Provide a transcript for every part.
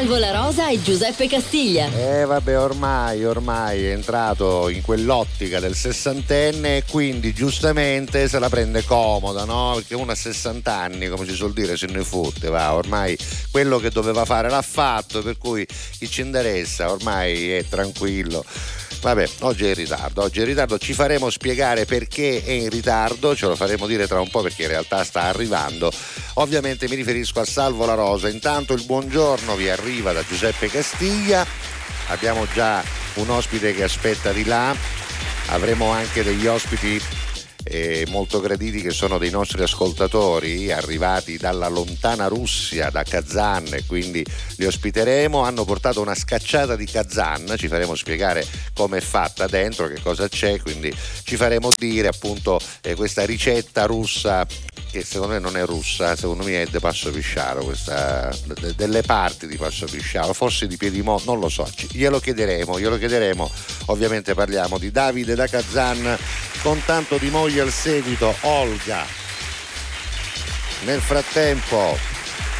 Salvo La Rosa e Giuseppe Castiglia. Vabbè, ormai è entrato in quell'ottica del sessantenne e quindi giustamente se la prende comoda, no? Perché uno a 60 anni, come si suol dire, se ne fotte, va, ormai quello che doveva fare l'ha fatto, per cui chi ci interessa, ormai è tranquillo. Vabbè, oggi è in ritardo, ci faremo spiegare perché è in ritardo, ce lo faremo dire tra un po' perché in realtà sta arrivando. Ovviamente mi riferisco a Salvo La Rosa. Intanto il buongiorno vi arriva da Giuseppe Castiglia, abbiamo già un ospite che aspetta di là, avremo anche degli ospiti molto graditi che sono dei nostri ascoltatori arrivati dalla lontana Russia, da Kazan, e quindi li ospiteremo. Hanno portato una scacciata di Kazan, ci faremo spiegare come è fatta dentro, che cosa c'è, quindi ci faremo dire appunto questa ricetta russa che secondo me non è russa, secondo me è di Passo Pisciaro, questa, delle parti di Passo Pisciaro, forse di Piedimont, non lo so, glielo chiederemo. Ovviamente parliamo di Davide da Kazan con tanto di moglie al seguito, Olga. Nel frattempo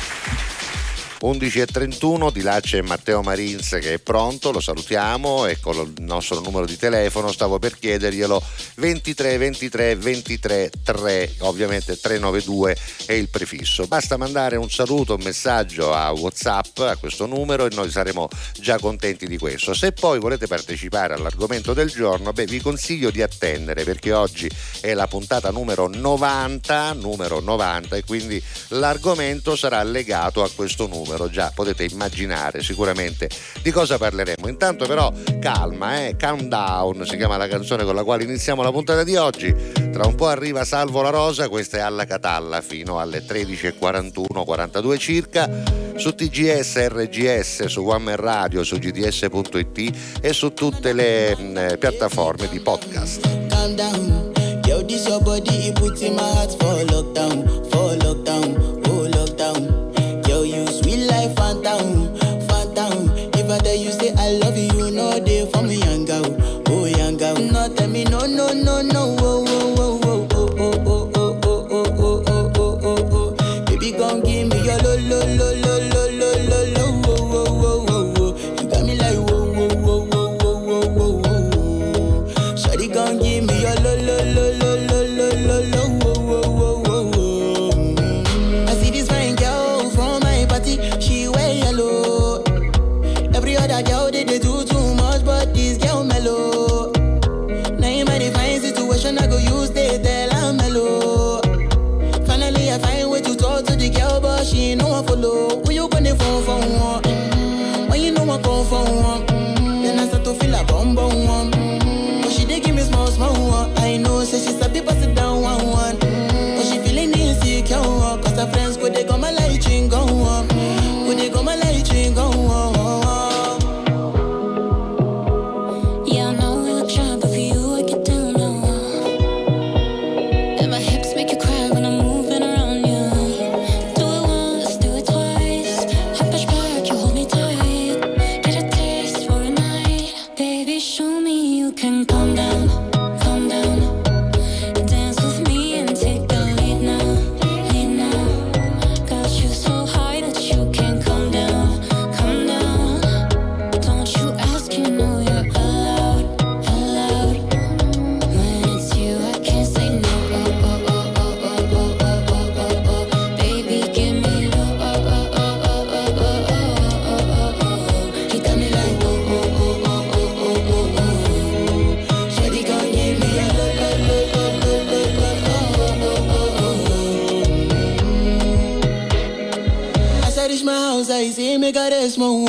11:31, di là c'è Matteo Marins che è pronto, lo salutiamo, e con il nostro numero di telefono stavo per chiederglielo, 23 23 23 3, ovviamente 392 è il prefisso. Basta mandare un saluto, un messaggio a WhatsApp a questo numero e noi saremo già contenti di questo. Se poi volete partecipare all'argomento del giorno, vi consiglio di attendere, perché oggi è la puntata numero 90 e quindi l'argomento sarà legato a questo numero. Già potete immaginare sicuramente di cosa parleremo. Intanto però calma, Calm Down si chiama la canzone con la quale iniziamo la puntata di oggi. Tra un po' arriva Salvo La Rosa, questa è Alla Catalla fino alle 13:41, 42 circa, su TGS, RGS, su One Man Radio, su gds.it e su tutte le piattaforme di podcast. Calm down, yo, this your body, it puts in my heart for lockdown, oh lockdown. Yo, you sweet life, phantom. If I tell you say I love you, no day for me, young girl, oh young girl. No tell me no, oh, oh, oh, oh, oh, oh, oh, oh, oh, oh, oh, oh, oh. Baby, gon' give me your lo, lo, lo, lo, lo, lo, lo, lo, oh, oh, oh, oh. You got me like whoa, whoa, whoa, whoa, whoa, whoa, whoa. Shawty gon' give me your lo, lo, lo, lo, lo, lo, lo, lo, oh, oh, oh, oh. I see this fine girl from my party, she wear yellow. Every other girl they do too much, but this girl mellow. Now in my divine situation, I go use they tell I'm mellow. Finally I find way to talk to the girl, but she ain't no one follow. Who you gonna phone for one? When you know I come for one, then I start to feel a bum bum one. But she dey give me small one. I know, say she's a people sit down one. But she feeling insecure, cause her friends go they come my light ring go on. Go they come my light ring go on. I say make her rest more.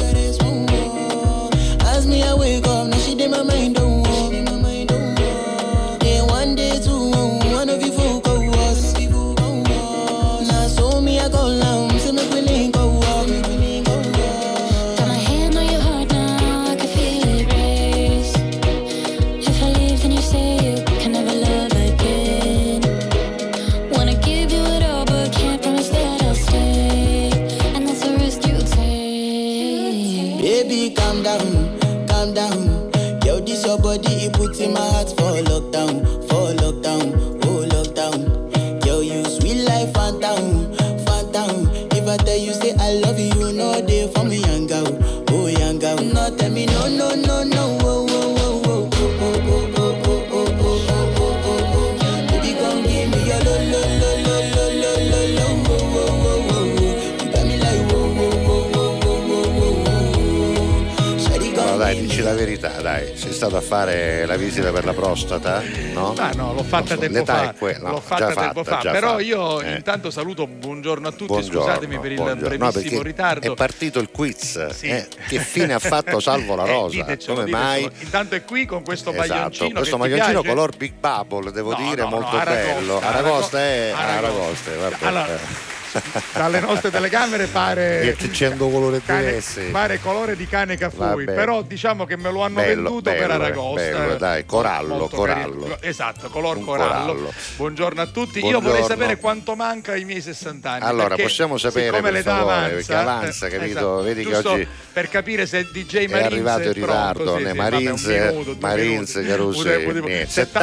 As me I wake up, now she did my mind don't walk. Day one, day two, one of you folk go us. Now so me I go down, say make we link go walk. Got my hand on your heart now, I can feel it race. If I leave then you say you can never love again. Wanna give you it all but can't promise that I'll stay. And that's a risk you take. Baby, calm down, calm down. Yo, this your body, it puts in my heart for lockdown, oh lockdown. Yo, you sweet life, phantom. If I tell you say I love you, no day for me. me no, no, no, no. Oh, oh, oh, oh, oh, oh, oh, oh, oh, oh, oh, oh, oh. Baby, come give me your lo, lo, lo, lo, lo, lo, lo, lo. Oh, oh, oh, oh, oh. You got me like whoa, whoa, whoa, whoa, whoa, whoa, whoa. Shawty, come No, dai, give me dici la verità, dai. Sei stato a fare la visita per la prostata? No? Ah no, l'ho fatta Non so, tempo l'età fa. è quella, L'ho fatta tempo fa. già Però fatta. io intanto saluto, buongiorno a tutti, Buongiorno, scusatemi per il buongiorno. No, brevissimo perché ritardo. è partito il quiz. Sì. Che fine ha fatto Salvo La Rosa? Ditecelo, Come ditecelo. mai? Intanto è qui con questo Esatto, maglioncino. questo che ti maglioncino piace? color Big Bubble, devo No, dire, no, molto no, bello. Aragosta è Aragosta, vabbè. Allora, dalle nostre telecamere pare Che c'è un colore cane, diverso. pare colore di cane Cafui, Vabbè. però diciamo che me lo hanno Bello, venduto per bello, Aragosta. bello, dai, corallo, Molto corallo. carino. Esatto, color Un corallo. corallo. Buongiorno a tutti. Buongiorno. Io vorrei sapere quanto manca ai miei 60 anni. Allora, perché possiamo sapere, siccome per l'età favore, avanza, perché avanza, capito? esatto, Vedi che giusto oggi per capire se DJ Marines è arrivato in è pronto, ritardo, sì, né sì, Marines, vabbè, un minuto, 2 Marines minuti. Carusi, Potevo-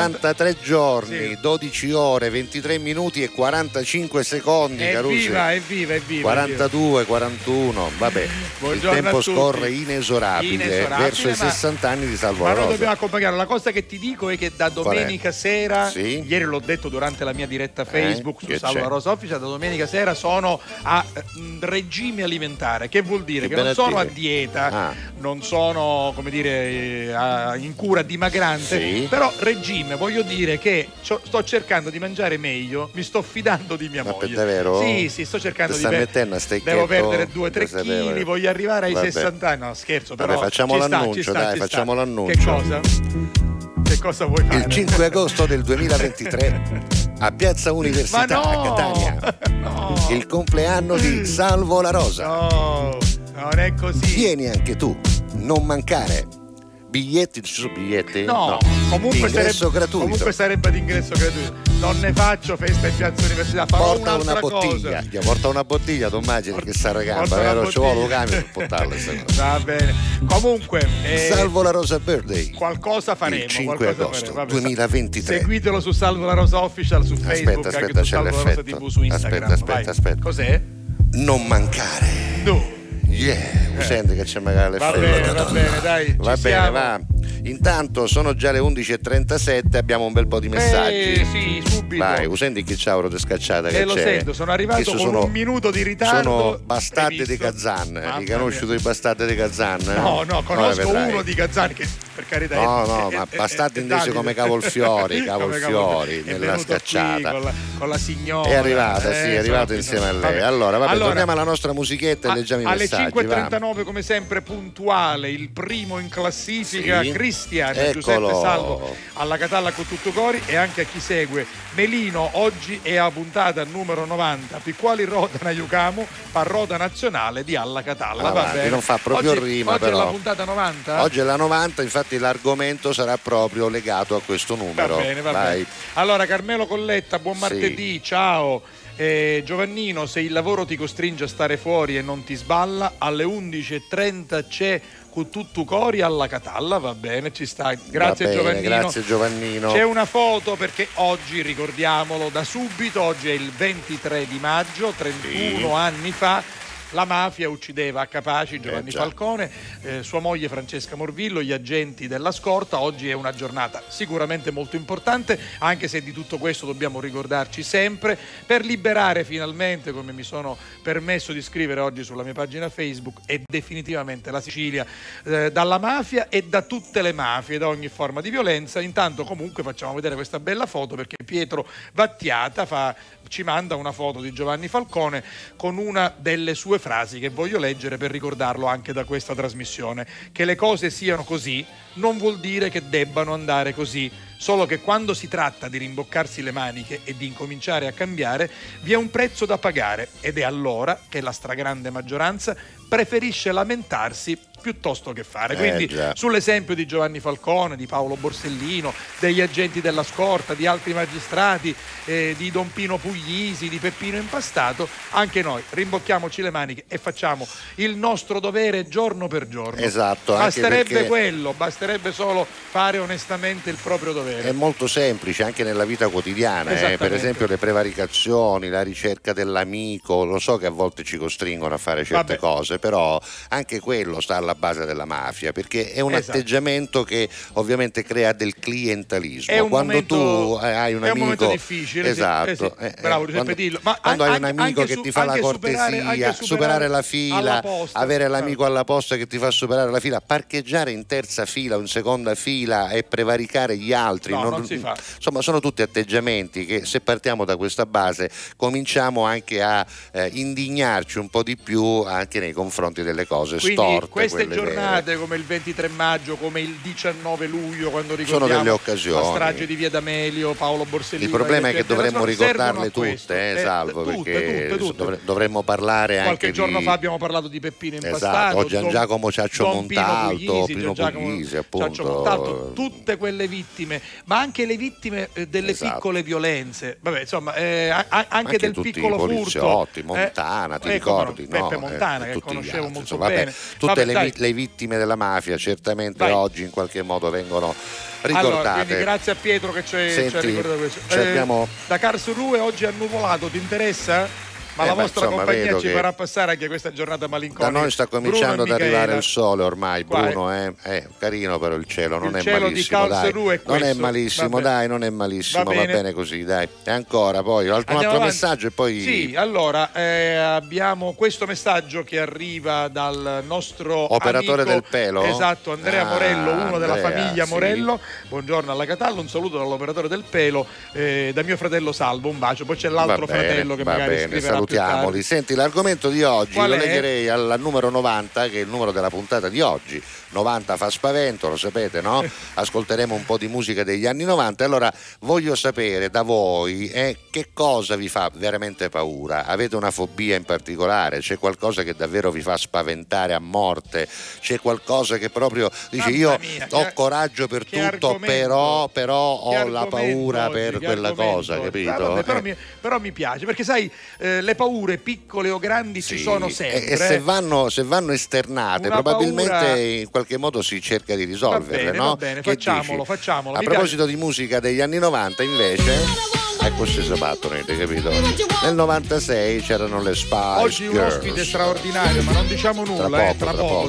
73 giorni, Sì. 12 ore, 23 minuti e 45 secondi, Carusi. Evviva. 42, 41, vabbè, il Buongiorno tempo a tutti. scorre inesorabile verso i ma- 60 anni di Salvo Ma La noi Rosa. dobbiamo accompagnare. La cosa che ti dico è che da domenica sera, Sì? ieri l'ho detto durante la mia diretta Facebook su Che Salvo c'è? La Rosa Official, da domenica sera sono a regime alimentare, che vuol dire Che che non bene a sono a dire. dieta, Ah. non sono, come dire, in cura dimagrante, Sì. però regime, voglio dire che sto cercando di mangiare meglio, mi sto fidando di mia Ma moglie. per davvero? Sì, sto cercando Ti di sta mettendo a stecchetto? devo perdere 2-3 Lo sapevo. kg, voglio arrivare ai Vabbè. 60 anni. No, scherzo, Vabbè, però facciamo ci sta, l'annuncio, ci sta, dai, ci sta. facciamo l'annuncio. Che cosa? Che cosa vuoi fare? Il 5 agosto del 2023 a Piazza Università Ma no! a Catania, No! il compleanno di Salvo La Rosa. No, non è così. Vieni anche tu, non mancare. Biglietti, ci sono biglietti? No, comunque ingresso sarebbe, gratuito. comunque sarebbe di ingresso gratuito. Non ne faccio festa in Piazza Università, farò Porta una un'altra bottiglia, cosa. porta una bottiglia, tu immagini che sta Porta ragamba, una vero? Ci vuole un bottiglia. camion per portarla questa cosa. Va bene. Comunque Salvo La Rosa Birthday. qualcosa faremo. Il 5 qualcosa agosto faremo. Vabbè, 2023. Seguitelo su Salvo La Rosa Official su Facebook, Aspetta, anche su c'è Salvo La Rosa l'effetto. TV su Instagram. Aspetta. Vai. Cos'è? Non mancare. No. Yeah, senti che c'è magari Va l'effetto. bene, dai. Va ci bene, siamo. va. Intanto sono già le 11:37, abbiamo un bel po' di messaggi. Sì, subito. Vai, senti che c'è ora di scacciata che lo c'è. sento, sono arrivato Questo con un minuto di ritardo. Sono bastardi di previsto. Kazan. Mamma Li conosci mia. tu i bastardi di Kazan? No, conosco vedrai. uno di Kazan che per carità No, ma bastardi intesi come cavolfiori È nella venuto qui scacciata. con la signora. È arrivata, sì, è arrivato sono- insieme a lei. vabbè. Allora, torniamo alla nostra musichetta e leggiamo i alle messaggi. 5:39 come sempre puntuale, il primo in classifica, Sì. Cristian Eccolo. Giuseppe Salvo alla Catalla con tutto cori, e anche a chi segue. Melino oggi è a puntata numero 90, Picquali Roda Iucamo, parrota nazionale di Alla Catalla. Va Avanti, bene. non fa proprio oggi, rima, oggi però. è la puntata 90? Oggi è la 90, infatti l'argomento sarà proprio legato a questo numero. Va bene, va Vai. bene. Allora, Carmelo Colletta, buon Sì. martedì, ciao. Giovannino, se il lavoro ti costringe a stare fuori e non ti sballa, alle 11:30 c'è con tutto cori alla Catalla, va bene, ci sta. Grazie Va bene, Giovannino. grazie Giovannino. C'è una foto perché oggi, ricordiamolo da subito, oggi è il 23 di maggio, 31 anni fa. La mafia uccideva a Capaci Giovanni già. Falcone, sua moglie Francesca Morvillo, gli agenti della scorta. Oggi è una giornata sicuramente molto importante, anche se di tutto questo dobbiamo ricordarci sempre, per liberare finalmente, come mi sono permesso di scrivere oggi sulla mia pagina Facebook, e definitivamente la Sicilia dalla mafia e da tutte le mafie, da ogni forma di violenza. Intanto comunque facciamo vedere questa bella foto perché Pietro Vattiata ci manda una foto di Giovanni Falcone con una delle sue frasi che voglio leggere per ricordarlo anche da questa trasmissione: che le cose siano così non vuol dire che debbano andare così, solo che quando si tratta di rimboccarsi le maniche e di incominciare a cambiare vi è un prezzo da pagare, ed è allora che la stragrande maggioranza preferisce lamentarsi piuttosto che fare. Quindi già. sull'esempio di Giovanni Falcone, di Paolo Borsellino, degli agenti della scorta, di altri magistrati, di Don Pino Puglisi, di Peppino Impastato, anche noi rimbocchiamoci le maniche e facciamo il nostro dovere giorno per giorno. Esatto, anche Basterebbe perché quello, basterebbe solo fare onestamente il proprio dovere. vero. È molto semplice anche nella vita quotidiana, per esempio le prevaricazioni, la ricerca dell'amico, lo so che a volte ci costringono a fare certe cose, però anche quello sta alla base della mafia, perché è un atteggiamento che ovviamente crea del clientelismo. È un quando momento, tu hai un è amico, un momento difficile, esatto, bravo Giuseppe Dillo. Ma quando hai un amico anche che ti fa la cortesia, superare la fila, posta, avere l'amico alla posta che ti fa superare la fila, parcheggiare in terza fila o in seconda fila e prevaricare gli altri, non si fa. Insomma, sono tutti atteggiamenti che, se partiamo da questa base, cominciamo anche a indignarci un po' di più anche nei confronti delle cose storte. Queste giornate vere, come il 23 maggio, come il 19 luglio, quando ricordiamo sono delle occasioni. La strage di Via D'Amelio, Paolo Borsellino. Il problema è che dovremmo ricordarle tutte, Salvo, tutte, perché dovremmo parlare qualche anche giorno fa abbiamo parlato di Peppino Impastato, esatto, Gian Giacomo Ciaccio Montalto, Pino Puglisi, appunto, tutte quelle vittime, ma anche le vittime delle piccole violenze, vabbè, insomma, anche del tutti piccolo i poliziotti, furto. Montana, ti ricordi? Peppe Montana, che conoscevo molto bene. Tutte le vittime della mafia certamente oggi in qualche modo vengono ricordate. Allora, quindi grazie a Pietro che ci ha ricordato questo. Da Karlsruhe oggi annuvolato, ti interessa? Ma la vostra compagnia ci farà passare anche questa giornata malinconica. Da noi sta cominciando ad arrivare il sole ormai, Bruno, carino però il cielo, non è malissimo, dai. Non è malissimo, dai, non è malissimo, va bene così, dai. E ancora poi un altro messaggio e poi sì, allora abbiamo questo messaggio che arriva dal nostro operatore amico, del pelo. Esatto, Andrea Morello, uno della famiglia Morello. Sì. Buongiorno alla Catalla, un saluto dall'operatore del pelo, da mio fratello Salvo, un bacio. Poi c'è l'altro fratello che magari scriverà. Salutiamoli. Senti, l'argomento di oggi lo legherei al numero 90, che è il numero della puntata di oggi. 90 fa spavento, lo sapete, no? Ascolteremo un po' di musica degli anni 90. Allora voglio sapere da voi che cosa vi fa veramente paura. Avete una fobia in particolare? C'è qualcosa che davvero vi fa spaventare a morte? C'è qualcosa che proprio dice ho coraggio per tutto, però ho la paura per quella cosa, capito? Però mi piace, perché sai, le paure piccole o grandi ci sono sempre. E se vanno esternate, probabilmente paura... in qualche modo si cerca di risolverle, no? Va bene, facciamolo. A proposito di musica degli anni 90, invece, ecco se sabato, capito? Nel 96 c'erano le Spice Oggi un ospite straordinario, ma non diciamo nulla, tra poco.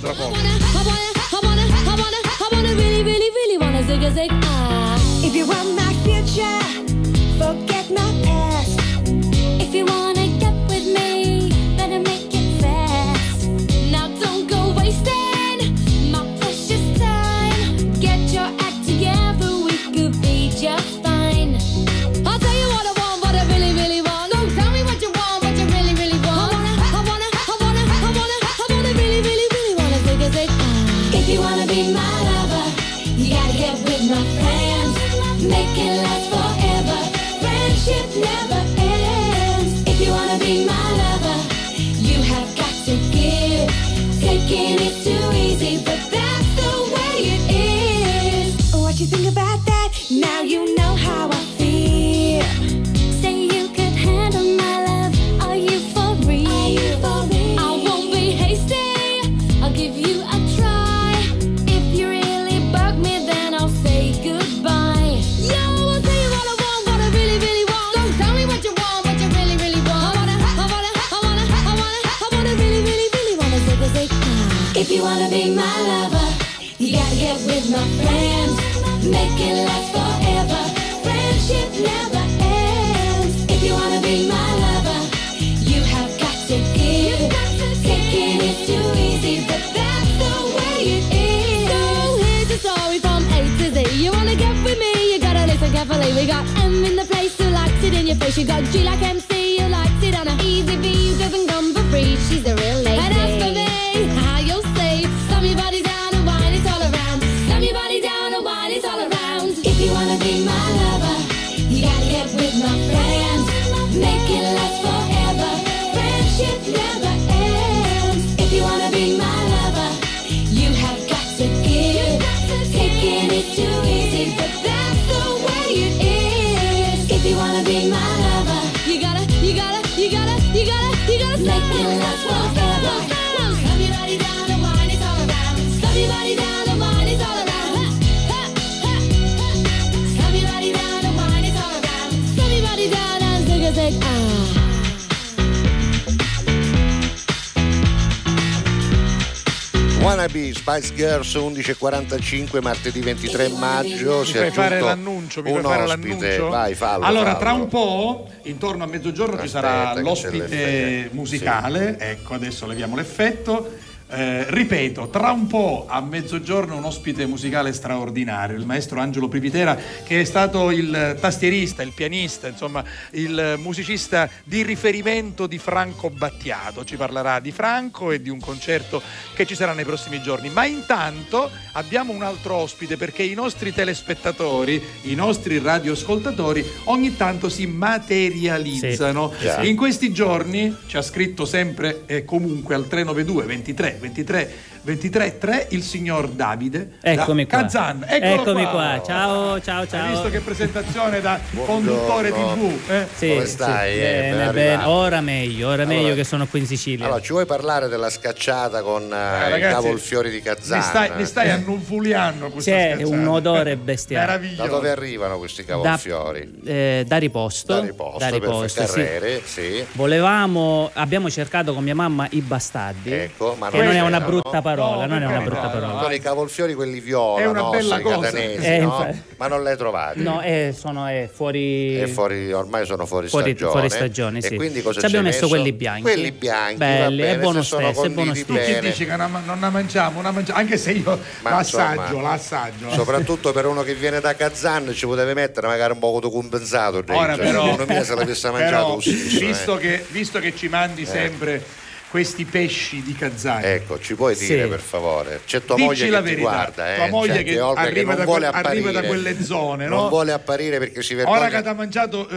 If you want my future, forget my past. If you wanna get with me, better make it fast. Now don't go wasting my precious time. Get your act together, we could be just fine. I'll tell you what I want, what I really, really want. Don't tell me what you want, what you really, really want. I wanna really, really, really wanna take a zig. If you wanna be my lover, you gotta get with my friends. Make it last forever. Friendship never ends. If you wanna be my lover, you have got to give. Taking it too easy, but that's the way it is. What you think about that? Now you know how I feel. Say you could handle my love. Are you for real? I won't be hasty. I'll give you a try. If you really bug me, then I'll say goodbye. Yo, I'll tell you what I want, what I really, really want. Don't tell me what you want, what you really, really want. I wanna really, really, really wanna zig. If you wanna be my lover, you gotta get with my friends. Make it last forever. Friendship never ends. If you wanna be my lover, you have got to give. Taking it too easy, but that's the way it is. So here's a story from A to Z. You wanna get with me, you gotta listen carefully. We got M in the place who likes it in your face. You got G like MC who likes it on a easy V who doesn't come for free. She's a real lady. And as for me, how you'll say, slam your body down and wine it all around. Slam your body down and wine it all around. If you wanna be my lover, you gotta get with my friends. Make it last forever. Friendship never ends. If you wanna be my lover, you have got to give. Taking it too easy, but that's the way it is. If you wanna be my lover, you Wannabe Spice Girls 11:45 martedì 23 maggio. Mi fai fare l'annuncio? Vai, fallo. Allora, fallo. tra un po', intorno a mezzogiorno, ci sarà che c'è l'ospite l'effetto. musicale. Ecco, adesso leviamo l'effetto. Ripeto, tra un po' a mezzogiorno un ospite musicale straordinario, il maestro Angelo Privitera, che è stato il tastierista, il pianista, insomma il musicista di riferimento di Franco Battiato. Ci parlerà di Franco e di un concerto che ci sarà nei prossimi giorni. Ma intanto abbiamo un altro ospite, perché i nostri telespettatori, i nostri radioascoltatori ogni tanto si materializzano. Sì. In questi giorni ci ha scritto sempre e comunque al 392 23 3 il signor Davide. Eccomi qua. Kazan. Eccomi qua. Ciao. Hai visto che presentazione da conduttore TV? Sì, Come stai? Sì. Ben Bene. arrivato. Ora meglio che sono qui in Sicilia. Allora, ci vuoi parlare della scacciata con i Ragazzi, cavolfiori di Kazan? Mi stai annufuliando questa C'è scazzata. un odore bestiale. Meraviglioso. Da dove arrivano questi cavolfiori? Da Riposto. Per sì. Carrere, sì. Abbiamo cercato con mia mamma i bastardi. Ecco, ma che non è una c'erano. brutta parola, No, non è una per brutta carità, parola. Sono i cavolfiori quelli viola, È una bella cosa. catanesi, no? infatti. Ma non li hai trovati? No, sono fuori. Ormai sono fuori stagione. Fuori stagione, sì. E quindi cosa Ci abbiamo c'hai messo quelli bianchi. Quelli bianchi, belli, va bene, è buono se sono stesso, è buono conditi stesso. Tu chi bene. dici che non la mangiamo, anche se io Ma l'assaggio. Soprattutto per uno che viene da Kazan ci poteva mettere magari un poco di compensato. Ora però, uno mia se l'avesse mangiato però, visto che ci mandi sempre questi pesci di Kazan, ecco, ci puoi dire Sì. per favore? C'è tua dici moglie la che ti verità, guarda, tua moglie C'è che Olga arriva, non vuole arriva apparire, da quelle zone, non no? vuole apparire perché si vergogna. Ora che ti ha mangiato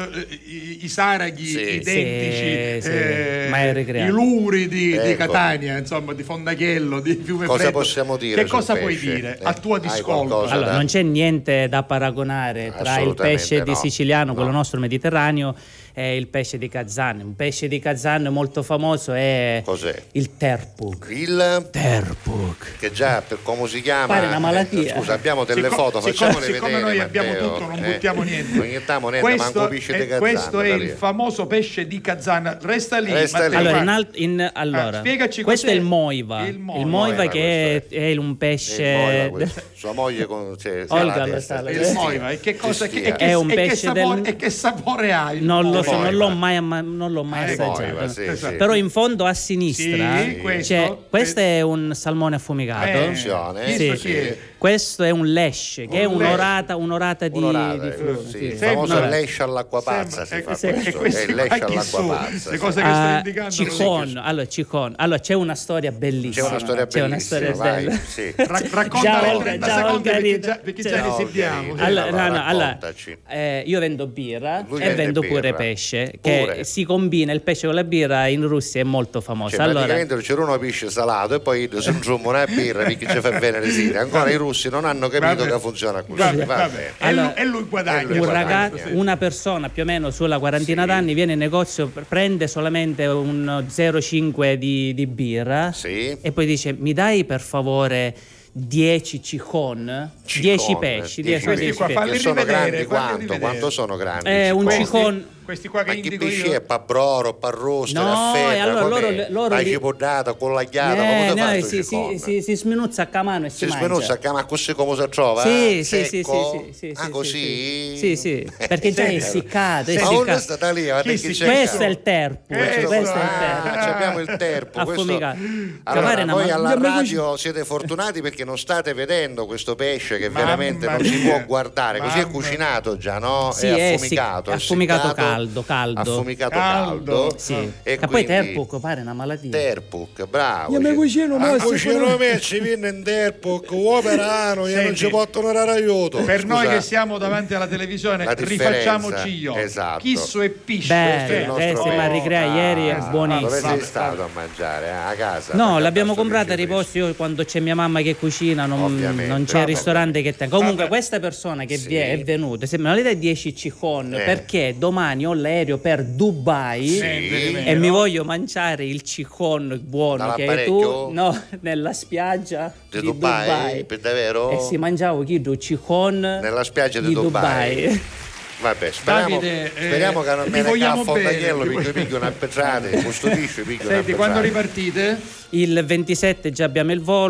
i saraghi Sì. identici, Sì. Ma è ricreato. i luri di Ecco. Catania, insomma, di Fondaghello, di Fiume Cosa Freddo. possiamo dire Che sul cosa puoi pesce? dire a tua Hai discolpa? qualcosa Allora, da- non c'è niente da paragonare tra il Assolutamente pesce di no. siciliano, quello No. nostro mediterraneo, e il pesce di Kazan. Un pesce di Kazan molto famoso è Cos'è? il terpuk. Il Terpuk. che già per come si chiama Pare una malattia. scusa, abbiamo delle Siccome- foto, facciamole siccome vedere. noi abbiamo Matteo. tutto, non buttiamo niente. Non mettiamo niente, manco pesce di Kazan. Questo è da il lì. famoso pesce di Kazan. Resta lì. Resta Matteo, lì. Allora, vai. allora spiegaci questo cos'è è il moiva. Il Il moiva, moiva che questo è un Il Moira, pesce. questo. Sua moglie con Olga la lo testa. sa, il moiva. E che cosa Stia. È un pesce e che sapore ha il Non lo so, moiva? non l'ho mai Il assaggiato. Moira, sì, sì. Però in fondo a sinistra Sì, questo è un salmone affumicato. Attenzione, Questo Sì. chi è? Questo è un lesce, che è Un lesce. un'orata di frutti. sì, Sì. il famoso Sembra- lesce all'acqua pazza si fa e questo, questi è il lesce qua chi all'acqua sono? pazza. Le sì. cose che stai indicando Cicon. Allora, c'è una storia bellissima. C'è una storia bellissima, vai, bella. sì. Racconta Già, in Olga, 30 già, secondi Olga perché ride. perché Cioè, già no, risiediamo. ok. Allora, Raccontaci. io vendo birra Lui e vende vendo pure birra. pesce, Pure. che si combina il pesce con la birra in Russia, è molto famosa. Cioè, Allora, praticamente c'era uno pesce salato e poi si insomma una birra perché ci fa bene le sere. Ancora i russi non hanno capito Vabbè. che funziona così. Vabbè, Va vabbè. bene. Allora, E lui guadagna. e lui guadagna. una persona più o meno sulla quarantina d'anni viene in negozio, prende solamente un 0,5 di birra Sì. e poi dice: mi dai per favore 10 cicon? 10 pesci. 10 Questi pesci. qua, Che falli sono rivedere, grandi falli quanto? rivedere. Quanto sono grandi? Un Questi? cicon. Questi qua che Ma che indico pesce io. è? Pabroro, parrosto, No, raffetta, e allora loro la li- cipodata, con la ghiata, come si fa sto cicon? si sminuzza a mano e si Si smenuzza, mangia. ma così come si trova? Sì, Secco? sì. Ah, così? Sì, perché già è essiccato. Ma dove è stata lì? Ma Chi perché si- c'è Questo il è il terpo. Questo è il terpo. abbiamo il terpo. Affumicato. Allora, Capare una voi ma- alla radio siete fortunati perché non state vedendo questo pesce che Mamma veramente non si mia. può guardare. Così è Mamma. cucinato già, no? Sì, è è affumicato. affumicato essiccato, caldo. Affumicato Caldo. caldo. Sì. E Che poi quindi- terpo pare una malattia. Terpuc, bravo. Io mi cucino, ma cucino me ci viene in Terpuc, operano, io non Senti, ci portano aiuto. Per noi Scusa. che siamo davanti alla televisione, La differenza, rifacciamoci io. esatto. Chisso e piscio. Bello, il nostro ma ricrea ieri è Dove buonissimo. sei stato a mangiare? A casa? No, Perché l'abbiamo adesso comprata a dice riposto. Io quando c'è mia mamma che cucina Ovviamente. non c'è Vabbè. ristorante che tenga. Comunque Vabbè. questa persona che Sì. è venuta, se me la dai 10 cicon Eh. perché domani ho l'aereo per Dubai Sì. e mi voglio mangiare il cicon buono che hai tu Dall'apparecchio? nella spiaggia Di di Dubai? Dubai. Per davvero? E si mangiavo chiedo cicon Nella spiaggia di Dubai. Vabbè, speriamo, Davide, speriamo che non vi me ne vogliamo caffo Fontaghello bene. perché piglio una pezzata, custodisce, piglio una Senti, quando pezzata. ripartite? Il 27 già abbiamo il volo.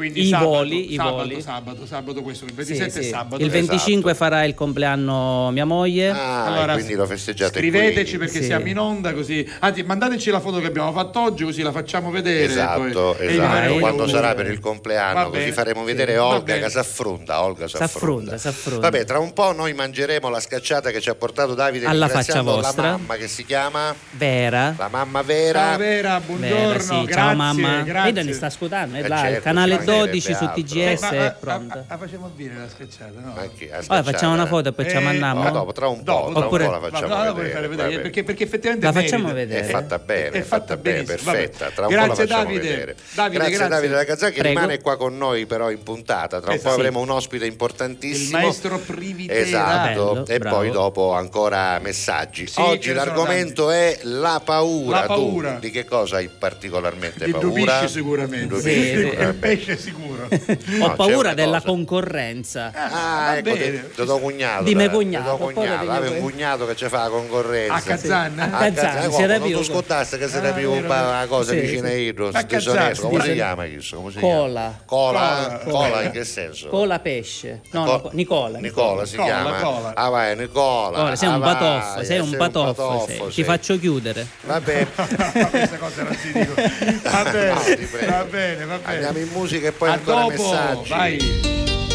Quindi I sabato, voli. sabato questo, il Sì, 27 sì. sabato. Il 25 Esatto. farà il compleanno mia moglie. Allora, quindi lo festeggiate scriveteci qui. perché Sì. siamo in onda, così. Anzi, mandateci la foto che abbiamo fatto oggi, così la facciamo vedere. Esatto, poi- e gli faremo gli quando auguri. sarà per il compleanno, Va così bene. faremo Sì, vedere va Olga bene. che s'affronta. S'affronta. Vabbè, tra un po' noi mangeremo la scacciata che ci ha portato Davide, Alla ringraziando faccia vostra. la mamma che si chiama Vera. la mamma Vera. Ciao Vera, buongiorno, Vera, sì. grazie. Ciao mamma. Grazie. Vedi, ne sta ascoltando. È là, certo, il canale ci 12 su mancherebbe TGS altro. è pronta. La facciamo avere la scacciata, no? Ma chi? La Ora scacciata? facciamo una foto e poi ci mandiamo. Ma dopo, tra un po', Oppure- la facciamo la vedere. vorrei fare vedere, vabbè. perché effettivamente La facciamo merita. vedere. È fatta bene, È fatta benissimo, perfetta. vabbè. Tra un po' la Grazie, facciamo Davide. vedere. Davide, grazie Davide Ragazzà che Prego. rimane qua con noi però in puntata. Tra un po' Esatto. avremo un ospite importantissimo. Il maestro Privitera. Esatto. Bello, e bravo. poi dopo ancora messaggi. Sì, Oggi ce ne sono l'argomento è la paura. La paura. Tu di che cosa hai particolarmente Di paura? due pesci sicuramente. Due Sì, pesci, sì. vabbè. Pesce sicuro. No, Ho c'è paura una della cosa. concorrenza. Ah, va ecco, bene. te tuo cugnato. Di me dai, cognato, tuo poi cugnato. di Avevi mio un cugnato che ci fa la concorrenza. A Kazan? A Kazan, si era non più- tu scottaste che si era più vero, una cosa Sì, vicina sì. a Idro, A Kazan, stesonesto. Come sì. si chiama questo? Come si Cola. chiama? Cola in che senso? Cola pesce. No, Nicola. Nicola si Cola, chiama. Cola. Ah vai Nicola. Ora, sei Ah, un vai, batoffo, sei un batoffo. sei. sei. Ti faccio chiudere. Vabbè. Queste cose non si dicono. Va bene, No, ti prego. va bene, va bene. Andiamo in musica e poi A ancora dopo, messaggi. vai.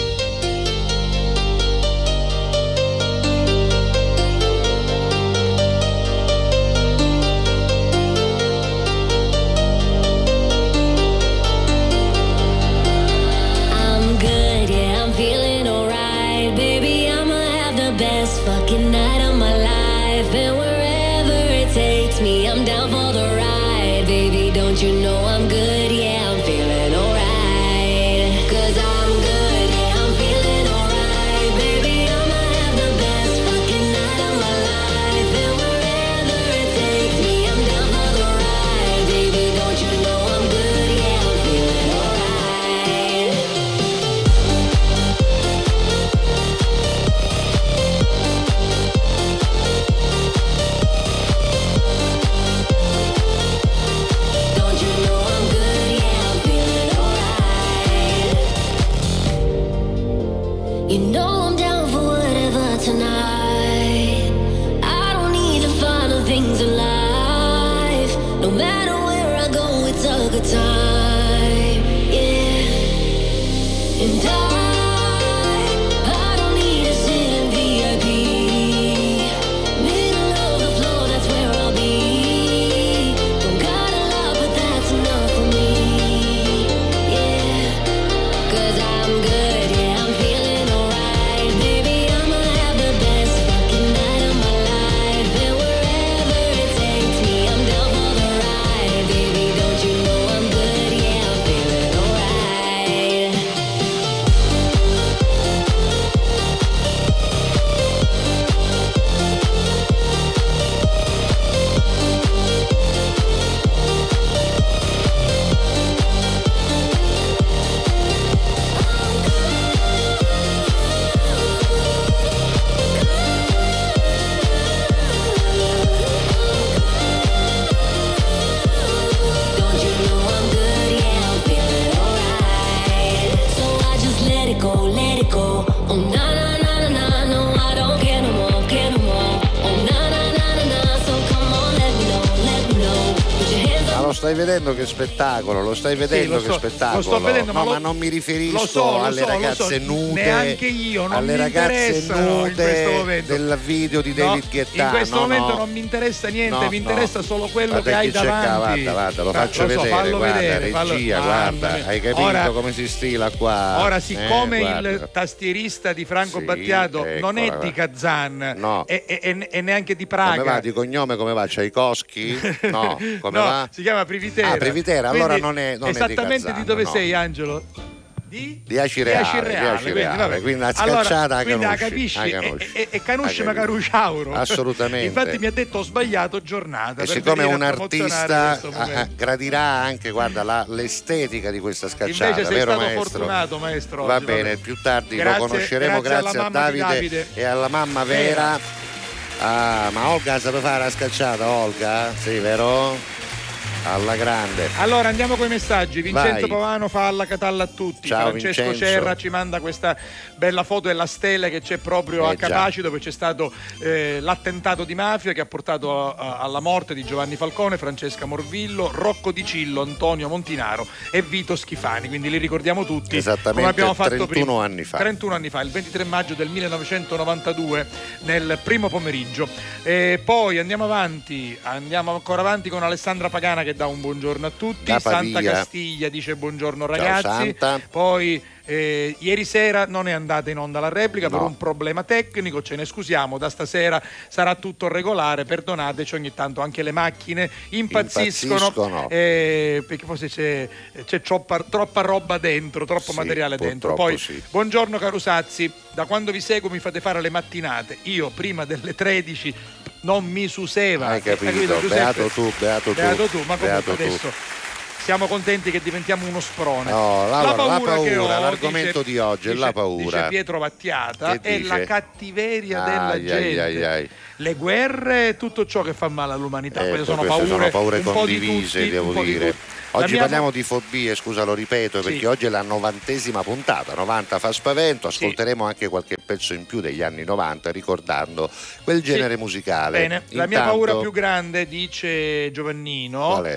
I'm good, yeah, I'm feeling alright. Baby, I'ma have the best fucking night of my life. And wherever it takes me, I'm down for the ride. Baby, don't you know I'm good, yeah, I'm feeling alright. 'Cause I'm good, yeah, I'm feeling alright. Baby, I'ma have the best fucking night of my life. And wherever it takes me, I'm down for the ride. Baby, don't you know I'm good, yeah, I'm feeling alright. Don't you know I'm good? Yeah, I'm feeling alright. You know I'm down for whatever tonight. I don't need the final things in life. No matter where I go, it's a good time. Yeah. And I don't need to sit in VIP. Middle of the floor, that's where I'll be. Don't got a lot, but that's enough for me. Yeah, 'cause I'm good, yeah, I'm feeling alright. Baby, I'ma have the best fucking night of my life. And wherever it takes me, I'm down for the ride. Baby, don't you know I'm good, yeah, I'm feeling alright. Don't you know I'm good? Yeah, I'm feeling alright. So I just let it go, let it go. Oh na na na na na, no I don't care no more, care no more. Oh na na na na na, so come on, let me know. Put your hands Ma up. lo stai vedendo che spettacolo? Lo stai vedendo lo che sto- spettacolo? lo sto vedendo, no, ma ma non mi riferisco lo so, alle lo ragazze so. nude. Neanche io, non alle mi ragazze interessano in questo nude momento. del video di No, David Guetta. in questo no, momento no. non mi interessa niente, No, mi interessa no. solo quello Guarda che hai chi c'è qua, davanti. guarda, lo faccio Lo so, vedere, fallo guarda, vedere, regia, fallo- guarda, mamma hai mia. capito come si stila qua? Ora, siccome guarda. il tastierista di Franco Sì, Battiato non è eccola, di Kazan No. e neanche di Come Praga. va di cognome, come va? C'hai i Coschi? No, come No, va? si chiama Privitera. Ah, Privitera, allora Quindi non è di esattamente Kazan, di dove no. sei, Angelo? Di Acireale, quindi la scacciata quindi la capisci, capisci e canusci magari un ciauro. Assolutamente. Infatti mi ha detto ho sbagliato giornata. E per siccome venire un a promozionare artista questo momento. gradirà anche, guarda, l'estetica di questa scacciata, Invece sei vero stato maestro? fortunato, maestro. Va oggi, bene, più tardi Grazie, lo conosceremo grazie alla grazie a mamma di Davide, Davide. e alla mamma Vera. Ah, ma Olga sa fare la scacciata, Olga? Sì, vero? Alla grande. Allora andiamo con i messaggi. Vincenzo Vai. Pavano fa alla Catalla a tutti. Ciao, Francesco Vincenzo. Cerra ci manda questa bella foto della stele che c'è proprio a già. Capaci, dove c'è stato l'attentato di mafia che ha portato alla morte di Giovanni Falcone, Francesca Morvillo, Rocco Di Cillo, Antonio Montinaro e Vito Schifani. Quindi li ricordiamo tutti. Esattamente, come abbiamo fatto 31 prima. anni fa. 31 anni fa, il 23 maggio del 1992, nel primo pomeriggio. E poi andiamo ancora avanti con Alessandra Pagana che dà un buongiorno a tutti. Da Santa Pavia. Castiglia dice buongiorno Ciao, ragazzi. Santa. Poi ieri sera non è andata in onda la replica per No. un problema tecnico, ce ne scusiamo, da stasera sarà tutto regolare, perdonateci, ogni tanto anche le macchine impazziscono. Perché forse c'è troppa roba dentro, troppo Sì, materiale dentro. purtroppo Poi sì. buongiorno caro Sazzi, da quando vi seguo mi fate fare le mattinate, io prima delle 13 non mi suseva. Hai capito? Giuseppe? Beato tu, Beato tu, ma comunque beato tu. adesso siamo contenti che diventiamo uno sprone. No, la paura, che ho, l'argomento di oggi è la paura. Dice Pietro Vattiata, Che è dice? la cattiveria della gente. ai. Le guerre, tutto ciò che fa male all'umanità. Queste sono queste paure, sono paure un po' di condivise, tutti, devo un po' di dire. tutti. La Oggi mia- parliamo di fobie, scusa, lo ripeto, Sì. perché oggi è la 90ª puntata. 90 fa spavento, ascolteremo anche qualche pezzo in più degli anni 90 ricordando quel genere musicale. Bene, la mia Intanto- paura più grande, dice Giovannino, Qual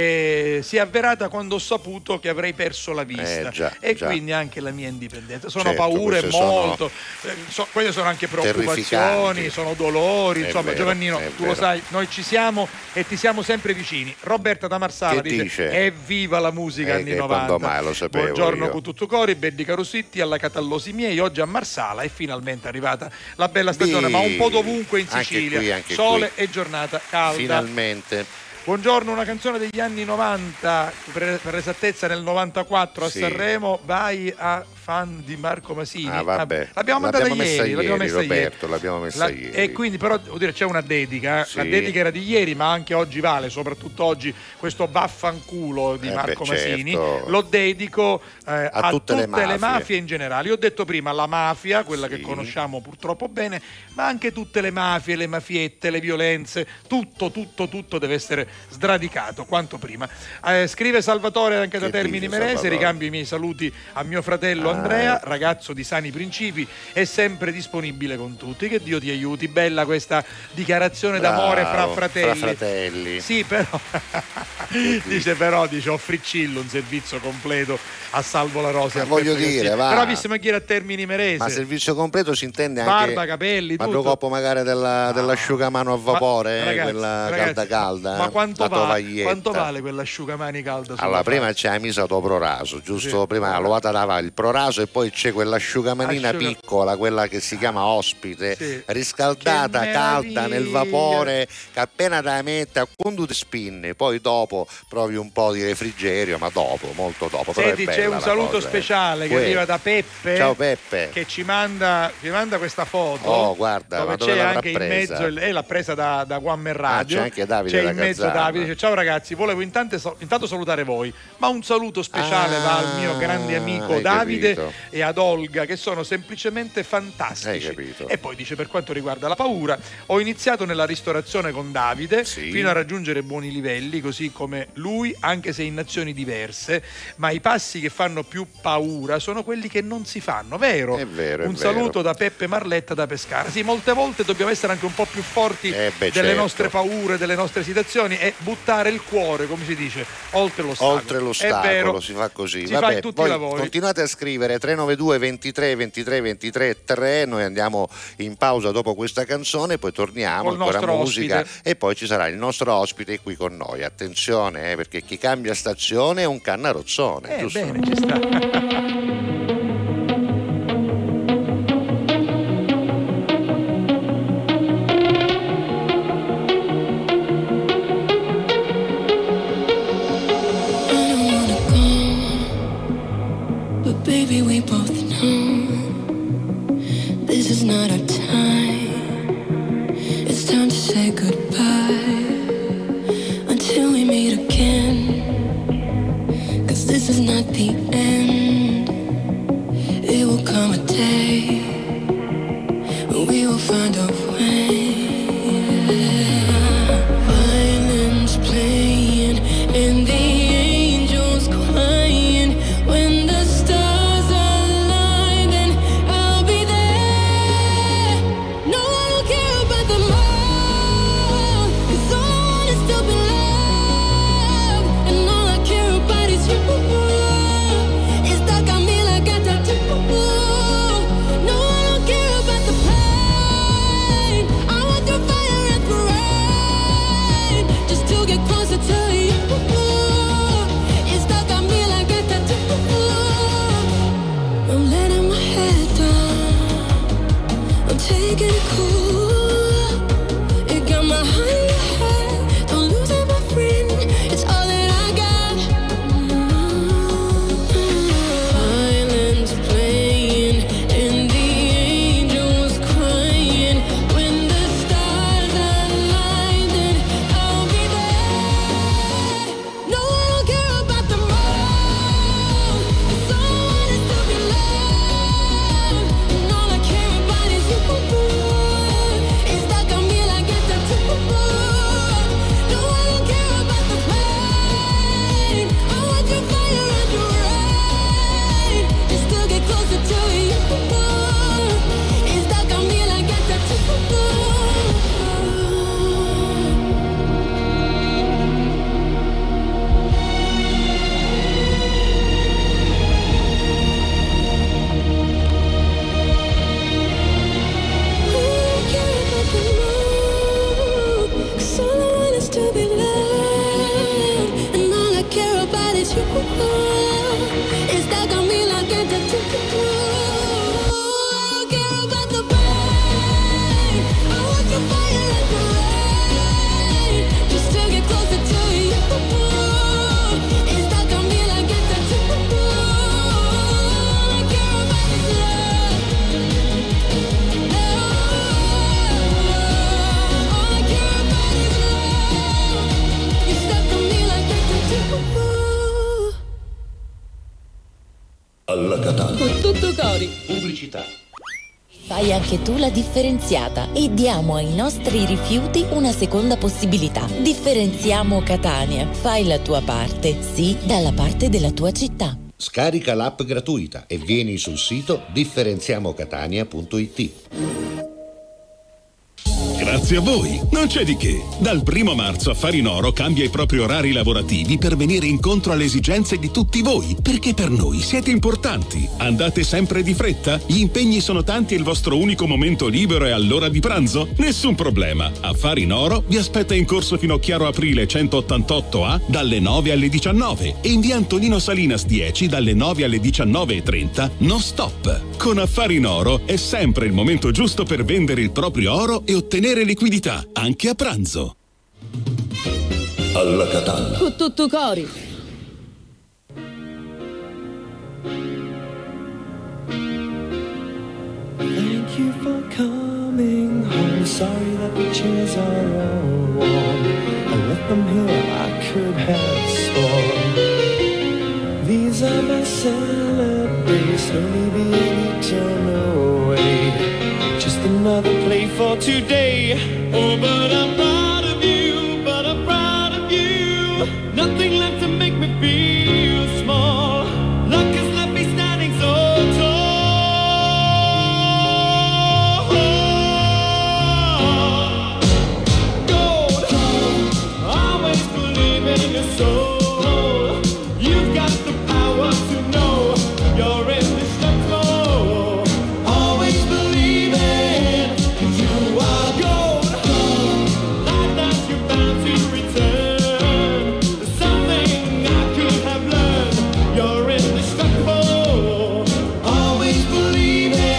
è? si è avverata quando ho saputo che avrei perso la vista Già, e già. quindi anche la mia indipendenza. Sono Certo, paure queste sono molto, queste sono anche preoccupazioni, terrificanti. sono dolori, È insomma vero, Giovannino, è tu lo vero. sai, noi ci siamo e ti siamo sempre vicini. Roberta da Marsala Che dice, dice? evviva la musica anni che 90. quando mai lo sapevo Buongiorno io. con tutto cori, Beddi Carusitti, alla Catallosi miei, oggi a Marsala è finalmente arrivata la bella stagione, ma un po' dovunque in Anche Sicilia, qui, anche sole qui. e giornata calda. Finalmente. Buongiorno, una canzone degli anni 90, per esattezza nel 94 a Sì. Sanremo, vai a fan di Marco Masini. Ah, vabbè. L'abbiamo mandata messa ieri, l'abbiamo messa Roberto, ieri. l'abbiamo messa ieri. E quindi però devo dire c'è una dedica, Sì. la dedica era di ieri, ma anche oggi vale, soprattutto oggi questo vaffanculo di Marco Masini. certo. Lo dedico a tutte le le mafie. mafie in generale. Io ho detto prima la mafia, quella Sì. che conosciamo purtroppo bene, ma anche tutte le mafie, le mafiette, le violenze, tutto deve essere sradicato quanto prima. Scrive Salvatore anche da Che Termini dice Merese, Salvatore? ricambio i miei saluti a mio fratello Andrea, ragazzo di sani principi e sempre disponibile con tutti. Che Dio ti aiuti. Bella questa dichiarazione d'amore fra Bravo, fratelli. fra fratelli. Sì, però dice offricillo un servizio completo a Salvo La Rosa. e a Voglio Peppe dire, Castillo. va. Però visto che a Termini Merese. Ma servizio completo si intende anche Barba, capelli, ma tutto. dopo magari dell'asciugamano a vapore, Ma, ragazzi, quella ragazzi, calda. Ma quanto, la vale, tovaglietta. quanto vale quell'asciugamani calda? sulla Allora, prima faccia? c'è la misa do proraso, giusto? Sì. Prima lo dava il proraso e poi c'è quell'asciugamanina Asciuga- piccola, quella che si chiama ospite, Sì. riscaldata, Che calda nel meraviglia. vapore, che appena te la mette, quando ti spinne, poi dopo provi un po' di refrigerio, ma dopo, molto dopo. Però Senti, è c'è bella un la saluto cosa, speciale che Uè. arriva da Peppe. Ciao Peppe. Che ci manda questa foto. Oh, guarda, dove ma dove c'è l'avrà anche in presa? mezzo l'ha presa da Guammer Radio. c'è anche Davide C'è da in mezzo Gazzana. Davide. Dice, ciao ragazzi, volevo intanto salutare voi, ma un saluto speciale va al mio grande amico hai Davide capito. e ad Olga, che sono semplicemente fantastici. Hai capito. E poi dice, per quanto riguarda la paura, ho iniziato nella ristorazione con Davide Sì. fino a raggiungere buoni livelli, così come lui, anche se in nazioni diverse, ma i passi che fanno più paura sono quelli che non si fanno, vero? È vero, è Un vero. saluto da Peppe Marletta da Pescara. Sì, molte volte dobbiamo essere anche un po' più forti beh, delle certo. nostre paure, delle nostre situazioni e buttare il cuore, come si dice, oltre l'ostacolo. Oltre È l'ostacolo vero, si fa così. Si fa in tutti i voi lavori. continuate a scrivere 392 23 23 23 3. Noi andiamo in pausa dopo questa canzone, poi torniamo Col ancora nostro musica ospite. e poi ci sarà il nostro ospite qui con noi. Attenzione, perché chi cambia stazione è un cannarozzone, giusto? Bene, ci sta. But baby, we both know this is not our time. It's time to say goodbye until we meet again. 'Cause this is not the end. It will come a day when we will find a way. Violins playing in Pubblicità. Fai anche tu la differenziata e diamo ai nostri rifiuti una seconda possibilità. Differenziamo Catania. Fai la tua parte, sì, dalla parte della tua città. Scarica l'app gratuita e vieni sul sito differenziamocatania.it. Grazie a voi, non c'è di che. Dal 1 marzo Affari in Oro cambia i propri orari lavorativi per venire incontro alle esigenze di tutti voi, perché per noi siete importanti. Andate sempre di fretta? Gli impegni sono tanti e il vostro unico momento libero è all'ora di pranzo? Nessun problema. Affari in Oro vi aspetta in corso Finocchiaro Aprile 188A dalle 9 alle 19 e in via Antonino Salinas 10 dalle 9 alle 19:30 non stop. Con Affari in Oro è sempre il momento giusto per vendere il proprio oro e ottenere liquidità, anche a pranzo. Alla Catalla. Con tutto cori. Thank you for coming home. Sorry that the chairs are all warm. I left them here, I could have sworn. These are my salad days, slowly being eaten away. Just another play for today. Oh, but I'm proud of you, but I'm proud of you. Nothing left to make me feel small. Luck has left me standing so tall. Gold, always believe in your soul. You've got the power to know you're indestructible. Always believe it, you are gold. Life that you're bound to return. There's something I could have learned. You're indestructible. Always believe it.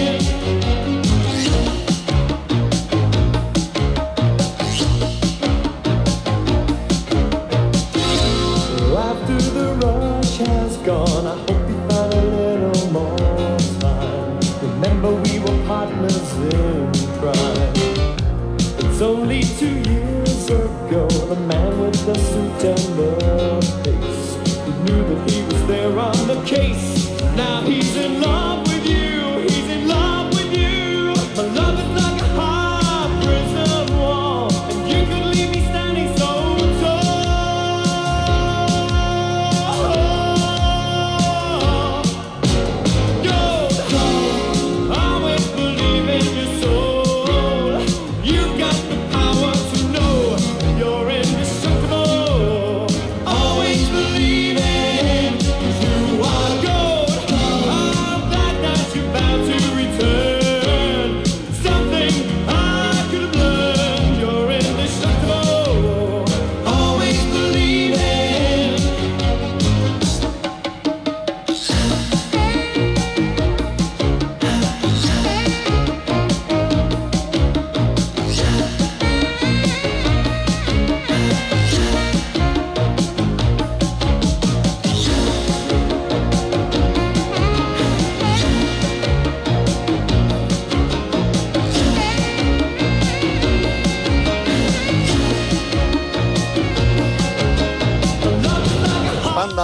After the rush has gone, I hope you find a little more time. Remember we were partners in crime. It's only 2 years ago, the man with the suit and the face, he knew that he was there on the case. Now he's in love with you, he's in love with you. My love is like a high prison wall, and you could leave me standing so tall. Gold, always believe in your soul. You've got the power to know you're indestructible. Always believe it, you are gold.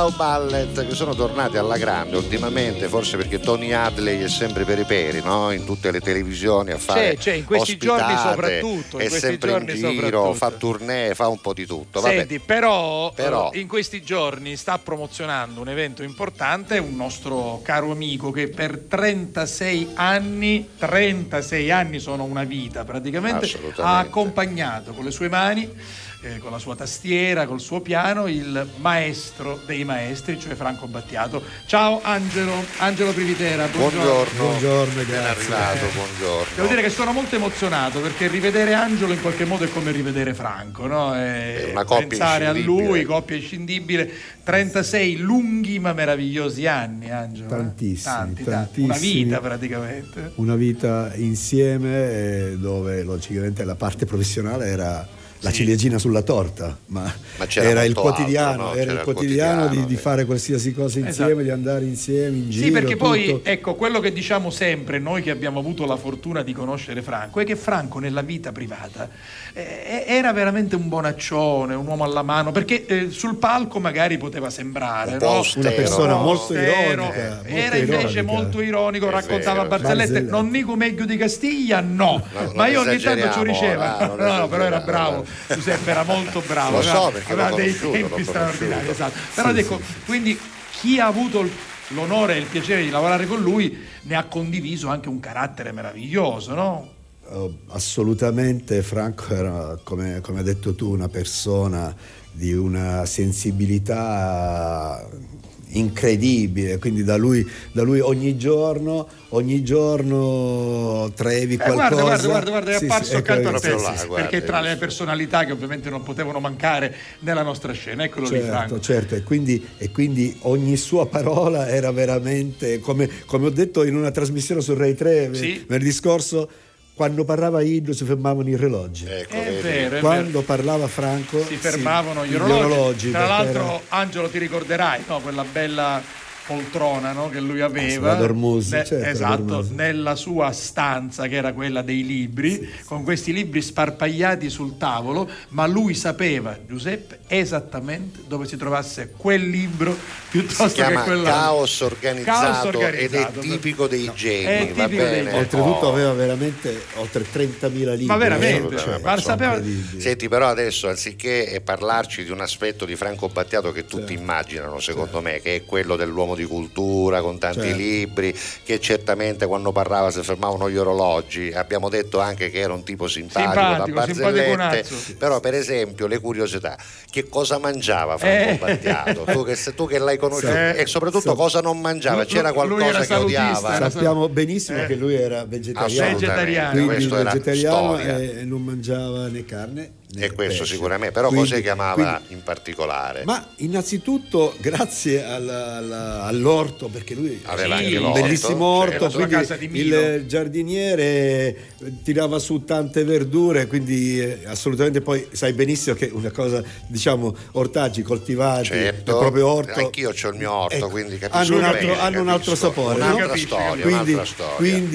Piano Ballet, che sono tornati alla grande ultimamente, forse perché Tony Hadley è sempre per i peri, no? In tutte le televisioni a fare c'è in questi giorni soprattutto, è sempre in giro, fa tournée, fa un po' di tutto. Senti, però Però in questi giorni sta promozionando un evento importante, un nostro caro amico che per 36 anni sono una vita praticamente, ha accompagnato con le sue mani, con la sua tastiera, col suo piano, il maestro dei maestri, cioè Franco Battiato. Ciao Angelo Privitera, Buongiorno, ben grazie. arrivato, buongiorno. Devo dire che sono molto emozionato perché rivedere Angelo in qualche modo è come rivedere Franco, no? È una coppia pensare a inscindibile. lui, coppia inscindibile. 36 lunghi ma meravigliosi anni, Angelo. Tantissimi. Una vita praticamente. Una vita insieme, dove logicamente la parte professionale era la ciliegina sulla torta, ma c'era era il molto quotidiano, altro, no? era il quotidiano di fare qualsiasi cosa insieme, Esatto. di andare insieme in giro. Sì, perché tutto. poi, ecco, quello che diciamo sempre noi che abbiamo avuto la fortuna di conoscere Franco è che Franco nella vita privata era veramente un bonaccione, un uomo alla mano, perché sul palco magari poteva sembrare, no? Una persona molto austero, ironica. era invece molto ironico, raccontava barzellette, non dico meglio di Castiglia, no, ma io ogni tanto ci riceva, no, però era bravo, Giuseppe era molto bravo, Lo so, perché aveva l'ho dei conosciuto, tempi l'ho straordinari, conosciuto. esatto. Però ecco, quindi chi ha avuto l'onore e il piacere di lavorare con lui ne ha condiviso anche un carattere meraviglioso, no? Assolutamente, Franco era, come hai detto tu, una persona di una sensibilità incredibile, quindi da lui ogni giorno trevi qualcosa. Guarda, è apparso accanto a te, là, perché tra le personalità che ovviamente non potevano mancare nella nostra scena, eccolo lì Franco. Certo, e quindi ogni sua parola era veramente, come ho detto in una trasmissione su Rai 3 venerdì scorso, quando parlava Idro si fermavano i reloggi. Ecco, È vero. Quando parlava Franco Si fermavano gli gli orologi. Tra perché l'altro, era- Angelo, ti ricorderai, no? Quella bella poltrona, no? Che lui aveva, la Dormusi, certo, la esatto, Dormusi. nella sua stanza, che era quella dei libri, con questi libri sparpagliati sul tavolo, ma lui sapeva, Giuseppe, esattamente dove si trovasse quel libro piuttosto si chiama che quell'altro. Caos organizzato ed è tipico dei geni, va bene? Oltretutto aveva veramente oltre 30.000 libri. Ma veramente, Cioè, sapeva. incredibili. Senti, però adesso anziché parlarci di un aspetto di Franco Battiato che tutti immaginano, secondo me, che è quello dell'uomo di cultura con tanti Certo. libri, che certamente quando parlava si fermavano gli orologi, abbiamo detto anche che era un tipo simpatico da barzellette, simpaticonazzo. però per esempio le curiosità, che cosa mangiava Franco Battiato, tu che l'hai conosciuto, e soprattutto cosa non mangiava, c'era lui era qualcosa che salutista, odiava? Sappiamo benissimo che lui era vegetariano, Vegetariano. quindi questo era vegetariano storia. e non mangiava né carne né E questo pesce. sicuramente, però Quindi- cos'è che amava in particolare? Ma innanzitutto grazie all'orto, perché lui Aveva Sì, anche un l'orto, bellissimo orto, certo. Sua quindi casa di Milo. il giardiniere tirava su tante verdure, quindi assolutamente, poi sai benissimo che una cosa, diciamo, ortaggi coltivati Certo, nel proprio orto, anch'io c'ho il mio orto, ecco, quindi capisco hanno un altro sapore, un'altra no? storia, quindi, un'altra storia.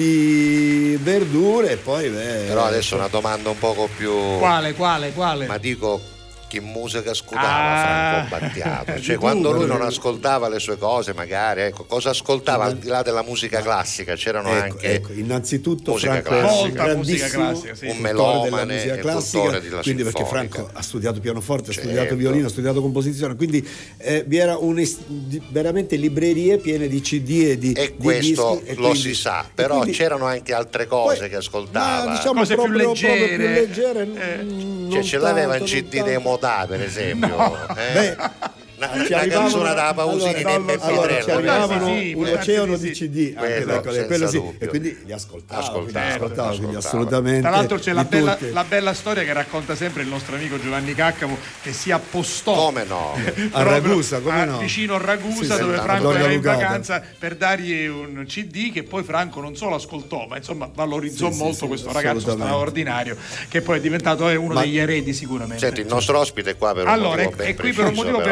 quindi verdure e poi Però adesso una domanda un poco più, Quale? ma dico, che musica ascoltava Franco Battiato? Cioè, quando lui non ascoltava le sue cose, magari, ecco, cosa ascoltava al di là della musica classica? C'erano anche innanzitutto musica Franco era classica. Molta musica grandissimo classica, sì. un cultore melomane della musica e classica, cultore della quindi perché sinfonica. Franco ha studiato pianoforte, Certo. ha studiato violino, ha studiato composizione, quindi vi era veramente librerie piene di CD e di questo dischi, e lo quindi- si sa, e però quindi- c'erano anche altre cose poi- che ascoltava. ma diciamo Cose più proprio leggere. più leggere, Cioè, ce l'aveva in in CD dei Modà, per esempio. Beh, una ci arrivavano- canzone da Pausini allora, in MP3. allora, ci arrivavano sì, un sì, oceano sì, di sì. CD anche Quello da quello senza sì, dubbio. e quindi li ascoltavo, Ascoltava. quindi assolutamente. Tra l'altro c'è la di bella, tutte. la bella storia che racconta sempre il nostro amico Giovanni Caccamo, che si appostò Come no? A Ragusa, come no? vicino a Ragusa, Sì, dove sì, Franco Madonna era in Lugata. vacanza, per dargli un CD che poi Franco non solo ascoltò, ma insomma valorizzò Sì, molto sì, questo ragazzo assolutamente. straordinario, che poi è diventato uno degli eredi sicuramente. Senti, il nostro ospite è qua per un Allora, motivo ben è qui preciso, per un motivo ben però. preciso,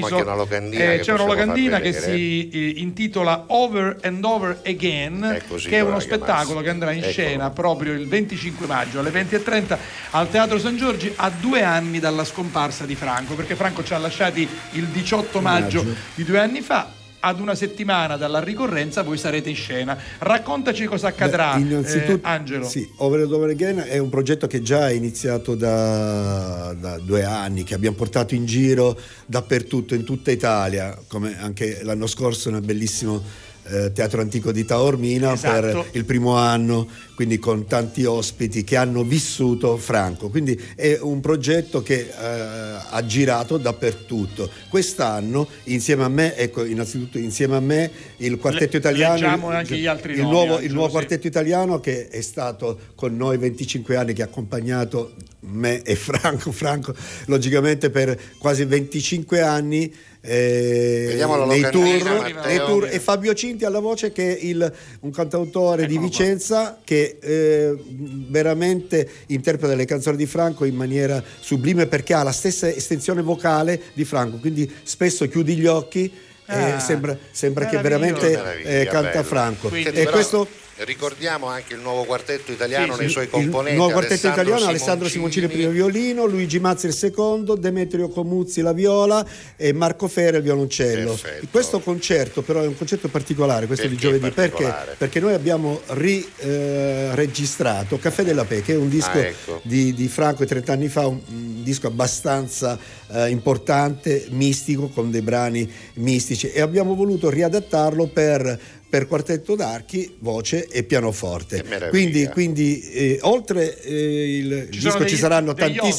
anche una locandina che c'è una possiamo locandina far che vedere. si intitola Over and Over Again, così che è uno doveva spettacolo chiamarsi. che andrà in Eccolo. scena proprio il 25 maggio alle 20:30 al Teatro San Giorgi, a 2 anni dalla scomparsa di Franco, perché Franco ci ha lasciati il 18 maggio di 2 anni fa. Ad una settimana dalla ricorrenza voi sarete in scena. Raccontaci cosa accadrà, Angelo. Sì, Over and Over Again è un progetto che già è iniziato da 2 anni, che abbiamo portato in giro dappertutto, in tutta Italia, come anche l'anno scorso nel bellissimo Teatro Antico di Taormina, Esatto. per il primo anno, quindi con tanti ospiti che hanno vissuto Franco. Quindi è un progetto che ha girato dappertutto. Quest'anno insieme a me, ecco, innanzitutto insieme a me il quartetto italiano, leggiamo anche gli altri il nomi, nuovo Angelo, sì. quartetto italiano che è stato con noi 25 anni, che ha accompagnato me e Franco logicamente per quasi 25 anni Vediamo la nei locandina, tour, e Fabio Cinti alla voce, che è un cantautore di Vicenza che veramente interpreta le canzoni di Franco in maniera sublime, perché ha la stessa estensione vocale di Franco, quindi spesso chiudi gli occhi e sembra che veramente canta bello. Franco. Quindi, E però, questo ricordiamo anche il nuovo quartetto italiano Sì, nei sì. suoi componenti. Il nuovo quartetto italiano: Alessandro Simoncini primo violino, Luigi Mazzi il secondo, Demetrio Comuzzi la viola e Marco Fere il violoncello. Perfetto. Questo concerto però è un concerto particolare, questo di Perché giovedì, particolare? perché noi abbiamo registrato Caffè della Pe, che è un disco ecco. di Franco 30 anni fa, un disco abbastanza importante, mistico, con dei brani mistici, e abbiamo voluto riadattarlo per quartetto d'archi, voce e pianoforte. Quindi oltre il disco ci saranno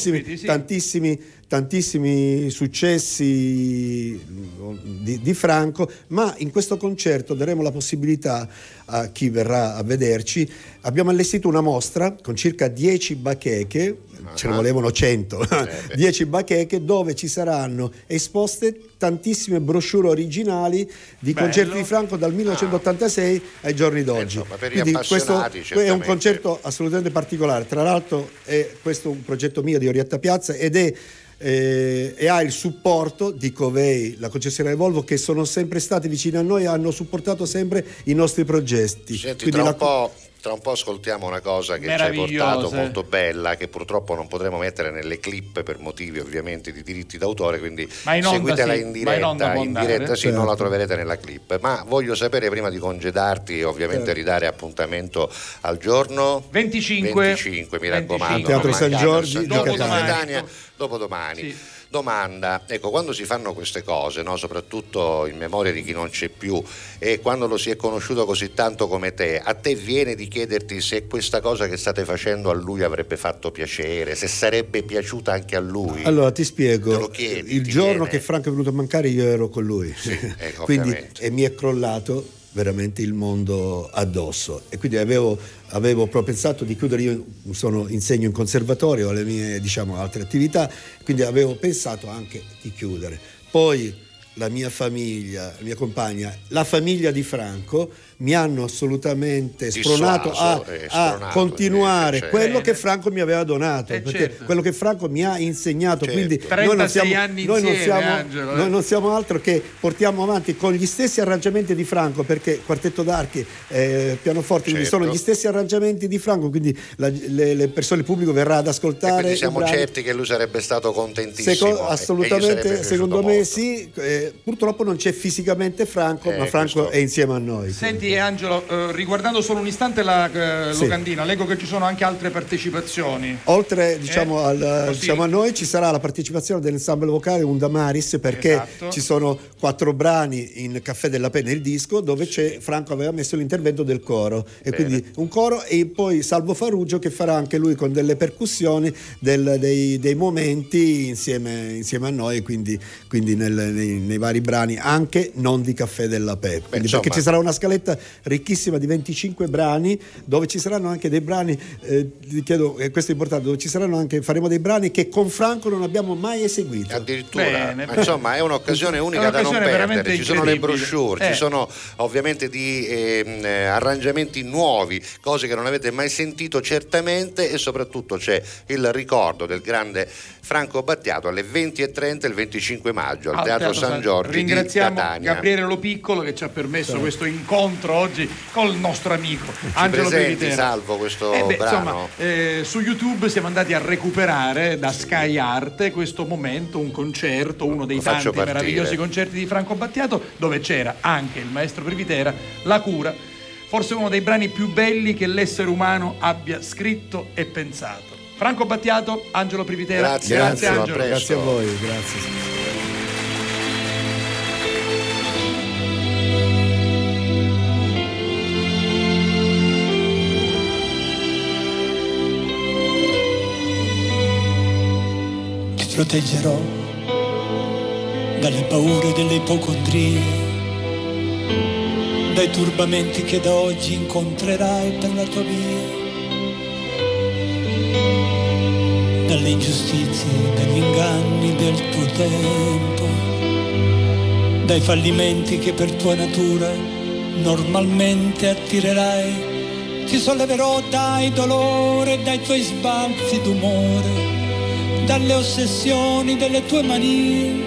tantissimi successi di Franco, ma in questo concerto daremo la possibilità a chi verrà a vederci. Abbiamo allestito una mostra con circa 10 bacheche, ce ne volevano 100, 10 bacheche, dove ci saranno esposte tantissime brochure originali di concerti di Franco dal 1986 ai giorni d'oggi. Insomma, per gli Quindi questo appassionati, è un concerto assolutamente particolare. Tra l'altro è questo un progetto mio, di Orietta Piazza, ed e ha il supporto di Covei, la concessionaria Volvo, che sono sempre stati vicini a noi e hanno supportato sempre i nostri progetti. Senti, tra un po' ascoltiamo una cosa che ci hai portato, molto bella, che purtroppo non potremo mettere nelle clip per motivi ovviamente di diritti d'autore, quindi seguitela in diretta, sì, non la troverete nella clip. Ma voglio sapere, prima di congedarti, ovviamente ridare appuntamento al giorno 25, mi raccomando, Teatro San Giorgi di Catania, dopodomani. Sì. Domanda, ecco, quando si fanno queste cose, no, soprattutto in memoria di chi non c'è più, e quando lo si è conosciuto così tanto come te, a te viene di chiederti se questa cosa che state facendo a lui avrebbe fatto piacere, se sarebbe piaciuta anche a lui? Allora ti spiego, Te lo chiedi, il giorno che Franco è venuto a mancare io ero con lui, ecco, quindi, e mi è crollato veramente il mondo addosso, e quindi avevo proprio pensato di chiudere. Io insegno in conservatorio, alle mie altre attività, quindi avevo pensato anche di chiudere. Poi la mia famiglia, la mia compagna, la famiglia di Franco mi hanno assolutamente spronato a continuare quello che Franco mi aveva donato, perché quello che Franco mi ha insegnato, quindi noi non siamo altro che portiamo avanti con gli stessi arrangiamenti di Franco, perché quartetto d'archi, pianoforte, quindi sono gli stessi arrangiamenti di Franco, quindi le persone, il pubblico verrà ad ascoltare. E quindi siamo certi che lui sarebbe stato contentissimo. Assolutamente, secondo me sì. Purtroppo non c'è fisicamente Franco, ma Franco è insieme a noi. Senti Angelo, riguardando solo un istante la locandina, leggo che ci sono anche altre partecipazioni. Oltre a noi ci sarà la partecipazione dell'ensemble vocale Undamaris, perché ci sono 4 brani in Caffè della Penna, il disco, dove Franco aveva messo l'intervento del coro, e quindi un coro, e poi Salvo Farugio che farà anche lui con delle percussioni dei momenti insieme a noi, quindi nei nei vari brani, anche non di Caffè della Pep. Quindi, perché ci sarà una scaletta ricchissima di 25 brani, dove ci saranno anche dei brani, vi chiedo, questo è importante, dove ci saranno anche, faremo dei brani che con Franco non abbiamo mai eseguito. Addirittura, ma insomma è un'occasione unica da non perdere. Ci sono le brochure, ci sono ovviamente di arrangiamenti nuovi, cose che non avete mai sentito certamente, e soprattutto c'è il ricordo del grande Franco Battiato alle 20:30 il 25 maggio al Teatro San Giorgio di Ringraziamo Catania. Gabriele Lopiccolo che ci ha permesso questo incontro oggi col nostro amico Angelo Privitera. Salvo questo insomma, brano. su YouTube siamo andati a recuperare da Sky Arte questo momento, un concerto, uno dei tanti meravigliosi concerti di Franco Battiato, dove c'era anche il maestro Privitera, La cura, forse uno dei brani più belli che l'essere umano abbia scritto e pensato. Franco Battiato, Angelo Privitera. Grazie Angelo. Grazie a voi, grazie. Proteggerò dalle paure delle ipocondrie, dai turbamenti che da oggi incontrerai per la tua via, dalle ingiustizie, dagli inganni del tuo tempo, dai fallimenti che per tua natura normalmente attirerai. Ti solleverò dai dolori, dai tuoi sbalzi d'umore, dalle ossessioni delle tue manie.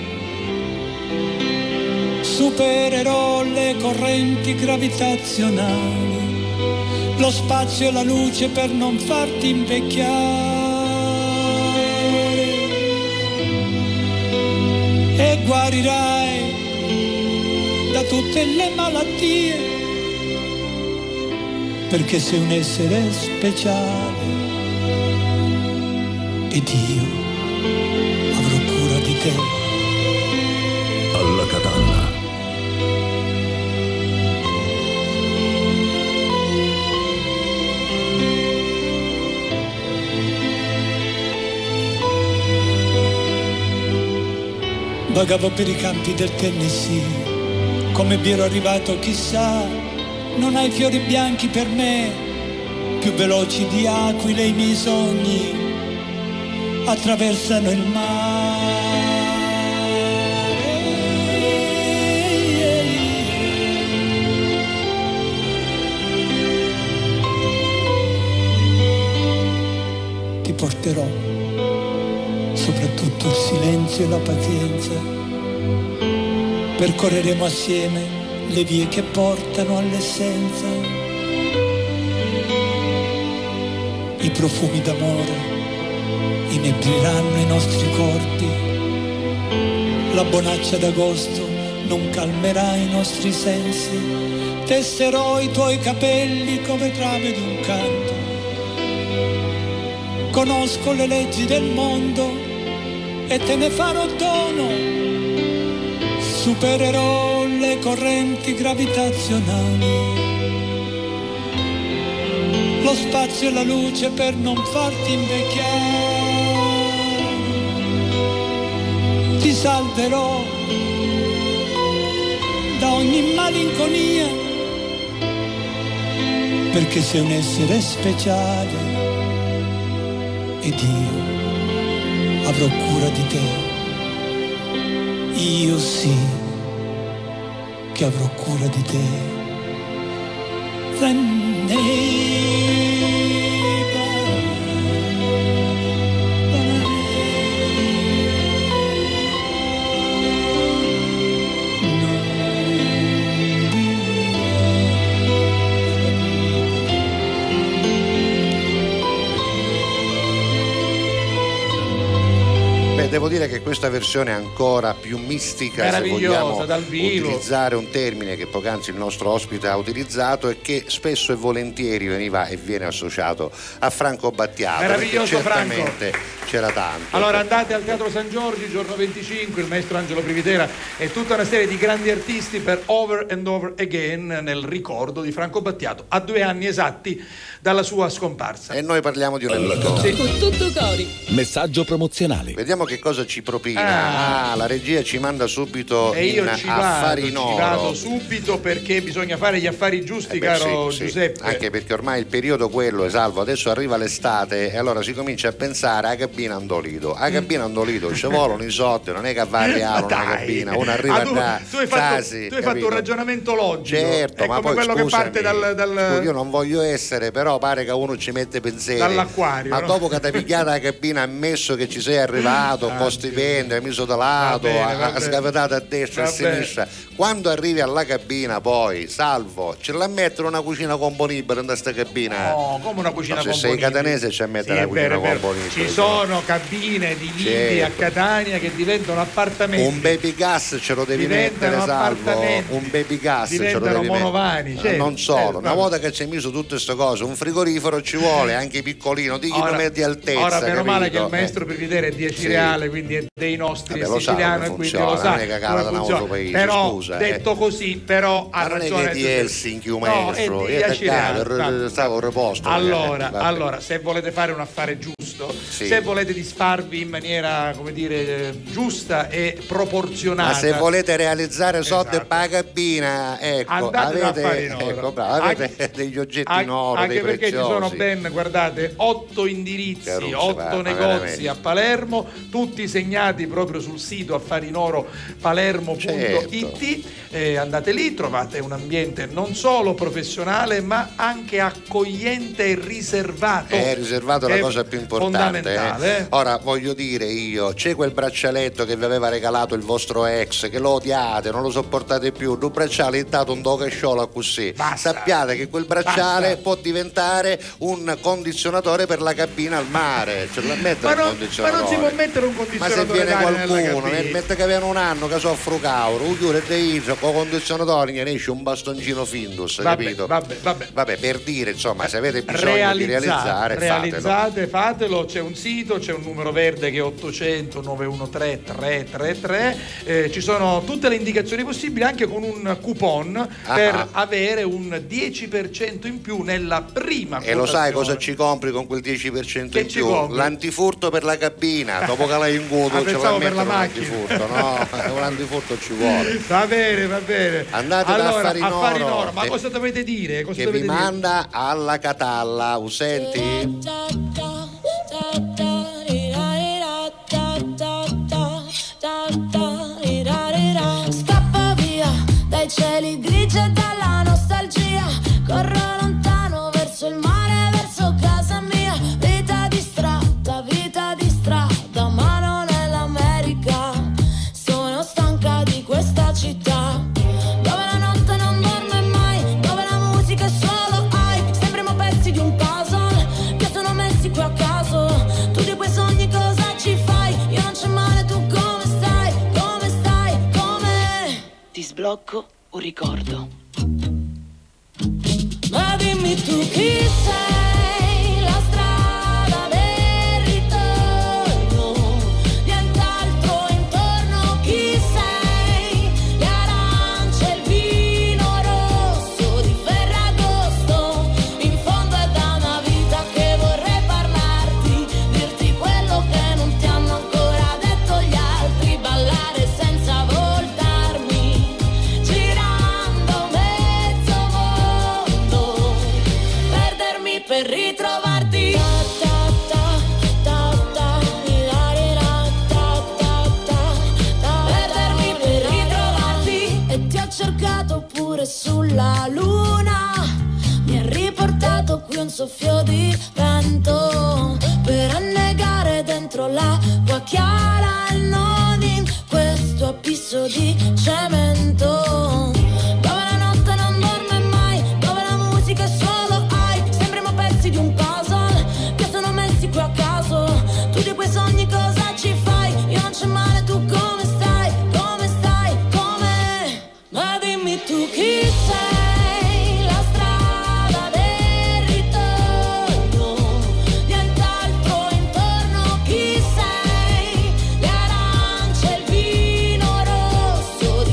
Supererò le correnti gravitazionali, lo spazio e la luce per non farti invecchiare, e guarirai da tutte le malattie, perché sei un essere speciale. Ed io avrò cura di te. Alla Catalla. Vagavo per i campi del Tennessee, come vi ero arrivato chissà. Non hai fiori bianchi per me, più veloci di aquile i miei sogni attraversano il mare. Ti porterò soprattutto il silenzio e la pazienza. Percorreremo assieme le vie che portano all'essenza, i profumi d'amore inebriranno i nostri corpi, la bonaccia d'agosto non calmerà i nostri sensi, tesserò i tuoi capelli come trame di un canto, conosco le leggi del mondo e te ne farò dono, supererò le correnti gravitazionali, lo spazio e la luce per non farti invecchiare. Ti salverò da ogni malinconia, perché sei un essere speciale ed io avrò cura di te. Io sì che avrò cura di te. Devo dire che questa versione è ancora più mistica, se vogliamo dal vivo, utilizzare un termine che poc'anzi il nostro ospite ha utilizzato e che spesso e volentieri veniva e viene associato a Franco Battiato. Meraviglioso certamente Franco. C'era tanto. Allora andate al Teatro San Giorgio giorno 25, il maestro Angelo Privitera e tutta una serie di grandi artisti per Over and Over Again nel ricordo di Franco Battiato a 2 anni esatti dalla sua scomparsa. E noi parliamo di un amico. Con tutto cori. Messaggio promozionale. Vediamo che cosa ci propina? La regia ci manda subito e io in ci affari vado subito perché bisogna fare gli affari giusti, caro sì, Giuseppe. Anche perché ormai il periodo quello è salvo, adesso arriva l'estate e allora si comincia a pensare a cabina andolito. A cabina andolito ci vogliono i soldi, non è che va a reale una cabina, uno arriva da tu hai fatto un ragionamento logico. Certo, è ma come poi quello scusami, che parte dal io non voglio essere, però pare che uno ci mette pensieri dall'acquario, ma no? dopo che ti pigliata la cabina, ammesso che ci sei arrivato con stipendio, hai messo da lato, ha scavatato a destra e a sinistra, quando arrivi alla cabina poi salvo ce la mettere una cucina componibile in questa cabina. No, come una cucina componibile? Se sei catanese c'è a mettere la cucina componibile. Ci sono cabine di lidi a Catania che diventano appartamenti. Un baby gas ce lo devi mettere, salvo. Un baby gas ce lo devi monovani, mettere. Non solo, una volta che ci hai messo tutte queste cose, un frigorifero ci vuole, anche piccolino, di chilometri di altezza. Ora meno male che il maestro maestro Pervitere è 10 reale, quindi è dei nostri, è lo siciliano e quindi lo sa. Non è cagata da nostro paese, però scusa, detto così, però ha ragione. Non è che di Helsinki un maestro, è stavo riposto. Allora, se volete fare un affare giusto, se volete disfarvi in maniera, come dire, giusta e proporzionata, ma se volete realizzare soldi per la cabina, ecco, avete degli oggetti in oro, anche dei perché preziosi. ci sono ben, guardate, 8 indirizzi, 8 negozi a Palermo, tutti segnati proprio sul sito affarinorpalermo.it. Andate lì, trovate un ambiente non solo professionale ma anche accogliente e riservato. È riservato, la cosa più importante. Ora voglio dire io, c'è quel braccialetto che vi aveva regalato il vostro ex, che lo odiate, non lo sopportate più, un bracciale è dato un dogasciola così. Sappiate che quel bracciale può diventare un condizionatore per la cabina al mare. Ce la mette un condizionatore. Ma non si può mettere un condizionatore. Ma se viene qualcuno, mette che viene un anno che soffro cauro, chiude con condizionatore ne esce un bastoncino Findus, capito? Vabbè, per dire, insomma, se avete bisogno di realizzare, fatelo. C'è un sito, c'è un numero verde che è 800 913 333. Ci sono tutte le indicazioni possibili, anche con un coupon per avere un 10% in più nella prima e lo sai cosa ci compri con quel 10% in più? L'antifurto per la cabina, dopo che l'hai in godo ce la mettono l'antifurto, no? L'antifurto ci vuole. Va bene. Andate da Affari Noro, ma cosa dovete dire? Che vi manda alla Catalla, senti? Scappa via dai cieli grigi e dalla nostalgia, corro lontano verso il mare, verso casa mia. Vita di strada, ma non è l'America. Sono stanca di questa città dove la notte non dorme mai, dove la musica è solo hype. Sembriamo pezzi di un puzzle che sono messi qui a caso. Tu di quei sogni cosa ci fai? Io non c'è male, tu come stai? Come? Ti sblocco un ricordo. Ma dimmi tu chi sei, la strada del ritorno, nient'altro intorno, chi sei, le arance, il vino rosso di Ferragosto, in fondo è da una vita che vorrei parlarti, dirti quello che non ti hanno ancora detto gli altri, ballare senza voltarmi, girando mezzo mondo, perdermi per ritrovarti. Perdermi per ritrovarti. E ti ho cercato pure sulla luna, mi ha riportato qui un soffio di vento per annegare dentro l'acqua chiara e non in questo abisso di cemento dove la notte non dorme mai, dove la musica è solo hype. Sembriamo pezzi di un puzzle che sono messi qui a caso. Tu di quei sogni cosa ci fai? Io non c'è male, tu come stai? Come? Ma dimmi tu chi sei, la strada del ritorno, nient'altro intorno, chi sei, le arance, il vino rosso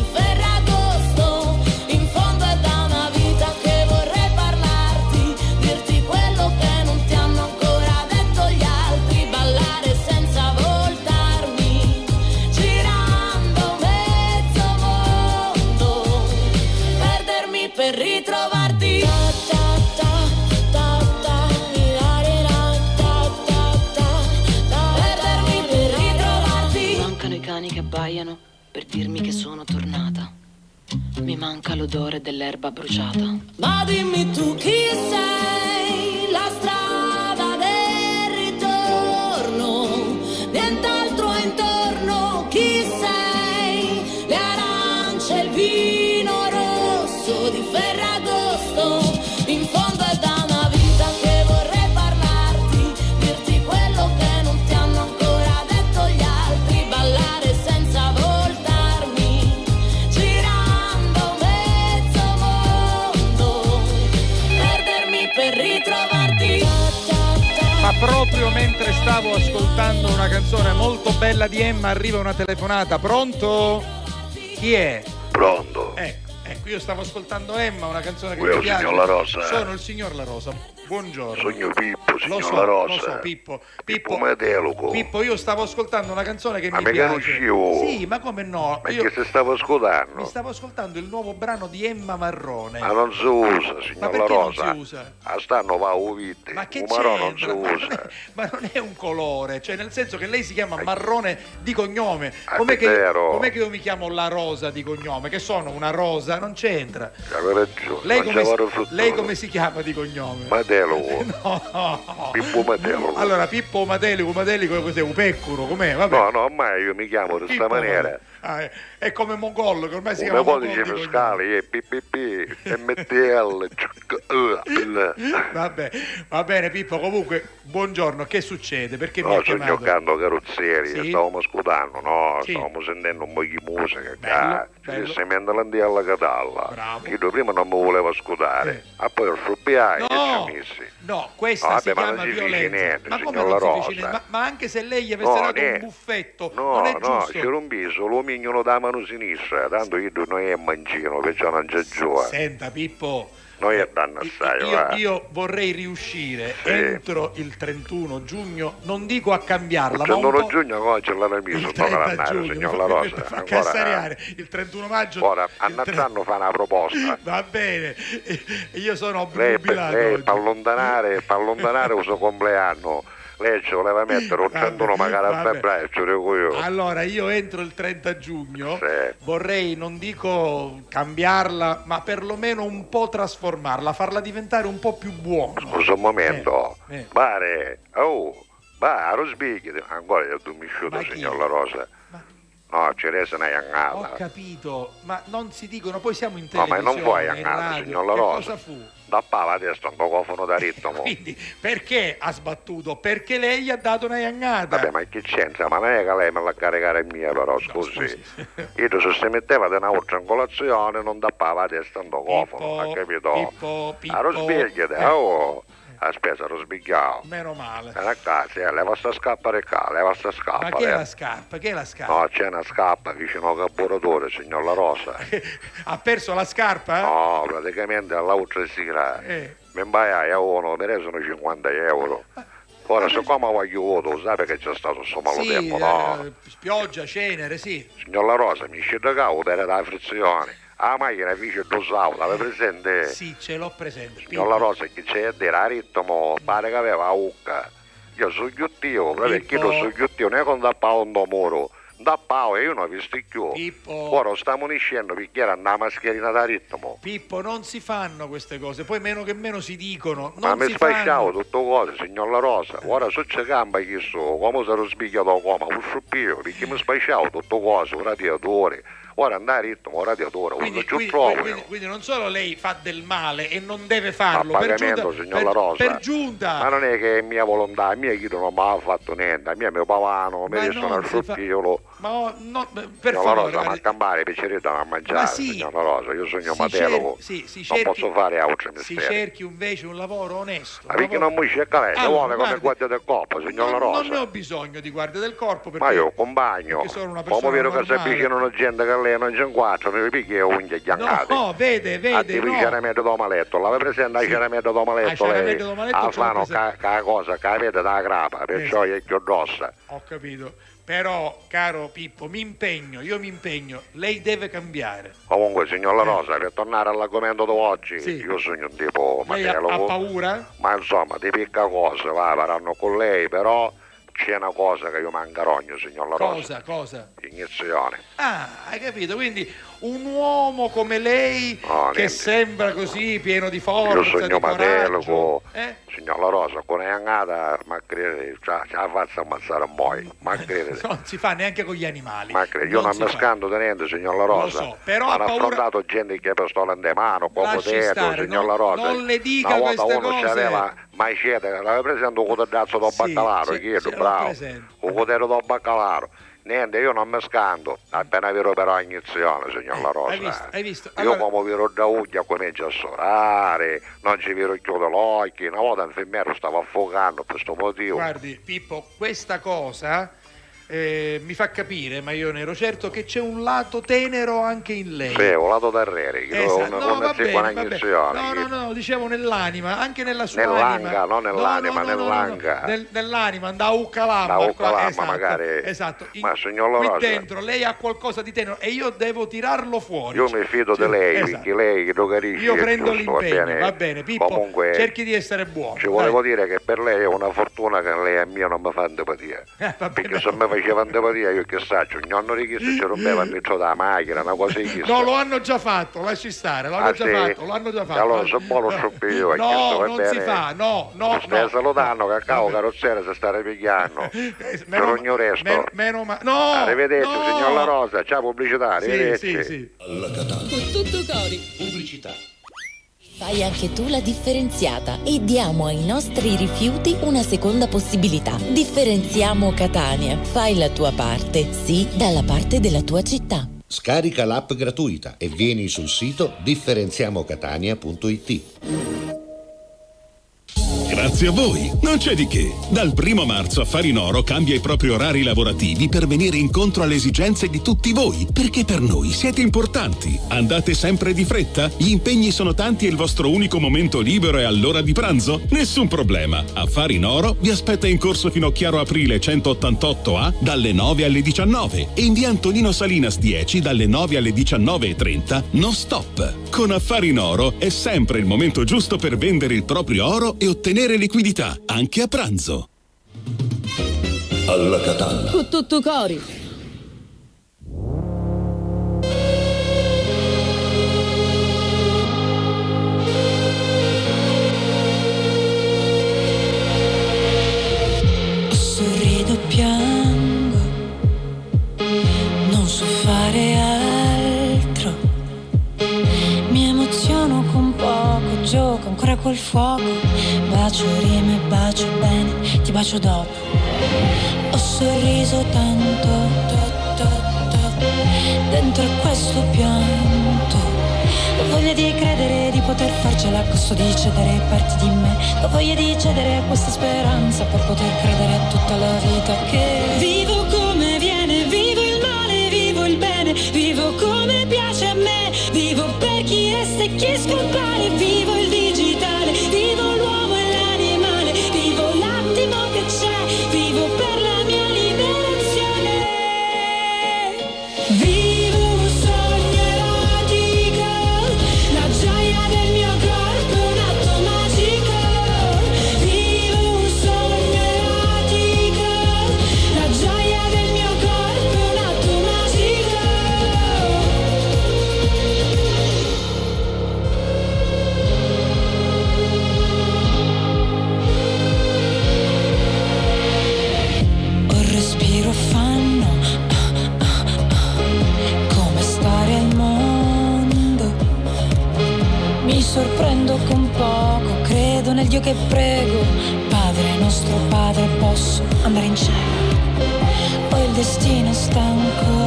ritrovarti. Ta ta ta ta, perdermi per ritrovarti. Mancano i cani che abbaiano per dirmi che sono tornata. Mi manca l'odore dell'erba bruciata. Ma dimmi tu chi sei, la strada del ritorno, nient'altro intorno. Chi sei, le arance, il vino rosso di Ferragosto. In fondo è da una vita che vorrei parlarti, dirti quello che non ti hanno ancora detto gli altri, ballare senza voltarmi, girando mezzo mondo, perdermi per ritrovarti. Ma proprio mentre stavo ascoltando una canzone molto bella di Emma arriva una telefonata. Pronto? Chi è? Pronto. Ecco, io stavo ascoltando Emma, una canzone che Quello mi piace. signor La Rosa. Sono il signor La Rosa. Buongiorno. Sogno Pippo, signor Lo so, La Rosa. lo so, Pippo. Pippo Meteloco. Pippo, io stavo ascoltando una canzone che Ma mi mica non piace. uscivo. Sì, ma come no? Ma Io che se stavo ascoltando? mi stavo ascoltando il nuovo brano di Emma Marrone. Ma non si usa, Ma signor La perché non Rosa. si usa? A stanno va uvite. Ma che Un marò non si c'entra? usa. Ma non è un colore, cioè nel senso che lei si chiama Marrone di cognome. Ah, Com'è è che, vero. com'è che io mi chiamo La Rosa di cognome? Che sono una rosa? Non c'entra. Avevi ragione. Lei non come, c'avevo si, frutto. lei come si chiama di cognome? Meteloco. No. Pippo Meteloco. Allora, Pippo Matelico, cos'è? Un peccuro, com'è? Vabbè. No, no, ormai io mi chiamo di questa Pippo maniera. È come Mongollo, che ormai si Una chiama Mongollo codice di cognome. fiscale è PPP, MTL. Vabbè, va bene Pippo, comunque buongiorno, che succede? Perché mi No, ha sto chiamato? giocando carrozzieri, Sì? stavamo ascoltando, no? Sì. Stavamo sentendo un po' di musica, Bello. ci si mente l'andia alla catalla. Bravo. Io prima non mi volevo ascoltare, poi il FBI No. che ci ha messi. No, questa No, si vabbè, ma chiama non si dice violenza. niente, Ma come signor non La si dice Rosa. niente? Ma anche se lei gli avesse dato un buffetto, non è No, giusto. c'era un biso, lo mignolo da mano sinistra, tanto io non è mancino, perciò non c'è giù. Senta Pippo, Noi è danno assai, va. io vorrei riuscire Sì. entro il 31 giugno, non dico a cambiarla, Il ma un 31 po'. giugno oggi l'hanno messo, Il non 30 andare, giugno, signor La Rosa. fa Ancora, cassariare il 31 maggio. ora, a Natale fa una proposta. Va bene, io sono Lei, obnubilato lei oggi. per allontanare il suo compleanno, lei ci voleva mettere un 31 magari a vabbè. febbraio, ci dico io. Allora, io entro il 30 giugno, Sì. vorrei, non dico cambiarla, ma perlomeno un po' trasformarla, farla diventare un po' più buona. Scusa un momento, Eh. pare, va, lo sbigli, ancora gli ho dormisciuto, Ma chi? signor La Rosa. No, ci resta una Ho iangata. capito, ma non si dicono, poi siamo in No, ma televisione, non vuoi in iangata, radio, signor La che Rosa. cosa fu? Dappava adesso un cofono da ritmo. Quindi, perché ha sbattuto? Perché lei gli ha dato una iangata. Vabbè, ma che c'entra? Ma non è che lei me la caricare mia, però, scusi. Io se si metteva da un'altra in colazione non dappava a testa un cofono, ha capito? Pippo. Allora svegliati, a spesa lo sbigliavo. Meno male. A casa, leva sta scappa di qua, leva sta scappa. Ma che è leva. la scarpa? Che è la scarpa? No, c'è una scappa vicino al carburatore, signor La Rosa. Ha perso la scarpa? No, praticamente all'altra sera mi imbaiai a uno, mi sono 50 euro. Ora, siccome voglio voto, sai che c'è stato questo malo Sì, tempo, no? pioggia, cenere, sì. Signor La Rosa, mi scende cavo per la frizione. La macchina fece due auto, l'avete presente? Sì, ce l'ho presente. Signor La Rosa, che c'è a dire, a ritmo, pare che aveva la ucca. Io sono ghiuttio, perché io sono ghiuttio, non è che dappavo un muro. Dappavo e io non ho visto più. Pippo. Ora stiamo uniscendo perché era una mascherina da ritmo. Pippo, non si fanno queste cose, poi meno che meno si dicono. Ma Non mi si spacciavo fanno. tutto cose, signor La Rosa. Ora se c'è gamba chi so, come sarò sbigliato come, un sciuppio, perché mi spacciavo tutto cose, un radiatore. Ora andare a ritmo, un radiatore, quando ci trovo. Quindi non solo lei fa del male e non deve A farlo, per pagamento, giunta, signor La Rosa. per giunta. Ma non è che è mia volontà, a mia chi non mi ha fatto niente, a mia mio pavano, mi Ma sono non al si fa- sciuppio. Ma no, per Signor La favore, Rosa, ma a campare piacerete a mangiare, Ma sì. signor La Rosa, io sono Si Matelo, cerchi- si non cerchi- posso fare altri si mestieri. cerchi invece un lavoro onesto. Ma perché non mi cerca lei? Se Allora, vuole come guardi, guardia del corpo, signor La non ne Rosa. ho bisogno di guardia del corpo perché Ma io compagno, perché sono una persona come vedo che si normale. avvicinano gente che lei non c'è quattro, mi picchi e unghie ghiancate. No, vede, Attivi il no. ceramento d'omaletto, l'aveva presente il ceramento d'omaletto Ah, lei? ceramento d'omaletto Ah, ce l'ho fanno presente. cosa che avete da grapa, perciò è più grossa. Ho capito. Però, caro Pippo, io mi impegno, lei deve cambiare. Comunque, signor La Rosa, per tornare all'argomento di oggi, Sì. io sogno un tipo Lei ha paura? ma insomma, di picca cose, va, faranno con lei, però c'è una cosa che io mancarogno, signor La Rosa. Cosa? Iniezione. Ah, hai capito? Quindi un uomo come lei che sembra così pieno di forza, Io sogno di coraggio. Matelo, signor La Rosa, con è andata, ma credete, ce la faccio ammazzare un poi, ma credete. Non si fa neanche con gli animali. Ma io non mi scando tenendo, signor La Rosa. Lo so, però hanno ha paura- affrontato gente che ha pistola in mano, come Lasci detto, stare, signor non- La Rosa. non le dica una volta queste uno cose. c'aveva macete, l'aveva presente un cotedazzo da baccalaro, chiedo, l'ho bravo. presente. Un cotero da baccalaro. Niente, io non mi scando, appena vero però iniezione, signor La Rosa. Hai visto? Io Allora, come viro da uglia comincio a sorare, non ci viro chiudo l'occhio, una volta l'infermiere stava affogando per questo motivo. guardi, Pippo, questa cosa mi fa capire, ma io ne ero certo, che c'è un lato tenero anche in lei. Sì, un lato terrere, che Esatto. No, va bene, va bene. iniezione. No, dicevo nell'anima, anche nella sua Nell'anga, anima. non nell'anima, nell'anga. Nell'anima, da uccalamma. Da uccalamma, esatto, magari. Esatto. Ma signor La Qui Rosa, dentro lei ha qualcosa di tenero e io devo tirarlo fuori. io mi fido di lei, esatto. perché lei che lo capisce. Io è prendo giusto, l'impegno, va bene, Pippo, Comunque, cerchi di essere buono. ci volevo dire che per lei è una fortuna che lei a mia non mi fa antipatia. Perché se mi faceva antipatia io che saccio, un giorno di chi se ci rompeva il metro della macchina, una cosa di chi. No, lo hanno già fatto, lasci stare, l'hanno già fatto, l'hanno già fatto. E allora se vuole lo scioppi io, No, va non bene. si fa, no. Stai salutando che a cavo carrozzere si sta ripigliando. Per ogni resto. Meno male. No! Arrivederci, no. signor La Rosa, ciao pubblicità, arrivederci. Sì. Con tutto cori. Pubblicità. Fai anche tu la differenziata e diamo ai nostri rifiuti una seconda possibilità. Differenziamo Catania. Fai la tua parte, sì, dalla parte della tua città. Scarica l'app gratuita e vieni sul sito differenziamocatania.it. Grazie a voi, non c'è di che. Dal 1 marzo Affari in Oro cambia i propri orari lavorativi per venire incontro alle esigenze di tutti voi, perché per noi siete importanti. Andate sempre di fretta? Gli impegni sono tanti e il vostro unico momento libero è all'ora di pranzo? Nessun problema. Affari in Oro vi aspetta in corso Finocchiaro Aprile 188A dalle 9 alle 19 e in via Antonino Salinas 10 dalle 9 alle 19:30 non stop. Con Affari in Oro è sempre il momento giusto per vendere il proprio oro e ottenere liquidità, anche a pranzo. Alla Catalla. Con tutto cori. Sorrido, piango, non so fare altro. Mi emoziono con poco, gioco ancora col fuoco. Bacio rime, bacio bene, ti bacio dopo. Ho sorriso tanto, dentro questo pianto. Ho voglia di credere, di poter farcela a costo di cedere parti di me. Ho voglia di cedere a questa speranza per poter credere a tutta la vita che vivo come viene, vivo il male, vivo il bene, vivo come piace a me, vivo per chi resta e chi scompare, vivo il digitale, vivo l'uomo e l'animale, vivo l'attimo che c'è, vivo per la mia liberazione. Vivo un sogno erotico, la gioia del mio corpo è un atto magico. Vivo un sogno erotico, la gioia del mio corpo è un atto magico. Un respiro fanno come stare al mondo. Mi sorprendo con poco, credo nel Dio che prego. Padre nostro, Padre, posso andare in cielo. Poi il destino è stanco,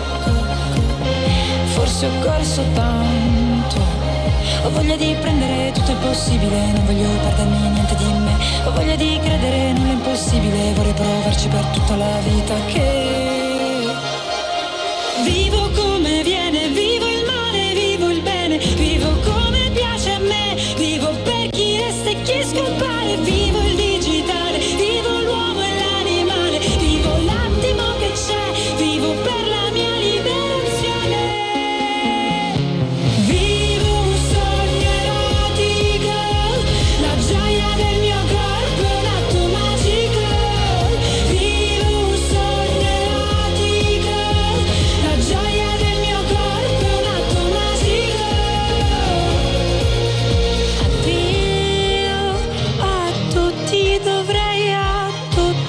forse ho corso tanto. Ho voglia di prendere tutto il possibile, non voglio perdermi niente di me. Ho voglia di credere nulla è impossibile, vorrei provarci per tutta la vita che vivo come viene, vivo il male, vivo il bene, vivo come piace a me, vivo per chi resta e chi scompare, vivo il digitale, vivo l'uomo e l'animale, vivo l'attimo che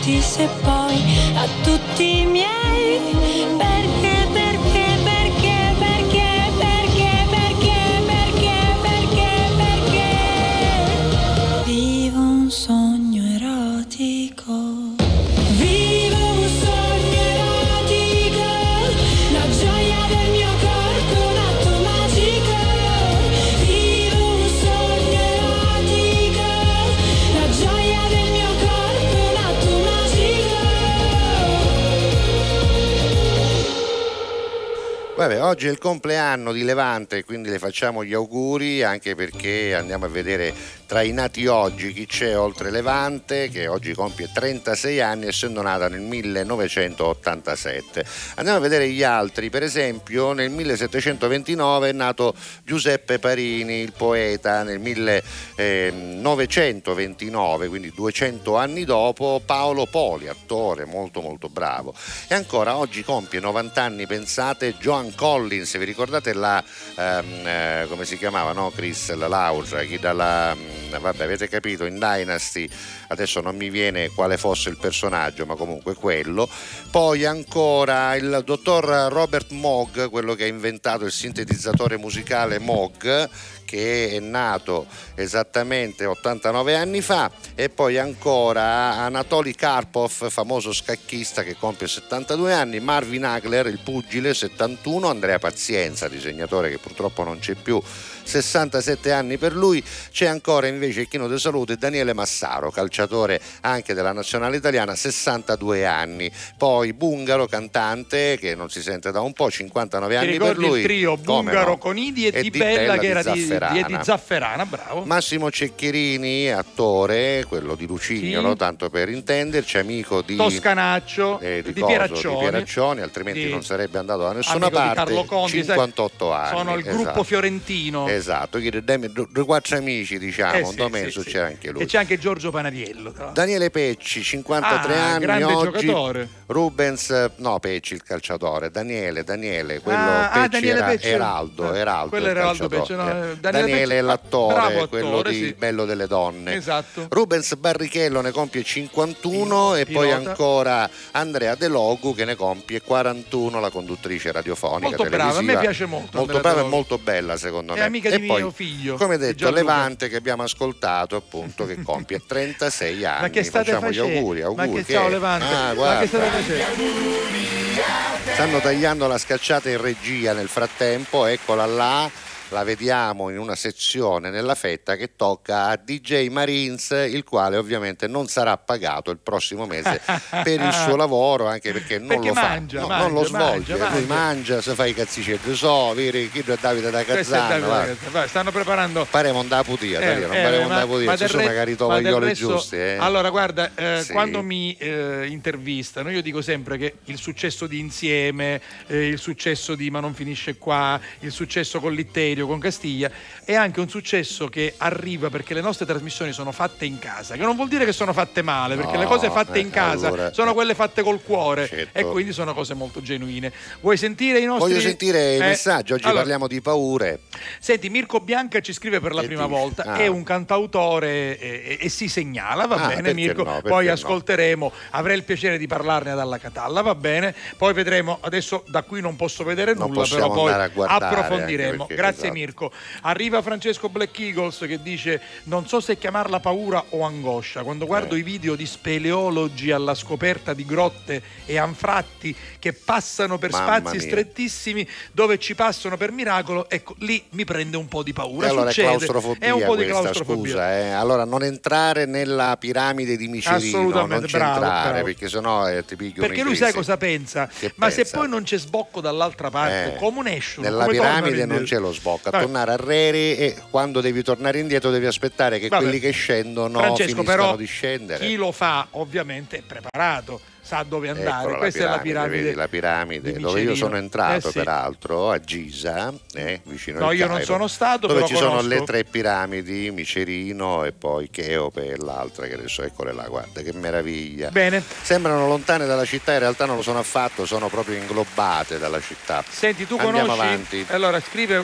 baci se poi a tutti i miei. Perché vivo un sogno erotico. Vivo un sogno erotico, la gioia del mio corpo, un atto magico. Vivo un sogno erotico, la gioia del mio corpo, un atto magico. Vabbè, oggi è il compleanno di Levante, quindi le facciamo gli auguri, anche perché andiamo a vedere tra i nati oggi chi c'è oltre Levante, che oggi compie 36 anni, essendo nata nel 1987. Andiamo a vedere gli altri. Per esempio nel 1729 è nato Giuseppe Parini, il poeta. Nel 1929, quindi 200 anni dopo, Paolo Poli, attore molto molto bravo. E ancora oggi compie 90 anni, pensate, Joan Collins. Vi ricordate la come si chiamava, no? Chris, la Laura, chi dalla vabbè, avete capito, in Dynasty, adesso non mi viene quale fosse il personaggio, ma comunque quello. Poi ancora il dottor Robert Moog, quello che ha inventato il sintetizzatore musicale Moog, che è nato esattamente 89 anni fa. E poi ancora Anatoly Karpov, famoso scacchista, che compie 72 anni, Marvin Hagler, il pugile, 71, Andrea Pazienza, disegnatore che purtroppo non c'è più, 67 anni per lui. C'è ancora invece Chino De Salute Daniele Massaro, calciatore anche della nazionale italiana, 62 anni. Poi Bungaro, cantante che non si sente da un po', 59 anni per lui. Il trio Bungaro, no, con Idi e Di Bella, che era di Zafferana, bravo. Massimo Cecchirini, attore, quello di Lucignolo, sì, tanto per intenderci, amico di Toscanaccio, di Pieraccioni, altrimenti non sarebbe andato da nessuna parte. Di Carlo Conti, 58 anni. Sono il gruppo fiorentino. Esatto, due quattro amici, diciamo, sì, c'era anche lui. E c'è anche Giorgio Panariello. Daniele Pecci, 53 anni, grande oggi. Giocatore. Rubens, no, Pecci il calciatore, Daniele, quello Pecci Daniele era Pecci. Eraldo, quello era Eraldo Pecci, no, Daniele è l'attore, bravo quello attore, di sì. Bello delle donne. Esatto. Rubens Barrichello ne compie 51 e poi ancora Andrea De Logu che ne compie 41, la conduttrice radiofonica molto televisiva. Brava, a me piace molto brava e molto bella, secondo me. È amica di mio figlio. Come detto, Levante, che abbiamo ascoltato, appunto, che compie 36 anni. Ma che state facciamo facendo? Gli auguri. Ma che ciao Levante. Ma che state facendo? Stanno tagliando la scacciata in regia nel frattempo, eccola là. La vediamo in una sezione nella fetta che tocca a DJ Marines, il quale ovviamente non sarà pagato il prossimo mese per il suo lavoro, anche perché non lo fa, non lo svolge. Lui mangia, se fa i cazziceddi, vedi chi è Davide da Cazzano. Stanno preparando. Paremo da putia, ma ci sono magari tovaglioli giusti. Allora, guarda, sì, quando mi intervistano, io dico sempre che il successo di Insieme, il successo di Ma non finisce qua, il successo con Litterio, con Castiglia, è anche un successo che arriva perché le nostre trasmissioni sono fatte in casa, che non vuol dire che sono fatte male, perché le cose fatte in casa sono quelle fatte col cuore, certo, e quindi sono cose molto genuine. Vuoi sentire i nostri? Voglio sentire i messaggi. Oggi parliamo di paure. Senti, Mirko Bianca ci scrive per la prima volta, è un cantautore e si segnala, va bene Mirko, poi ascolteremo, avrei il piacere di parlarne ad Alla Catalla, va bene, poi vedremo, adesso da qui non posso vedere nulla, però poi approfondiremo. Grazie Mirko. Arriva Francesco Black Eagles che dice: non so se chiamarla paura o angoscia quando guardo i video di speleologi alla scoperta di grotte e anfratti che passano per spazi strettissimi dove ci passano per miracolo. Ecco, lì mi prende un po' di paura. E allora succede, è claustrofobia, è un po' questa, di claustrofobia. Scusa, allora non entrare nella piramide di Micerino, non c'entrare, perché sennò ti piglio. Perché lui sai cosa pensa? Ma se poi non c'è sbocco dall'altra parte, come un esce nella piramide non c'è lo sbocco. A tornare a Reri, e quando devi tornare indietro devi aspettare che quelli che scendono finiscano però, di scendere. Chi lo fa ovviamente è preparato, sa dove andare. Questa è la piramide. Vedi, la piramide dove io sono entrato, peraltro, a Giza, vicino al Cairo. Io non sono stato, dove però ci sono le 3 piramidi, Micerino e poi Cheope e l'altra, che adesso eccole là, guarda che meraviglia. Bene. Sembrano lontane dalla città, in realtà non lo sono affatto, sono proprio inglobate dalla città. Senti, tu Andiamo conosci? Avanti. Allora scrive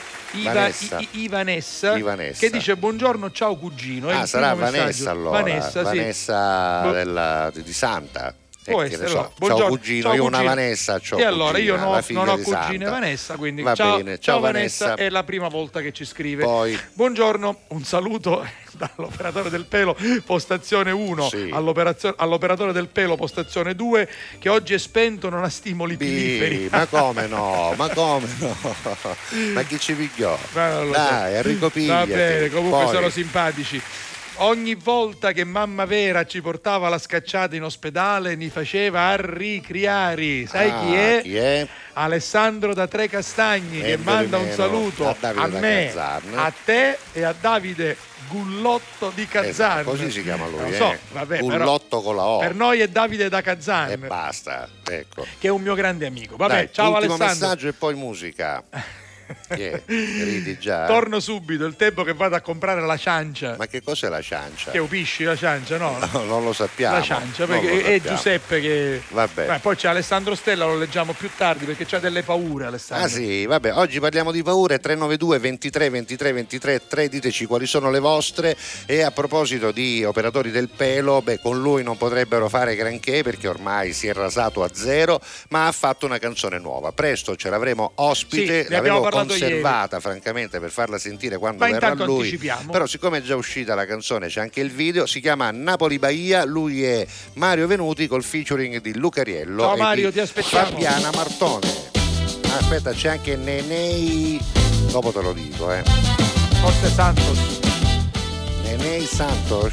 Ivanessa, che dice: buongiorno, ciao cugino. Sarà Vanessa, allora. Vanessa, Vanessa di Santa. Può che essere. ne so, Allora, c'ho buongiorno, cugino, ciao io una cugina. Vanessa, c'ho E allora cugina, io la figlia non ho di cugine Santa. Vanessa, quindi Va ciao, bene, ciao ciao Vanessa, Vanessa. è la prima volta che ci scrive. Poi. Buongiorno, un saluto dall'operatore del pelo postazione 1 Sì. all'operatore del pelo postazione 2 che oggi è spento, non ha stimoli piliferi. Ma come no? Ma come no? Ma chi ci pigliò? Non lo so. Dai, Enrico Pigliati. Va bene, comunque Poi. sono simpatici. Ogni volta che mamma Vera ci portava la scacciata in ospedale mi faceva arricriari. Sai chi è? Chi è? Alessandro da Tre Castagni che manda un saluto a Davide da me, Cazzarno. a te e a Davide Gullotto di Cazzarno. Esatto, così si chiama lui, Non so, vabbè, Gullotto con la O. per noi è Davide da Cazzarno. E basta, ecco. Che è un mio grande amico. Vabbè, Dai, ciao ultimo Alessandro. messaggio e poi musica. Ridi già. Torno subito, il tempo che vado a comprare la ciancia. Ma che cos'è la ciancia? Che upisci la ciancia, no? No, non lo sappiamo. La ciancia, non perché lo è sappiamo. Giuseppe che. Vabbè. Poi c'è Alessandro Stella, lo leggiamo più tardi perché c'ha delle paure, Alessandro. Ah sì, vabbè, oggi parliamo di paure. 392 23 23 23 3, diteci quali sono le vostre. E a proposito di operatori del pelo, con lui non potrebbero fare granché perché ormai si è rasato a zero, ma ha fatto una canzone nuova. Presto ce l'avremo ospite, Sì, ne abbiamo l'avevo parlato conservata francamente per farla sentire quando Ma verrà intanto lui. anticipiamo. Però siccome è già uscita la canzone c'è anche il video, si chiama Napoli Bahia, lui è Mario Venuti col featuring di Lucariello Ciao e Mario, di ti aspettiamo. Fabiana Martone. Aspetta, c'è anche Nenei, dopo te lo dico, Forse Santos. Nenei Santos.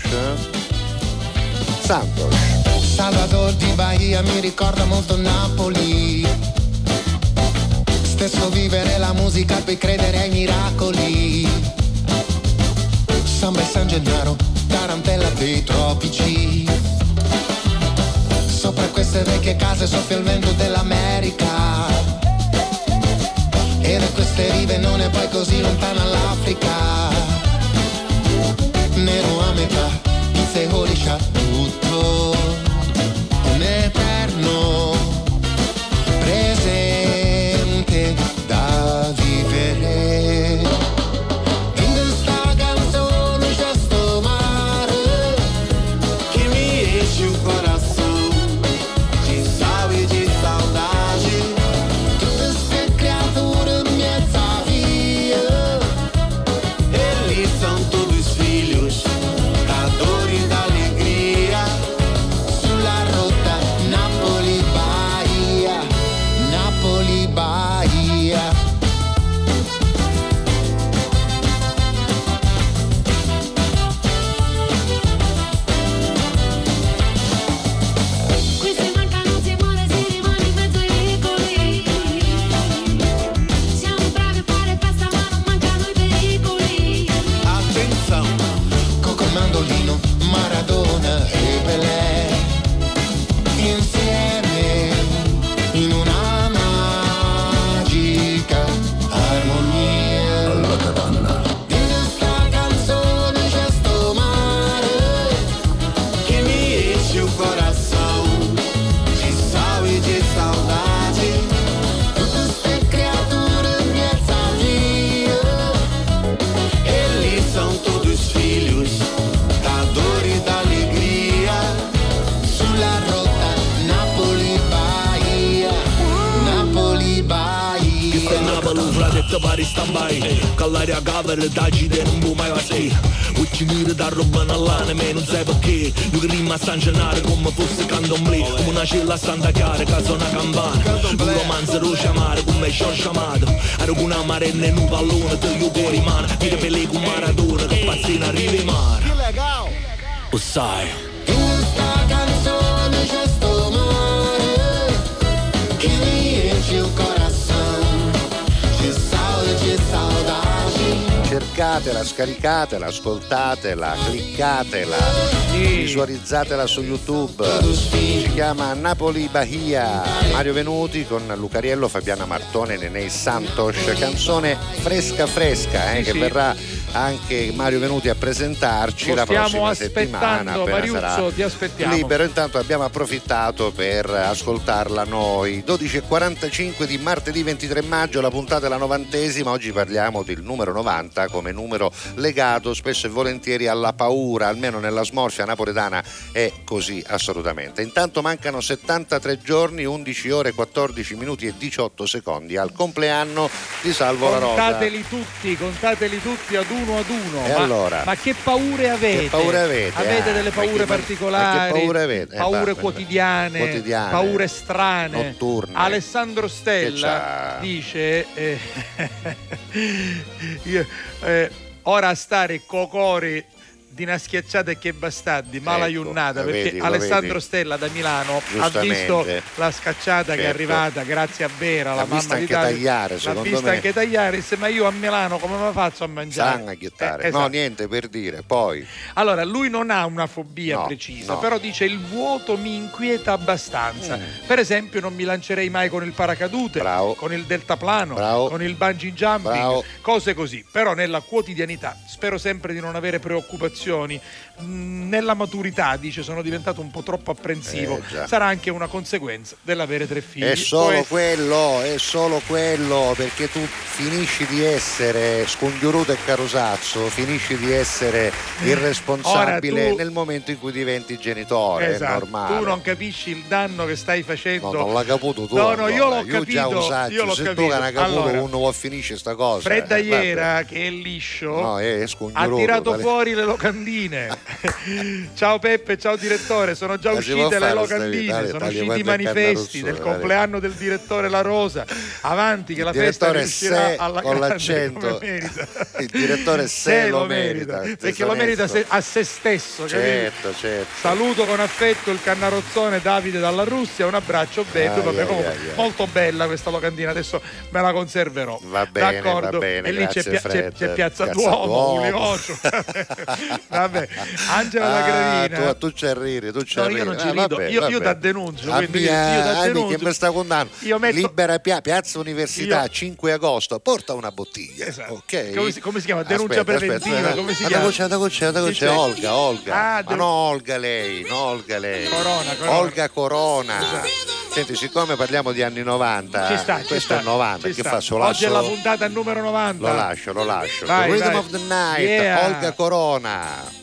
Salvador di Bahia mi ricorda molto Napoli. Stesso vivere la musica per credere ai miracoli. Samba e San Gennaro, tarantella dei tropici. Sopra queste vecchie case soffia il vento dell'America. E da queste rive non è poi così lontana l'Africa. Nero a metà, pizza e holisha, tutto un eterno presente da vivere. In questa canzone c'è sto mare che mi enche o coração de sal e de saudade. Todas as criaturas nessa via, eles são todos filhos da dor e da alegria. Sulla rotta Napoli-Bahia, Napoli-Bahia. Qui si manca, non si muore, si rimane in mezzo ai vicoli. Siamo bravi a fare festa ma non mancano i pericoli. Attenzione, Coco Mandolino, Maradona e Pelé, insieme in una magica armonia. Alla capanna. In questa canzone c'è sto mare che mi enche o coração de sal e de saudade. Todas as criaturas nessa via, eles são todos filhos da dor e da alegria. Sulla rotta Napoli-Bahia, Napoli-Bahia. Questa è Napoli, frate, pari stand-by. Callare a cover, taggi di non può mai passare. Uccidere da roba nell'anime, non sai perché. Io che rima a San Gennaro come fosse candomblé. Come una cella a Santa Chiara, che suona campana. Un romanzo lo chiamare come Giorgio Amato. Ero con una marella in un pallone, te io cuore in mano. Vire per lei con Maradona, che pazzina arriva in mare. Lo sai. In questa canzone c'è sto mare che mi enche o coração de sal e de saudade. Cercatela, scaricatela, ascoltatela, cliccatela, visualizzatela su YouTube. Si chiama Napoli Bahia. Mario Venuti con Lucariello, Fabiana Martone, Nenei Santos. Canzone fresca che sì. verrà anche Mario Venuti a presentarci Lo la stiamo prossima settimana. aspettando, appena Mariuzzo, sarà ti aspettiamo. libero. Intanto abbiamo approfittato per ascoltarla noi. 12:45 di martedì 23 maggio, la puntata è la 90esima. Oggi parliamo del numero 90 come numero legato spesso e volentieri alla paura, almeno nella smorfia polizia napoletana è così assolutamente. Intanto mancano 73 giorni, 11 ore, 14 minuti e 18 secondi al compleanno di Salvo La Rosa. Contateli tutti ad uno. E allora? Ma che paure avete? Che paure avete? Avete delle paure particolari? Ma che paure avete? Paure quotidiane, paure strane, notturne. Alessandro Stella dice ora a stare cocori di una schiacciata e che bastardi, mala giornata, perché Alessandro Stella da Milano ha visto la scacciata che è arrivata grazie a Vera, la mamma di Davide, l'ha vista anche tagliare, disse ma io a Milano come me faccio a mangiare? No, niente per dire, poi allora lui non ha una fobia precisa, però dice il vuoto mi inquieta abbastanza, per esempio non mi lancerei mai con il paracadute, con il deltaplano, con il bungee jumping, cose così, però nella quotidianità spero sempre di non avere preoccupazioni. Nella maturità, dice, sono diventato un po' troppo apprensivo, sarà anche una conseguenza dell'avere 3 figli. È solo quello, perché tu finisci di essere scongiuruto e carosazzo, finisci di essere irresponsabile nel momento in cui diventi genitore, è normale. Tu non capisci il danno che stai facendo. No, non l'ha capito tu. No, io l'ho capito. Già usaggio, se tu non hai capito uno può finisce sta cosa. Fredda Iera, che è liscio, è ha tirato fuori le locandine. Ciao Peppe, ciao direttore, sono già uscite le locandine, sono usciti i manifesti del compleanno del direttore La Rosa. Avanti che la festa riuscirà alla con grande, l'accento. come merita. Il direttore se lo merita, perché lo merita a se stesso, certo. Saluto con affetto il cannarozzone Davide dalla Russia, un abbraccio Beppe, molto bella questa locandina, adesso me la conserverò. Va bene, d'accordo. Va bene, e lì c'è Piazza Duomo, Ulivocio. Vabbè, Angela da Gravina. Tu ci arrivi, io non ci rido, io ti denuncio, quindi io che mi sta condannando. Libera Piazza Università 5 agosto, porta una bottiglia. Ok. Come si chiama? Denuncia preventiva, come si chiama? Olga. Ma no Olga lei. Corona. Olga Corona. Senti, siccome parliamo di anni 90, questo è 90, che faccio? Oggi è la puntata numero 90. Lo lascio. Vai, The Rhythm of the Night, Olga Corona.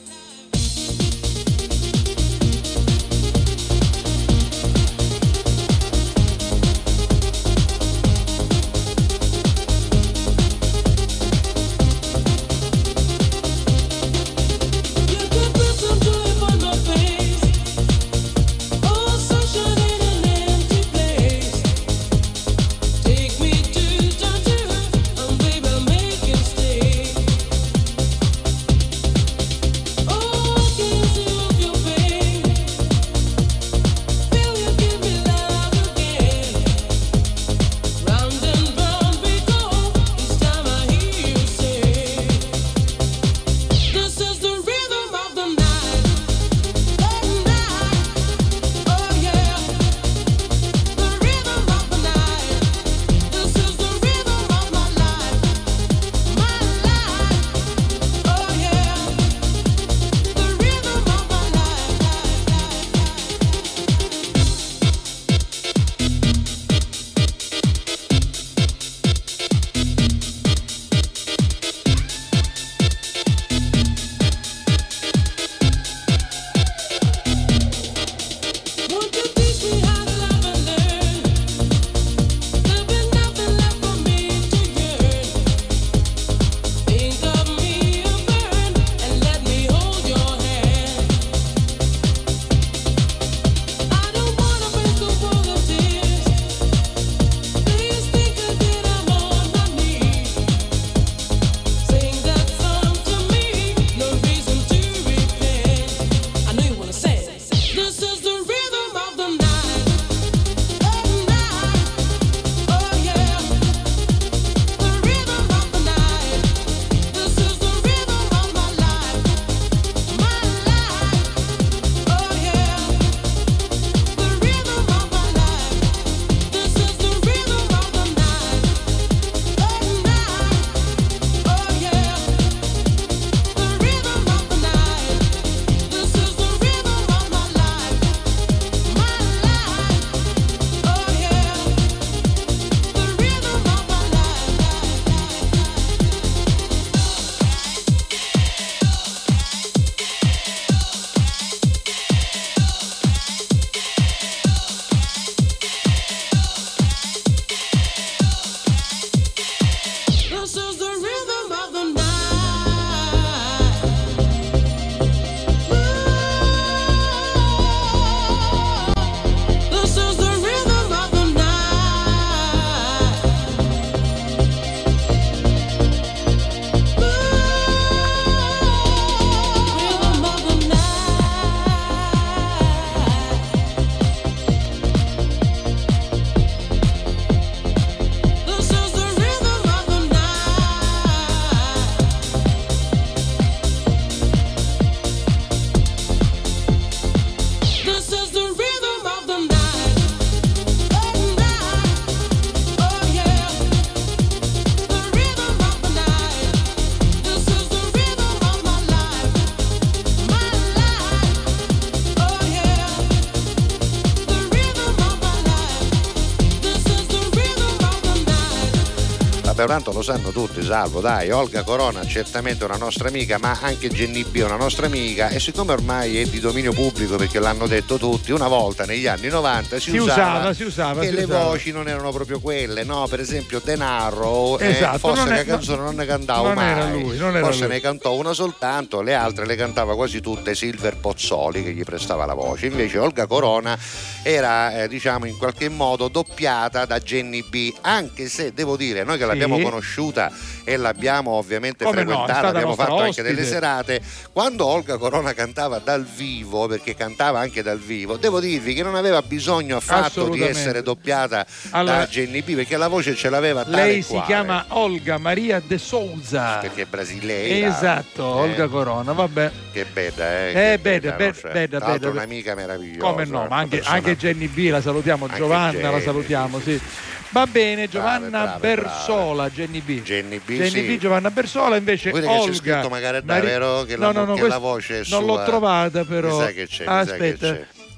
Vabbè, tanto lo sanno tutti, Salvo, dai, Olga Corona certamente una nostra amica, ma anche Jenny B è una nostra amica, e siccome ormai è di dominio pubblico perché l'hanno detto tutti, una volta negli anni 90 si usava che le voci non erano proprio quelle, no? Per esempio Denaro, forse che canzone non ne cantava mai, era lui, forse ne cantò una soltanto, le altre le cantava quasi tutte Silver Pozzoli che gli prestava la voce. Invece Olga Corona era diciamo in qualche modo doppiata da Jenny B, anche se devo dire noi che l'abbiamo conosciuta e l'abbiamo ovviamente frequentata, abbiamo fatto anche delle serate, quando Olga Corona cantava dal vivo, perché cantava anche dal vivo, devo dirvi che non aveva bisogno affatto di essere doppiata da Jenny B, perché la voce ce l'aveva tale lei quale. Si chiama Olga Maria de Souza, perché è brasileira, esatto, Olga Corona, vabbè, che bella, bella, un'amica meravigliosa, come no, ma anche Jenny B la salutiamo, anche Giovanna Jenny, la salutiamo, sì. Va bene, Giovanna Bersola, Jenny B, Giovanna Bersola, invece Olga. Che c'è scritto magari davvero che la voce è sua. Non l'ho trovata però. Mi sa che c'è, aspetta.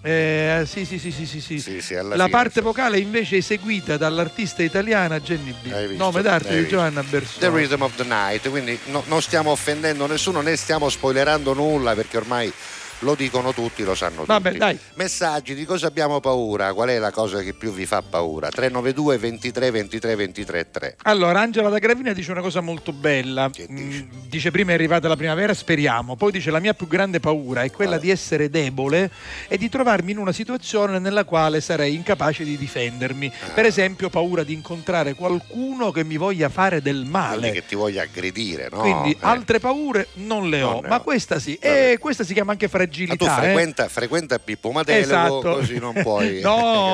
Sì, la parte vocale invece è eseguita dall'artista italiana Jenny B, nome d'arte di Giovanna Bersola. The Rhythm of the Night, quindi non stiamo offendendo nessuno né stiamo spoilerando nulla, perché ormai lo dicono tutti, lo sanno tutti. Vabbè, dai. Messaggi, di cosa abbiamo paura? Qual è la cosa che più vi fa paura? 392 23 23 23 3. Allora, Angela da Gravina dice una cosa molto bella. Dice prima è arrivata la primavera, speriamo. Poi dice la mia più grande paura è quella di essere debole e di trovarmi in una situazione nella quale sarei incapace di difendermi. Per esempio, paura di incontrare qualcuno che mi voglia fare del male. Quindi che ti voglia aggredire, no? Quindi altre paure non le ho, ma questa sì. E questa si chiama anche fragilità. Ma tu frequenta Pippo Matelico, esatto. Così non puoi.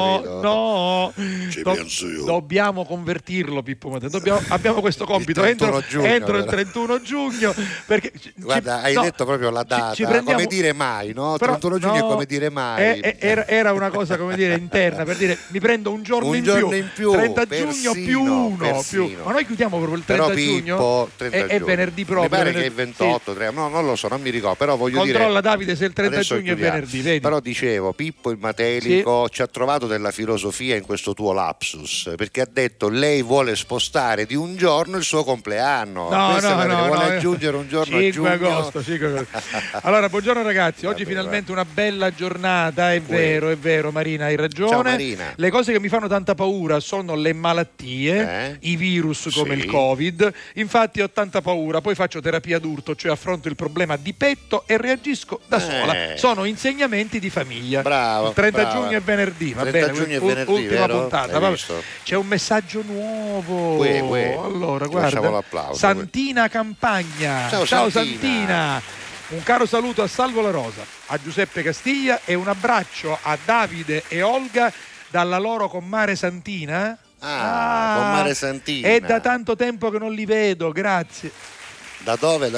No, ci penso io. Dobbiamo convertirlo, Pippo Matelico. Abbiamo questo compito entro il 31 giugno. Perché guarda, hai detto proprio la data, come dire mai, no? 31 giugno è come dire mai. Era una cosa, come dire, interna, per dire mi prendo un giorno in più. 30 giugno più uno. Ma noi chiudiamo proprio il 30 giugno. È venerdì proprio. Mi pare che è il 28, no, non lo so, non mi ricordo, però voglio dire. Controlla Davide se il 30 giugno è venerdì, vedi? Però dicevo, Pippo il Matelico ci ha trovato della filosofia in questo tuo lapsus, perché ha detto lei vuole spostare di un giorno il suo compleanno. Vuole aggiungere un giorno 5 agosto. Allora, buongiorno ragazzi, oggi finalmente una bella giornata, è vero Marina, hai ragione. Ciao Marina. Le cose che mi fanno tanta paura sono le malattie, i virus come il Covid, infatti ho tanta paura, poi faccio terapia d'urto, cioè affronto il problema di petto e reagisco da sola. Sono insegnamenti di famiglia. Bravo. Il 30 giugno è venerdì, va bene. Ultima puntata. C'è un messaggio nuovo. Allora, guarda. Santina Campagna. Ciao Santina. Un caro saluto a Salvo La Rosa, a Giuseppe Castiglia e un abbraccio a Davide e Olga dalla loro comare Santina. Comare Santina. È da tanto tempo che non li vedo, grazie. Da dove?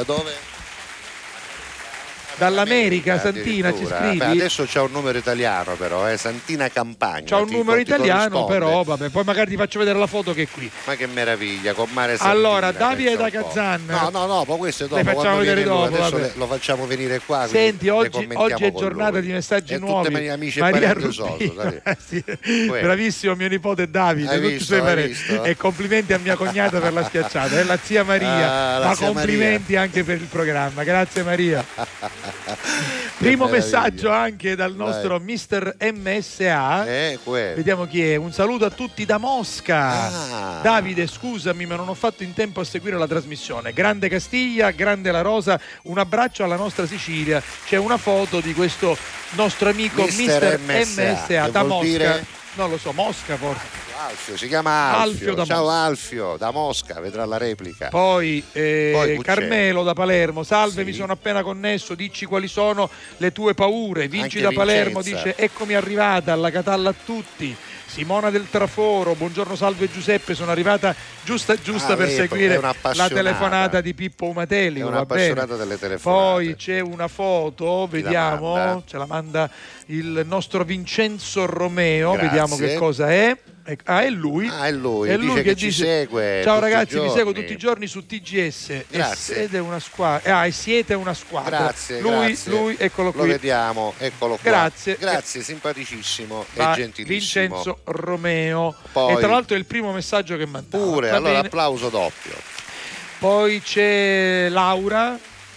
Dall'America, Santina, ci scrivi? Beh, adesso c'è un numero italiano però, Santina Campagna. C'è un numero italiano però, vabbè, poi magari ti faccio vedere la foto che è qui. Ma che meraviglia, con Mare Santina. Allora, Davide da Kazan. No, ma questo è dopo. Le facciamo vedere dopo. Adesso lo facciamo venire qua. Senti, oggi è giornata di messaggi nuovi. Tutte le amici Maria e Soso, sì. Bravissimo mio nipote Davide, tutti i suoi parenti. E complimenti a mia cognata per la schiacciata, è la zia Maria. Ma complimenti anche per il programma. Grazie Maria. Primo messaggio anche dal nostro Mister MSA. Vediamo chi è. Un saluto a tutti da Mosca. Davide, scusami, ma non ho fatto in tempo a seguire la trasmissione. Grande Castiglia, grande La Rosa, un abbraccio alla nostra Sicilia. C'è una foto di questo nostro amico Mister MSA da Mosca. Non lo so, Mosca forse. Alfio, si chiama Alfio. Ciao Alfio, da Mosca, vedrà la replica. Poi Carmelo da Palermo, salve, mi sono appena connesso, dici quali sono le tue paure. Vinci da Palermo, dice eccomi arrivata, alla Catalla a tutti. Simona del Traforo, buongiorno Salve Giuseppe, sono arrivata giusta per seguire la telefonata di Pippo Matelico. È un'appassionata delle telefonate. Poi c'è una foto, vediamo, ce la manda il nostro Vincenzo Romeo. Grazie. Vediamo che cosa è. È lui. È lui. È Dice lui che ci segue. Ciao tutti i ragazzi, vi seguo giorni. tutti i giorni su TGS. Grazie. E siete una squadra. E siete una squadra. Grazie, lui, grazie. lui, eccolo Lo qui. vediamo, eccolo qua. Grazie. Grazie, simpaticissimo Va e gentilissimo. Vincenzo Romeo. Poi- E tra l'altro è il primo messaggio che mandava. Pure, Va allora bene. applauso doppio. Poi c'è Laura.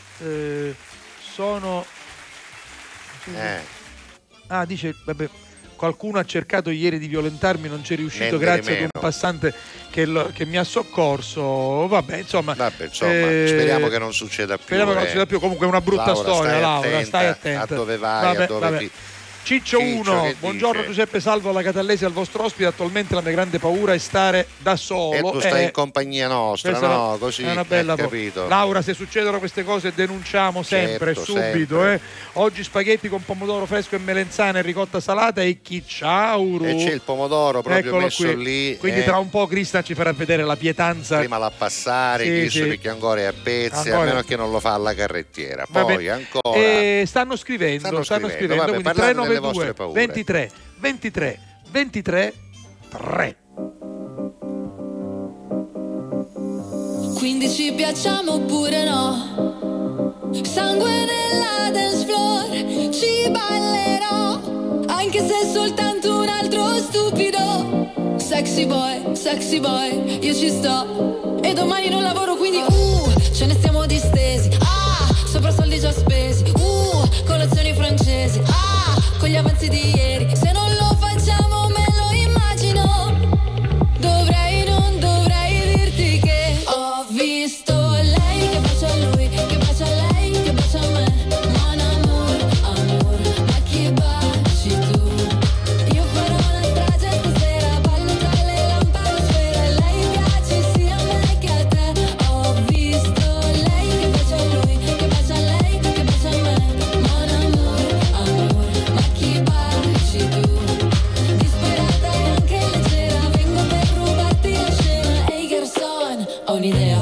Sono. Dice, vabbè, qualcuno ha cercato ieri di violentarmi, non c'è riuscito, Niente di grazie ad un meno. passante che mi ha soccorso. Vabbè, insomma, Speriamo che non succeda più. speriamo che non succeda più. Comunque è una brutta storia, Laura, stai attenta. A dove vai, a dove ti... Ciccio 1, che buongiorno dice? Giuseppe, salvo alla Catallesi, al vostro ospite. Attualmente la mia grande paura è stare da solo. E tu stai in compagnia nostra, questa no? Così, è una bella capito. Laura, se succedono queste cose denunciamo sempre, Certo, subito. sempre. Oggi spaghetti con pomodoro fresco e melenzane e ricotta salata e chicciauru. E c'è il pomodoro proprio Eccolo messo qui. lì. Quindi tra un po' Cristian ci farà vedere la pietanza. Prima la passare, Sì, chissà sì. perché ancora è a pezzi, Ancora. a meno che non lo fa alla carrettiera. Vabbè. Poi ancora. Stanno scrivendo. Vabbè, Quindi parlate delle 392 vostre paure. 23 3. Quindi ci piacciamo oppure no? Sangue nella dance floor, ci ballerò, anche se è soltanto un altro stupido. Sexy boy, io ci sto. E domani non lavoro, quindi ce ne stiamo distesi. Sopra soldi già spesi. Colazioni francesi. Con gli avanzi di ieri. Se non lo facciamo me lo immagino. Non dovrei dirti che ho visto lei che bacia a lui, che bacia a lei, che bacia a me. Mon amour, ma chi baci tu? Io farò una strage stasera, ballo tra le lampade, lei piace sia a me che a te. Ho visto lei che bacia a lui, che bacia a lei, che bacia a me. Mon amour, ma chi baci tu? Disperata e anche leggera, vengo per rubarti la scena. Ehi garçon, ho un'idea.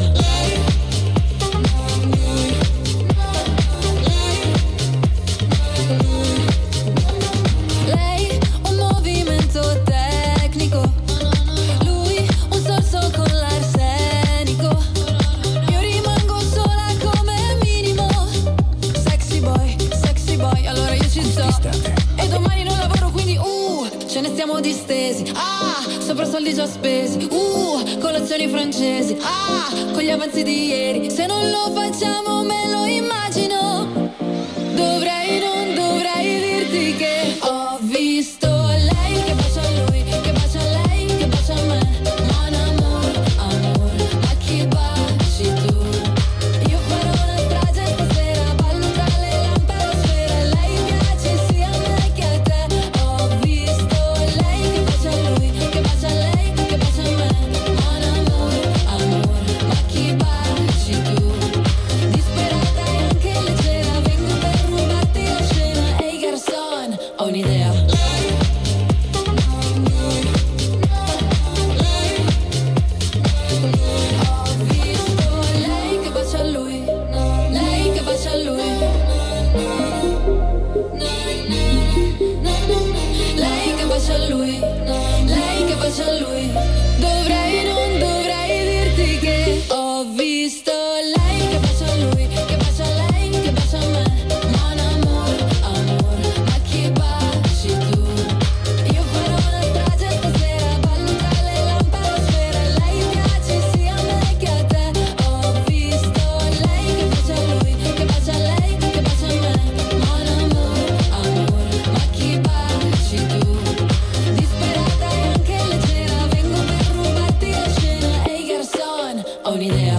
Lei un movimento tecnico, lui un sorso con l'arsenico. Io rimango sola come minimo. Sexy boy, allora io ci sto. E domani non lavoro, quindi ce ne stiamo distesi. Sopra soldi già spesi. Colazioni francesi. Con gli avanzi di ieri. Se non lo facciamo me lo immagino. Non dovrei dirti che ho visto lei che bacia a lui, che bacia a lei, che bacia a me. Mon amour, ma chi baci tu? Io farò una strage stasera, ballo tra le lampade, lei piace sia a me che a te. Ho visto lei che bacia a lui, che bacia a lei, che bacia a me. Mon amour, ma chi baci tu? Disperata e anche leggera, vengo per rubarti la scena. Ehi garçon, ho un'idea. Ho visto lei che bacia a lui, lei che bacia a lui. Lei che bacia a lui, lei che bacia a lui. Non dovrei dirti che ho visto lei che bacia a lui, che bacia a lei, che bacia a me. Mon amour, ma chi baci tu? Io farò una strage stasera, ballo tra le lampade, lei piace sia a me che a te. Ho visto lei che bacia a lui, che bacia a lei, che bacia a me. Mon amour, ma chi baci tu? Disperata e anche leggera, vengo per rubarti la scena. Ehi garçon, ho un'idea.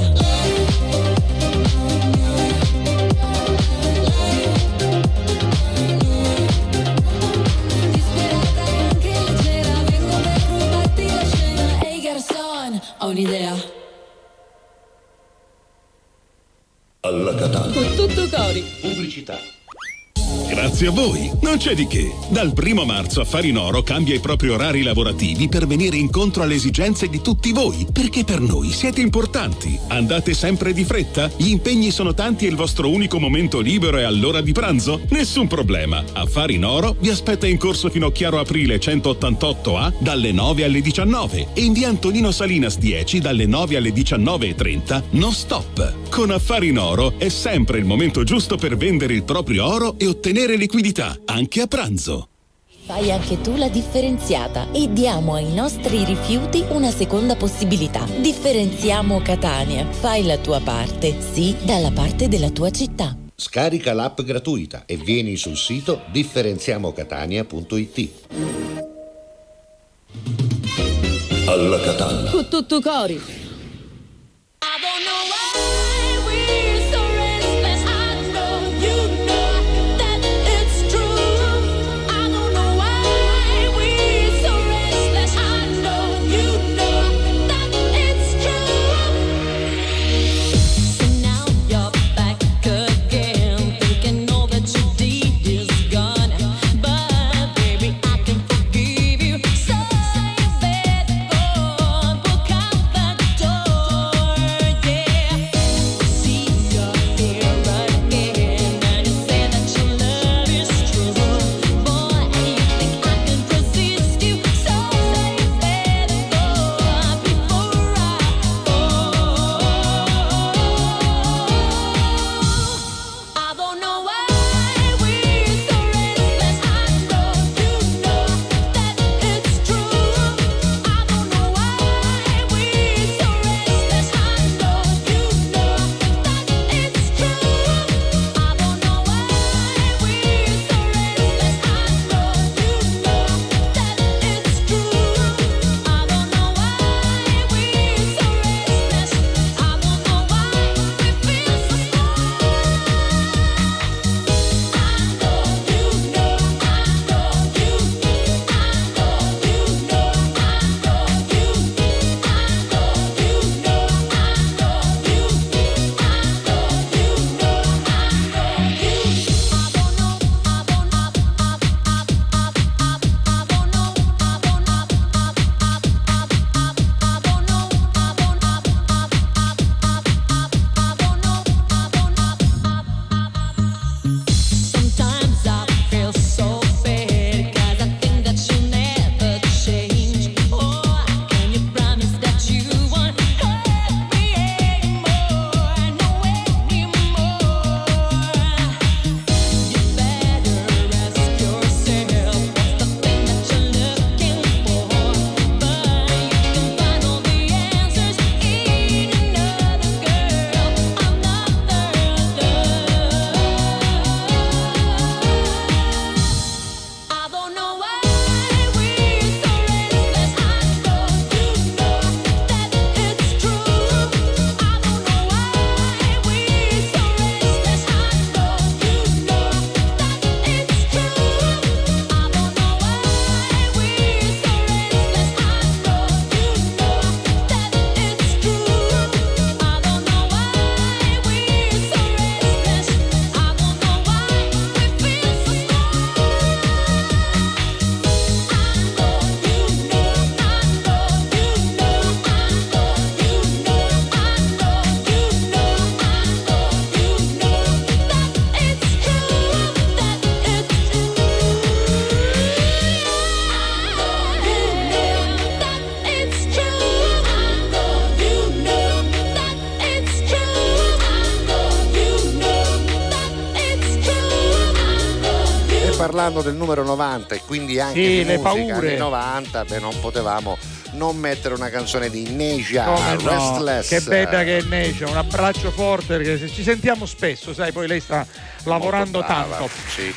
Disperata e anche leggera, vengo per rubarti la scena. Ehi garçon, ho un'idea. Alla Catalla. Con tutto cori. Pubblicità. Grazie a voi, non c'è di che. Dal 1 marzo Affari in Oro cambia i propri orari lavorativi per venire incontro alle esigenze di tutti voi, perché per noi siete importanti. Andate sempre di fretta? Gli impegni sono tanti e il vostro unico momento libero è all'ora di pranzo? Nessun problema. Affari in Oro vi aspetta in corso Finocchiaro Aprile 188A dalle 9 alle 19 e in via Antonino Salinas 10 dalle 9 alle 19:30 non stop. Con Affari in Oro è sempre il momento giusto per vendere il proprio oro e ottenere liquidità, anche a pranzo. Fai anche tu la differenziata e diamo ai nostri rifiuti una seconda possibilità. Differenziamo Catania. Fai la tua parte, sì, dalla parte della tua città. Scarica l'app gratuita e vieni sul sito differenziamocatania.it. Alla Catalla. Con tutto cori. Parlando del numero 90 e quindi anche sì, di le musica paure anni 90, beh, non potevamo non mettere una canzone di Neja, no? Restless. Che bella che è Neja, un abbraccio forte perché ci sentiamo spesso, sai, poi lei sta lavorando tanto. Sì.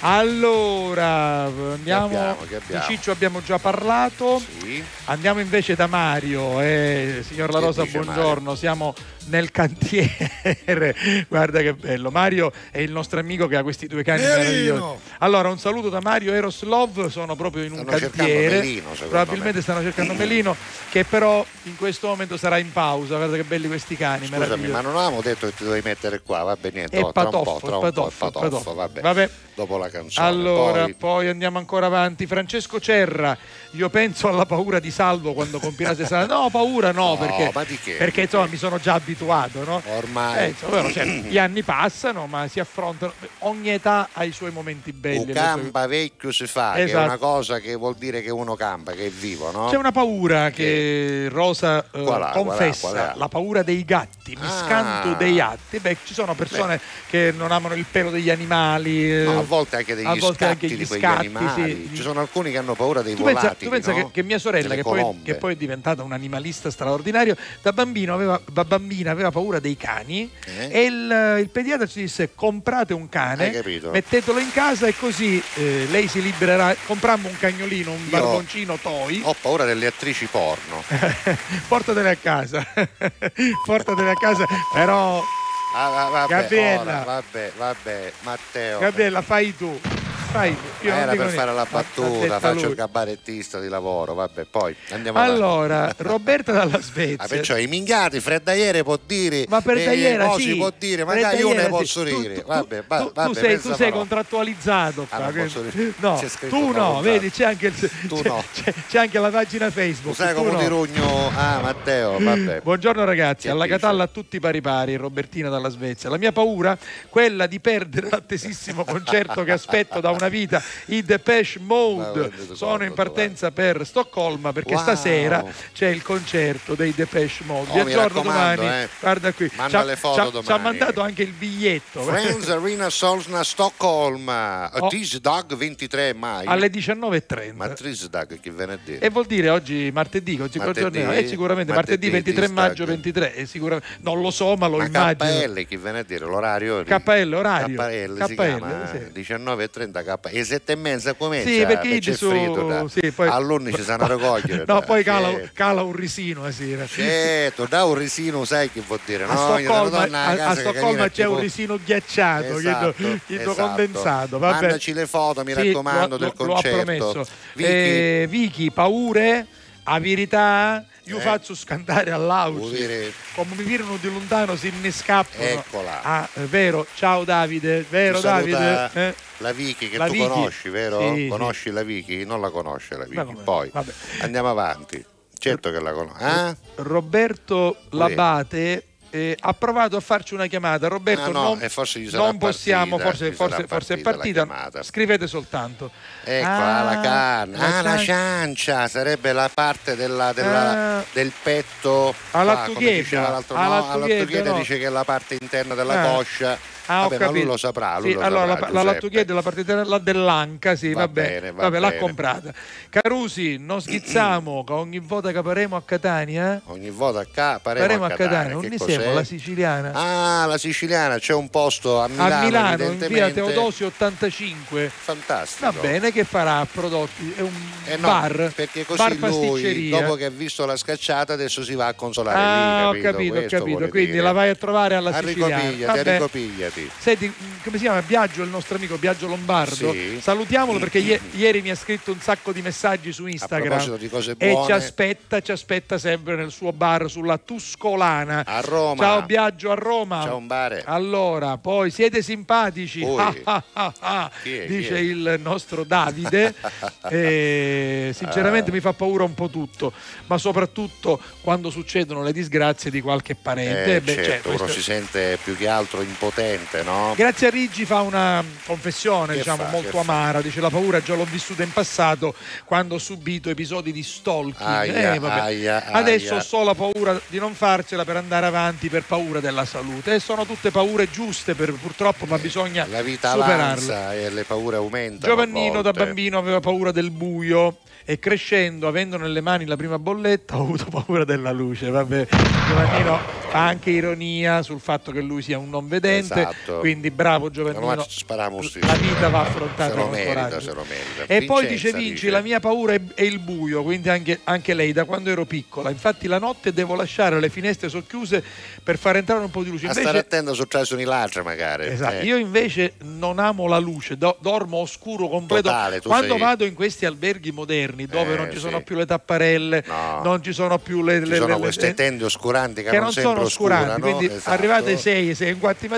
Allora, andiamo, che abbiamo? Di Ciccio abbiamo già parlato, sì. Andiamo invece da Mario, signor La Rosa, buongiorno, Mario? Siamo nel cantiere, guarda che bello, Mario è il nostro amico che ha questi due cani meravigliosi. Allora, un saluto da Mario Eros Love, sono proprio in un cantiere, Melino, probabilmente stanno cercando Melino, che però in questo momento sarà in pausa. Guarda che belli questi cani. Scusami, ma non avevamo detto che ti dovevi mettere qua? Vabbè, niente, è Patoffo, vabbè. vabbè. dopo la canzone. Allora, poi andiamo ancora avanti. Francesco Cerra, io penso alla paura di Salvo quando compirà 60. No, paura no, perché, ma di che? perché insomma mi sono già abituato, no? Ormai Insomma, cioè, gli anni passano, ma si affrontano. Ogni età ha i suoi momenti belli. O campa vecchio si fa, che è Esatto. una cosa che vuol dire che uno campa, che è vivo, no? C'è una paura che Rosa confessa, qual è? la paura dei gatti, mi scanto dei gatti. Beh, ci sono persone che non amano il pelo degli animali, No, a volte anche degli a volte scatti anche gli di quegli scatti, animali. sì. Ci sono alcuni che hanno paura dei Tu pensa, volatili, no? che mia sorella, Delle che poi, colombe. che poi è diventata un animalista straordinario, da bambina aveva paura dei cani e il pediatra ci disse: comprate un Hai cane, capito? mettetelo in casa e così lei si libererà. Comprammo un cagnolino, un barboncino toy. Ho paura delle attrici porno. Portatele a casa. Portatele a casa, però Vabbè, Gabriella. ora, vabbè, Matteo. Gabriella, fai tu. Io non Era dico per niente. fare la Ha battuta, detto faccio lui. il cabarettista di lavoro, vabbè, poi andiamo avanti. Allora, Roberta dalla Svezia. Perciò i minchiati, freddaiere può dire, Ma per tagliera no, sì, si può dire, per magari io ne tagliera posso sì. ridere. Tu Vabbè, tu sei contrattualizzato qua, non quindi- posso ridere. no, C'è scritto tu no, contratto. vedi c'è anche, Tu c'è, no. c'è anche la pagina Facebook. Sai tu come no. ti rugno? Ah, Matteo, vabbè. Buongiorno ragazzi, Che alla dice? Catalla a tutti pari pari, Robertina dalla Svezia. La mia paura, quella di perdere l'attesissimo concerto che aspetto da una vita, i Depeche Mode. Sono in partenza per Stoccolma perché Wow. stasera c'è il concerto dei Depeche Mode. Vi mi aggiorno raccomando, domani. Guarda qui, Manda le foto ci ha domani. mandato anche il biglietto. Friends Arena Solsna Stoccolma, Oh. Tisdag 23 mai. Alle 19:30. Ma Tisdag che viene a dire? E vuol dire oggi martedì, oggi Martedì? sicuramente martedì 23 Tisdag. maggio 23, sicuramente, non lo so ma lo Ma immagino. KL che viene a dire l'orario? KL orario. KL si KL, chiama sì. 19:30 K e 7:30 comincia. Sì, perché c'è io il fritto, sì, poi all'11 ci sanno raccogliere. No, poi Certo. cala un risino sera. Certo, da un risino sai che vuol dire, A no? Io una Stoccolma, donna a casa a che Stoccolma cammina c'è un tipo- risino ghiacciato, Esatto. condensato. Vabbè. Mandaci le foto, mi Sì, raccomando, del lo ha concerto. promesso. Vicky. Vicky, paure? A verità? Io faccio scantare all'audio. Vuol dire- Come mi virano di lontano se ne scappano. Eccola. Ah, è vero. Ciao Davide. Vero Ti saluta Davide? La Vicky che La tu Vicky. conosci, vero? Sì, Conosci la Vicky? Non la conosce la Vicky. Vabbè, Poi vabbè. andiamo avanti. Certo che la conosco. Roberto Labate ha provato a farci una chiamata. Roberto, Ah, no, non, e forse gli sarà non possiamo, partita, gli sarà forse è partita la partita. chiamata. Scrivete soltanto. Eccola la canna. La ciancia sarebbe la parte del petto. All'attuchieta. Come diceva l'altro, no, all'attuchieta no. dice che è la parte interna della coscia. Ah, ho Vabbè, ma lui capito. lo saprà. Sì, allora la lattuchieta è la parte dell'anca, sì, Va vabbè, bene, va vabbè, l'ha bene. comprata. Carusi, non schizziamo che ogni volta che paremo a Catania, Ogni volta paremo a Catania, non Che ne cos'è? siamo la siciliana. Ah, la siciliana, c'è un posto a Milano, A Milano, in via evidentemente. Teodosio 85. Fantastico. Va bene, che farà prodotti? È un No, bar, perché così bar lui, pasticceria. dopo che ha visto la scacciata, adesso si va a consolare Ah, lì, ho capito, Questo ho capito. vuole Quindi dire. la vai a trovare alla siciliana. Ricopigliati, Vabbè. ricopigliati. Senti, come si chiama? Biagio, il nostro amico Biagio Lombardo. Sì. Salutiamolo perché ieri mi ha scritto un sacco di messaggi su Instagram. proposito di cose e buone. ci aspetta sempre nel suo bar sulla Tuscolana. A Roma. Ciao Biagio a Roma. C'è un bar. Allora, poi siete simpatici. Ui. Chi è? Dice Chi è? il nostro Davide. Sinceramente mi fa paura un po' tutto, ma soprattutto quando succedono le disgrazie di qualche parente. Certo, uno questo- si sente più che altro impotente, no? Grazie a Riggi fa una confessione, Che diciamo, fa? molto Che fa? amara. Dice: la paura già l'ho vissuta in passato quando ho subito episodi di stalking. Aia, Vabbè. aia, Adesso aia. ho solo la paura di non farcela per andare avanti per paura della salute. E sono tutte paure giuste purtroppo, ma bisogna La vita superarle. avanza e le paure aumentano. Giovannino a da volte. bambino aveva paura del buio e crescendo, avendo nelle mani la prima bolletta, ho avuto paura della luce. Vabbè, Giovannino fa anche ironia sul fatto che lui sia un non vedente, Esatto. quindi bravo Ma Giovannino. spariamo sti- La vita va affrontata Se lo con merita, coraggio. se lo merita. E poi dice Vincenza Vinci, la mia paura è il buio, quindi anche lei da quando ero piccola. Infatti la notte devo lasciare le finestre socchiuse per far entrare un po' di luce. A stare attento su tra su l'altra magari. Esatto. Io invece non amo la luce, dormo oscuro completo. Totale, tu Quando sei- vado in questi alberghi moderni dove non ci sono sì. più le tapparelle, No. non ci sono più le Ci sono queste tende oscuranti che non non sono sempre oscuranti, oscurano, quindi esatto. arrivate 6 e 4 di mattina a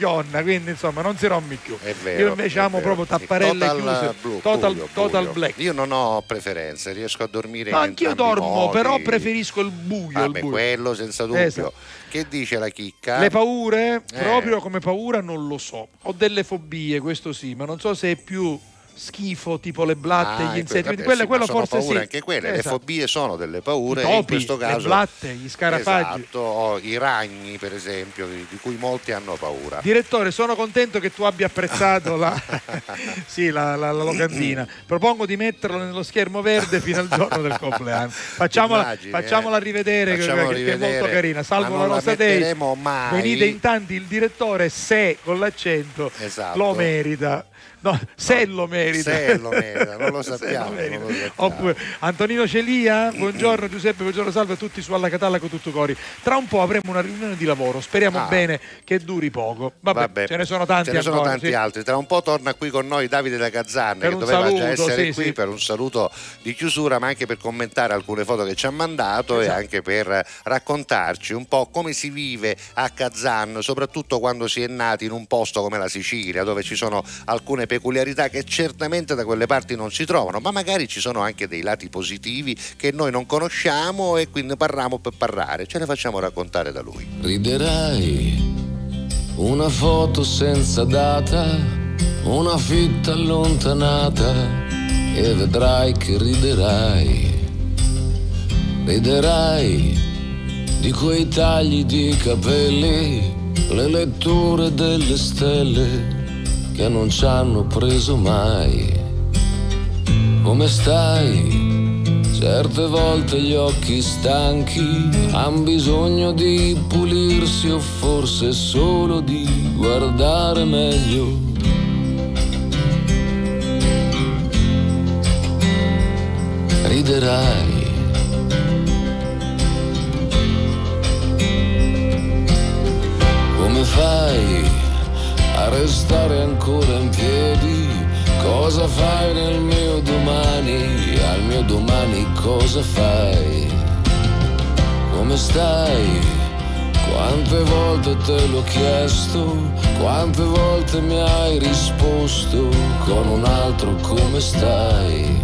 chionna, quindi insomma non si rommi più. È vero, io invece amo proprio tapparelle chiuse, blu, total buio. black. Io non ho preferenze, riesco a dormire in Anch'io entrambi i dormo, modi. però preferisco il buio. Vabbè, quello senza dubbio. Esatto. Che dice la chicca? Le paure, proprio come paura non lo so. Ho delle fobie, questo sì, ma non so se è più schifo tipo le blatte, gli insetti, quello sono forse paure sì. anche quelle, Esatto. le fobie sono delle paure, I topi, e in questo caso le blatte, gli scarafaggi. Esatto, o i ragni per esempio, di cui molti hanno paura. Direttore, sono contento che tu abbia apprezzato la locandina. Propongo di metterlo nello schermo verde fino al giorno del compleanno. Facciamola rivedere, che è molto carina. Salvo la Rosa Day. Mai. Venite in tanti, il direttore, se con l'accento, esatto, lo merita. No, se lo merita. Se lo merita, non lo sappiamo. Oppure, Antonino Celia, buongiorno Giuseppe, buongiorno, salve a tutti su Alla Catalla con tutto cori. Tra un po' avremo una riunione di lavoro, speriamo bene che duri poco. Vabbè, ce ne sono tanti altri. Tra un po' torna qui con noi Davide da Gazzarne, che doveva già essere qui per un saluto di chiusura, ma anche per commentare alcune foto che ci ha mandato, e anche per raccontarci un po' come si vive a Kazan, soprattutto quando si è nati in un posto come la Sicilia, dove ci sono alcune peculiarità che certamente da quelle parti non si trovano, ma magari ci sono anche dei lati positivi che noi non conosciamo, e quindi parliamo per parlare, ce le facciamo raccontare da lui. Riderai, una foto senza data, una fitta allontanata, e vedrai che riderai. Riderai di quei tagli di capelli, le letture delle stelle che non ci hanno preso mai. Come stai? Certe volte gli occhi stanchi han bisogno di pulirsi, o forse solo di guardare meglio. Riderai. Come fai a restare ancora in piedi? Cosa fai nel mio domani? Al mio domani cosa fai? Come stai? Quante volte te l'ho chiesto, quante volte mi hai risposto con un altro come stai?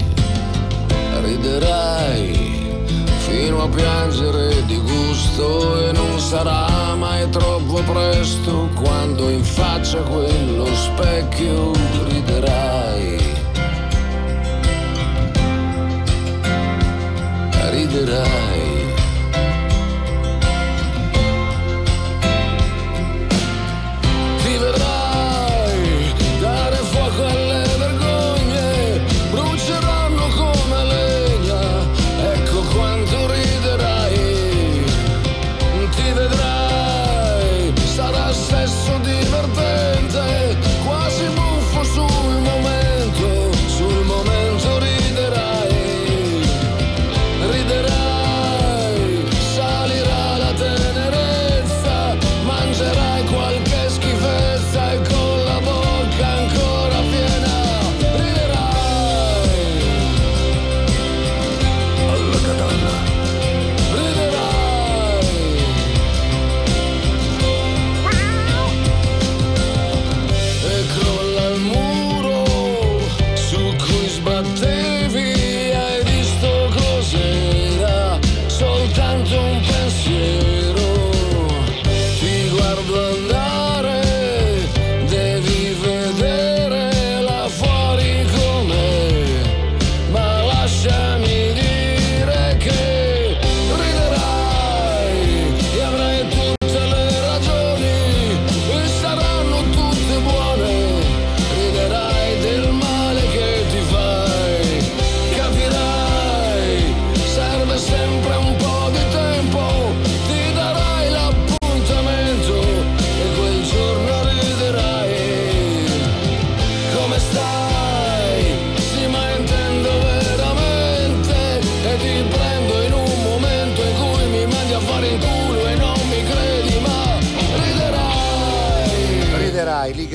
Riderai fino a piangere di gusto, e non sarà mai troppo presto quando in faccia a quello specchio riderai. Riderai. Ti vedrai dare fuoco alle vergogne, bruceranno come legna, ecco quanto riderai. Ti vedrai, sarà sesso divertente, quasi buffo sul momento,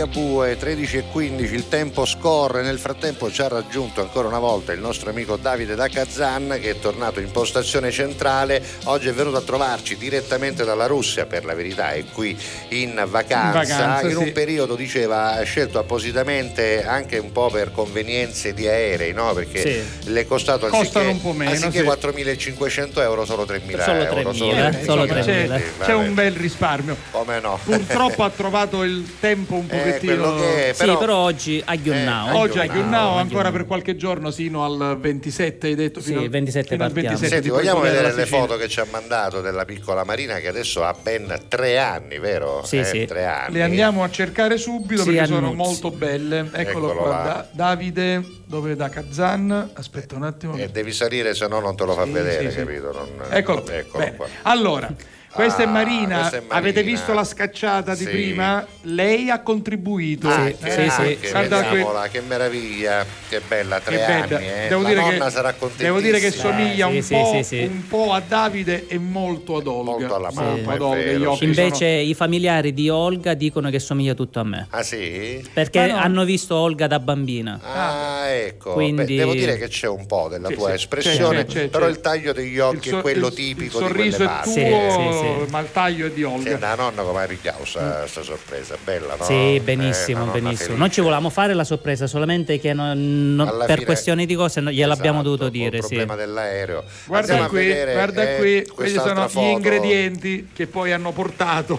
Ligabue, 13:15, il tempo scorre. Nel frattempo ci ha raggiunto ancora una volta il nostro amico Davide da Kazan, che è tornato in postazione centrale. Oggi è venuto a trovarci direttamente dalla Russia, per la verità è qui in vacanza, in un periodo, diceva, scelto appositamente anche un po' per convenienze di aerei, no? Perché le è costato costano un po' meno, anziché 4.500 euro solo 3.000 euro. Solo 3.000. C'è un bel risparmio. Come no? Purtroppo ha trovato il tempo un pochettino. Però oggi a Giunnao. Oggi a Giunnao, ancora per qualche giorno sino al 27, hai detto? Sì, 27 partiamo. Senti, vogliamo vedere le foto che ci ha mandato della piccola Marina, che adesso ha ben 3 anni, vero? Sì, sì. 3 anni. Le andiamo a cercare subito, Sì, perché sono Annuzzi. molto belle. Eccolo Eccolo qua, là. Davide, dove è da Kazan? Aspetta un attimo. E devi salire, se no non te lo fa vedere, sì. capito? Eccolo qua. Allora, questa è Marina. questa è Marina. Avete visto la scacciata di Sì. prima? Lei ha contribuito. Guarda Vediamola, che meraviglia, che bella, 3 anni. Devo La dire nonna che, sarà contentissima. devo dire che somiglia sì. un po' a Davide e molto ad Olga. Molto alla mamma, Ad Olga, gli occhi Invece sono... i familiari di Olga dicono che somiglia tutto a me. Ah sì? Perché Ma no. hanno visto Olga da bambina. Ah, ecco. Quindi- Beh, devo dire che c'è un po' della tua sì, espressione, c'è. però il taglio degli occhi è quello tipico il di quelle sorriso è parti. tuo, ma il taglio è di Olga. Sì, la nonna come ha pigliato sta sorpresa, bella, no? Sì, benissimo, una nonna benissimo. felice. Non ci volevamo fare la sorpresa, solamente che Alla per fine- questioni di cose gliel'abbiamo dovuto dire. Il Sì. problema dell'aereo. Guarda Andiamo a qui, vedere, guarda qui, questi quest'altra sono foto. gli ingredienti che poi hanno portato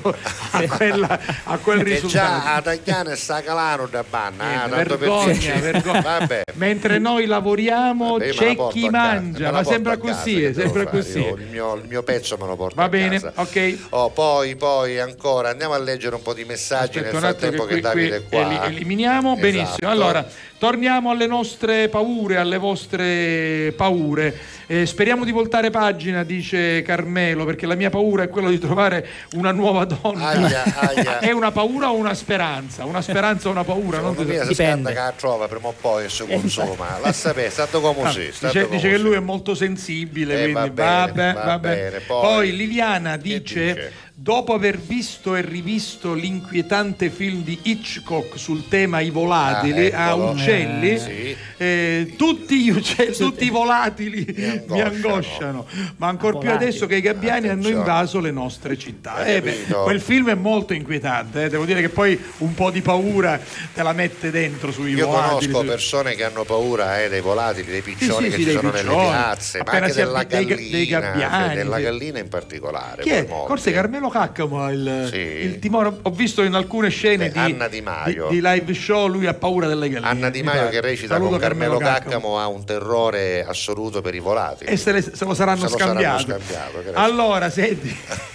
a quel E risultato. già a Tagliane sta calando da banna, tanto per Vergogna, dirci. vergogna. Vabbè. Mentre noi lavoriamo Vabbè, io me c'è la porto chi a casa, mangia, me la ma porto sembra a casa, così, che sembra devo fare? così. Io il mio pezzo me lo porto Va a bene, casa. ok. Poi ancora andiamo a leggere un po' di messaggi. Aspetta nel un attimo frattempo che Davide è qua. eliminiamo. Esatto. Benissimo. Allora, torniamo alle nostre paure, alle vostre paure. Speriamo di voltare pagina, dice Carmelo, perché la mia paura è quella di trovare una nuova donna. Aia. È una paura o una speranza? Una speranza o una paura? Non Secondo me si scatta che la trova prima o poi e si consuma. La sapete, stato come si. Dice che lui è molto sensibile, quindi va va bene. bene. Poi Liliana dice: dopo aver visto e rivisto l'inquietante film di Hitchcock sul tema i volatili a eccolo. uccelli, Sì. tutti gli uccelli, tutti i volatili mi angosciano, ma ancor più adesso che i gabbiani hanno invaso le nostre città. Quel film è molto inquietante, devo dire che poi un po' di paura te la mette dentro sui Io volatili. conosco persone che hanno paura dei volatili, dei piccioni Sì, che ci dei sono piccioni. nelle piazze, ma Appena anche si della dei gallina, gabbiani, della sì. gallina in particolare. Chi è? poi molti. Forse Carmelo Caccamo ha il timore. Ho visto in alcune scene di Anna Di Maio. di live show, lui ha paura delle galline. Anna Di Maio che recita Saluto con Carmelo Caccamo ha un terrore assoluto per i volatili. E se lo saranno scambiato. che ne so. Allora, senti,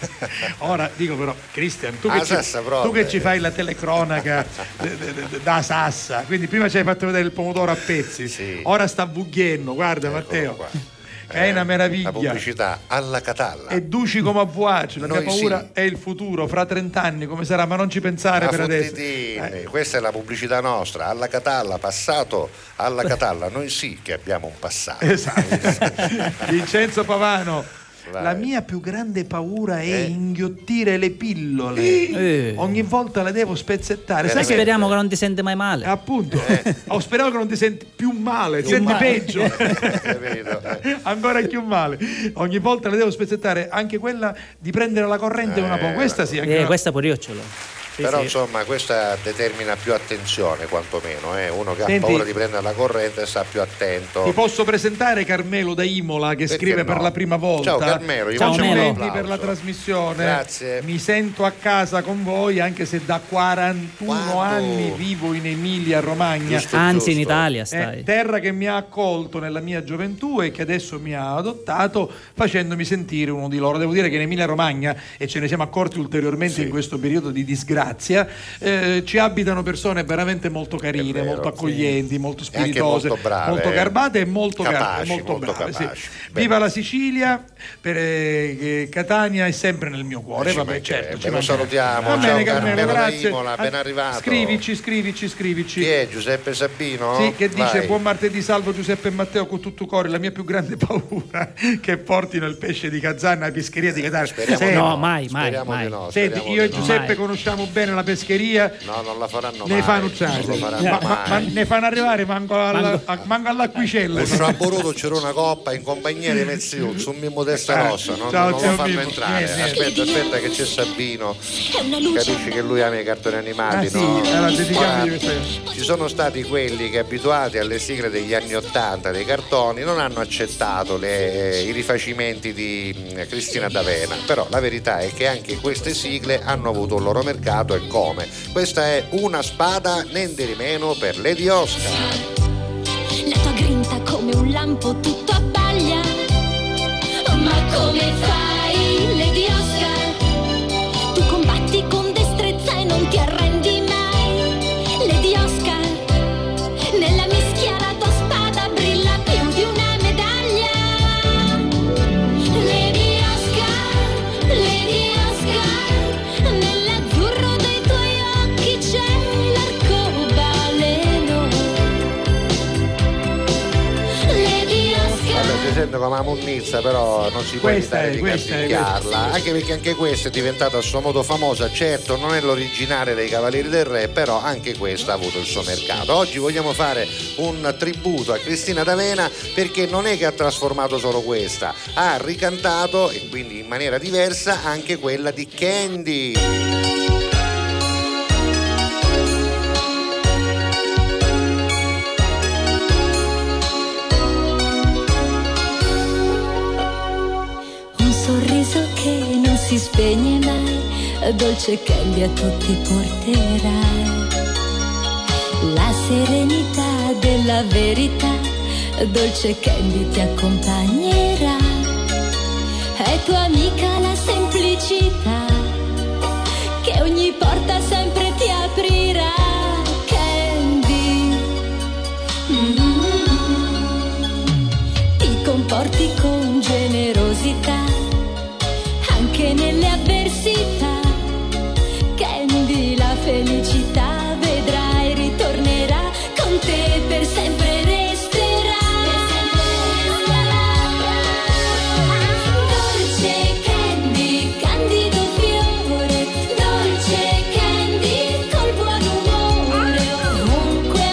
ora dico però, Cristian, tu che ci fai la telecronaca da Sassa, quindi prima ci hai fatto vedere il pomodoro a pezzi, ora sta bugghiendo, guarda Matteo. È una meraviglia. La pubblicità alla Catalla. E duci come a vuaci, la mia Noi paura sì. è il futuro, fra 30 anni come sarà, ma non ci pensare per adesso. Questa è la pubblicità nostra, alla Catalla, passato alla Catalla, noi sì che abbiamo un passato. Esatto. Vincenzo Pavano. Vai. La mia più grande paura è inghiottire le pillole. Ogni volta le devo spezzettare. Sai che Speriamo che non ti sente mai male. appunto speriamo che non ti senti più male, ti senti peggio. Ancora più male. Ogni volta le devo spezzettare, anche quella di prendere la corrente una po'. Questa sì, anche Questa pure io ce l'ho. Però insomma questa determina più attenzione quantomeno, uno che Senti, ha paura di prendere la corrente sta più attento. Ti posso presentare Carmelo da Imola che Perché scrive no? per la prima volta. Ciao Carmelo, io faccio un complimenti applauso. per la trasmissione. Grazie. Mi sento a casa con voi anche se da 41 anni vivo in Emilia Romagna. Anzi in Italia stai. Terra che mi ha accolto nella mia gioventù e che adesso mi ha adottato facendomi sentire uno di loro. Devo dire che in Emilia Romagna, e ce ne siamo accorti ulteriormente in questo periodo di disgrazia, ci abitano persone veramente molto carine, vero, molto accoglienti, molto E anche spiritose, molto brave, molto garbate e molto capaci, molto molto brave, sì. capaci. Viva la Sicilia, Catania è sempre nel mio cuore. Ci Vabbè, mancherebbe, certo, ci lo mancherebbe. salutiamo. Va bene, Ciao Carmelo, Carmelo da grazie. Imola, ben arrivato. Scrivici. Chi è Giuseppe Sabino? Sì, che dice: Vai. buon martedì, salvo Giuseppe e Matteo con tutto cuore. La mia più grande paura che portino il pesce di Kazan alla pescheria di Catania. Speriamo Senti, di no. mai. Speriamo di no, Senti, speriamo io e di no. Giuseppe Mai. conosciamo bene la pescheria. No, non la faranno ne mai. fanno usare. Non lo faranno Ma mai. ne fanno arrivare manco all'acquicella. Il Sciaboruto c'era una coppa in compagnia di Mezziù, su Mimmo Testa Rossa, non ciao, lo zio fanno Mimmo. entrare. Aspetta che c'è Sabino. È una luce. Capisci che lui ama i cartoni animati, Sì, no? era dedicato Ora, ci sono stati quelli che, abituati alle sigle degli anni '80 dei cartoni, non hanno accettato i rifacimenti di Cristina D'Avena, però la verità è che anche queste sigle hanno avuto un loro mercato, e come. Questa è Una spada, niente di meno, per Lady Oscar. La tua grinta come un lampo tutto abbaglia. Ma come fai, Lady Oscar? Tu combatti con destrezza e non ti arrendi mai. Lady Oscar, nella mischia la tua spada brilla più di una medaglia. Lady Oscar, nell'azzurro dei tuoi occhi c'è l'arcobaleno. Lady Oscar. Vabbè, si sente come una munnizza, però non si può Questa evitare è, di questa è, canticchiarla, anche perché anche questa è diventata a suo modo famosa. Certo, non è l'originale dei Cavalieri del Re, però anche questa ha avuto il suo mercato. Oggi vogliamo fare un tributo a Cristina D'Avena, perché non è che ha trasformato solo questa, ha ricantato, e quindi in maniera diversa, anche quella di Candy. Un sorriso che non si spegne mai, dolce Candy a tutti porterai. La serenità della verità, dolce Candy ti accompagnerà. È tua amica la semplicità, che ogni porta sempre ti aprirà. Candy, ti comporti con generosità, anche nelle avversità. Candy, la felicità vedrai ritornerà, con te per sempre resterà. Dolce Candy, candido fiore, dolce Candy, col buon umore, ovunque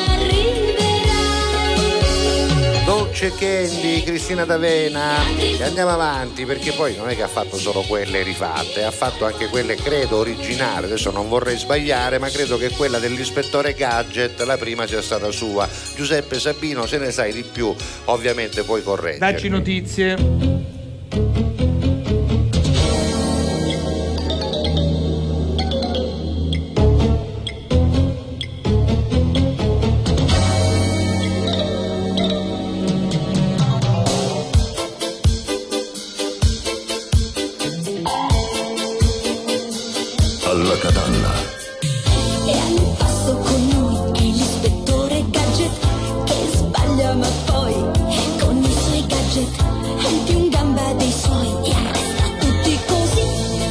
arriverai. Dolce Candy, Cristina D'Avena. E andiamo avanti, perché poi non è che ha fatto solo quelle rifatte, ha fatto anche quelle, credo, originali. Adesso non vorrei sbagliare, ma credo che quella dell'ispettore Gadget la prima sia stata sua. Giuseppe Sabino, se ne sai di più, ovviamente puoi correggere. Dacci notizie. Alla Catalla. E al passo con noi è l'ispettore Gadget, che sbaglia ma poi con i suoi gadget è il più in gamba dei suoi e arresta tutti così.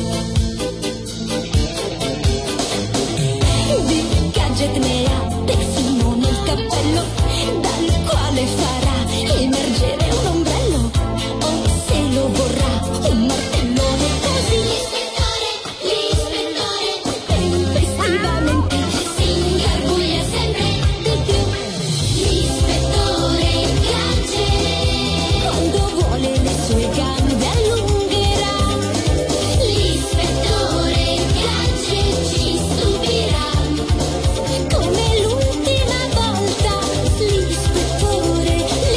Di gadget ne ha perfino nel cappello, dal quale farà emergere un ombrello, o se lo vorrà un martellone così. Tempestivamente si ingarbuglia sempre di più. L'ispettore Gadget, quando vuole le sue gambe allungherà. L'ispettore Gadget ci stupirà, come l'ultima volta. L'ispettore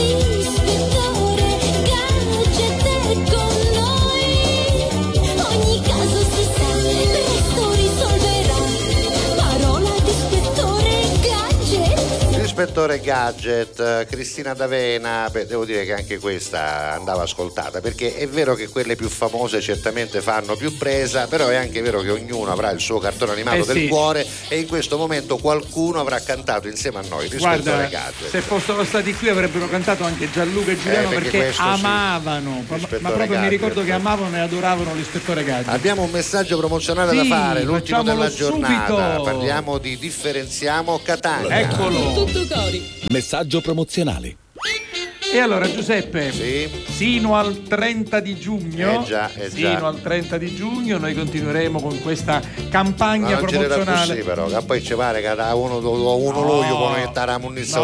Gadget è con noi. Ogni caso si sa, presto risolverà. Parola d'ispettore Gadget. L'ispettore Gadget, Cristina D'Avena. Beh, devo dire che anche questa andava ascoltata, perché è vero che quelle più famose certamente fanno più presa, però è anche vero che ognuno avrà il suo cartone animato del sì. cuore, e in questo momento qualcuno avrà cantato insieme a noi l'ispettore Guarda, Gadget. se fossero stati qui avrebbero cantato anche Gianluca e Giuliano, perché perché questo sì. amavano, ma L'ispettore proprio mi Gadget. ricordo che amavano e adoravano l'ispettore Gadget. Abbiamo un messaggio promozionale da Sì, fare, l'ultimo facciamolo della giornata. subito. Parliamo di Differenziamo Catania. Eccolo. Messaggio promozionale. E allora Giuseppe, sino al 30 di giugno, sino al 30 di giugno noi continueremo con questa campagna promozionale. Così però, che poi ci pare che da 1 luglio può diventare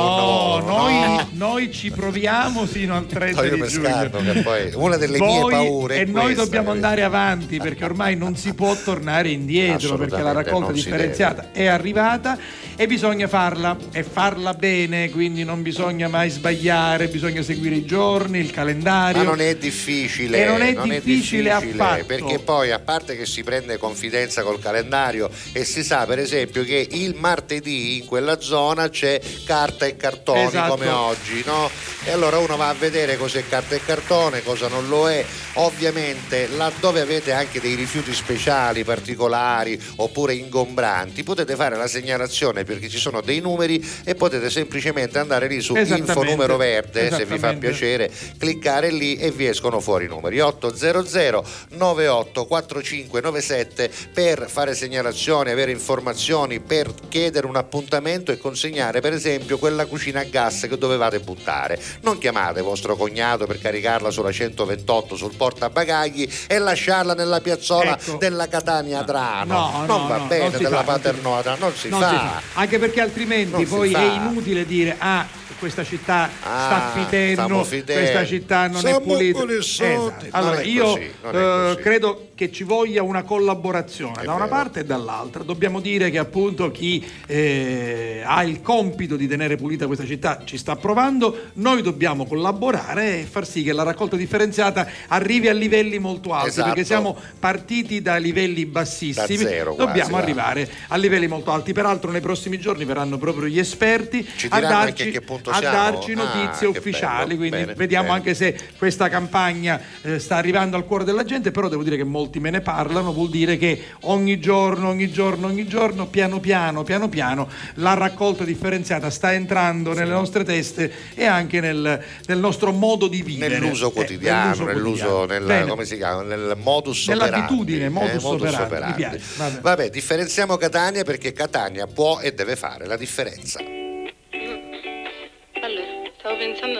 noi ci proviamo sino al 30 di giugno. Che poi una delle mie paure è noi dobbiamo andare avanti, perché ormai non si può tornare indietro, perché la raccolta differenziata è arrivata e bisogna farla e farla bene, quindi non bisogna mai sbagliare, bisogna seguire i giorni, il calendario. Ma non è difficile, e non è difficile affatto, perché poi, a parte che si prende confidenza col calendario e si sa per esempio che il martedì in quella zona c'è carta e cartoni, come oggi, no? E allora uno va a vedere cos'è carta e cartone, cosa non lo è. Ovviamente laddove avete anche dei rifiuti speciali, particolari oppure ingombranti, potete fare la segnalazione, perché ci sono dei numeri e potete semplicemente andare lì su info numero verde, se vi fa piacere, cliccare lì e vi escono fuori i numeri 800 98 4597 per fare segnalazioni, avere informazioni, per chiedere un appuntamento e consegnare per esempio quella cucina a gas che dovevate buttare. Non chiamate vostro cognato per caricarla sulla 128 sul portabagagli e lasciarla nella piazzola della Catania Adrano, non va bene, della Paternò Adrano, non si fa. Anche perché altrimenti poi è inutile dire questa città sta fitendo, questa città non è pulita. Allora io credo che ci voglia una collaborazione da una parte e dall'altra. Dobbiamo dire che appunto chi ha il compito di tenere pulita questa città ci sta provando, noi dobbiamo collaborare e far sì che la raccolta differenziata arrivi a livelli molto alti, perché siamo partiti da livelli bassissimi, da zero dobbiamo arrivare a livelli molto alti. Peraltro nei prossimi giorni verranno proprio gli esperti a darci notizie ufficiali, quindi vediamo anche se questa campagna sta arrivando al cuore della gente. Però devo dire che molti me ne parlano, vuol dire che ogni giorno, piano piano la raccolta differenziata sta entrando nelle nostre teste e anche nel nostro modo di vivere, nell'uso quotidiano, come si chiama, nel modus operandi, nell'abitudine, modus operandi. Mi piace. Vabbè, differenziamo Catania, perché Catania può e deve fare la differenza. Allora, stavo pensando.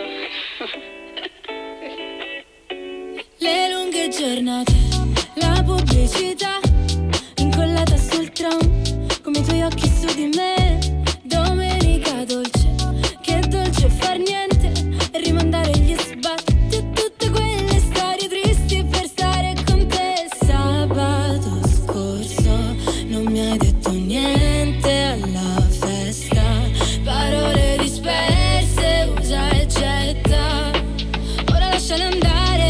Le lunghe giornate, la pubblicità incollata sul tram, come i tuoi occhi su di me. Domenica dolce, che dolce far niente e rimandare gli sbatti a tutte quelle storie tristi per stare con te. Sabato scorso non mi hai detto niente alla festa, parole disperse, usa e getta. Ora lasciale andare,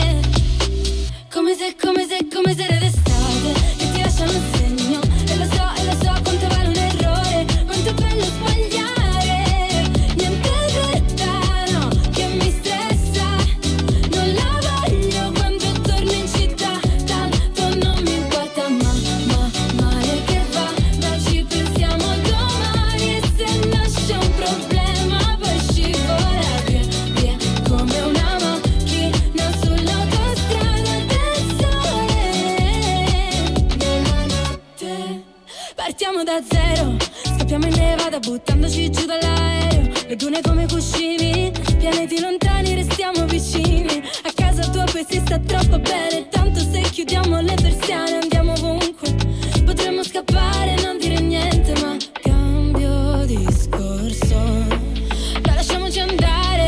come se era d'estate, che ti lasciano un segno. E lo so quanto vale un errore, quanto è bello sbagliare. Niente fretta, no, che mi stressa. Non la voglio quando torno in città, tanto non mi importa, male che va. Dai, ci pensiamo domani, e se nasce un problema poi scivola via come una macchina sull'autostrada del sole. Nella notte partiamo da zero, scappiamo in Nevada buttandoci giù dall'aereo. Le dune come cuscini, pianeti lontani restiamo vicini. A casa tua poi si sta troppo bene, tanto se chiudiamo le persiane andiamo ovunque. Potremmo scappare e non dire niente, ma cambio discorso. Dai, lasciamoci andare,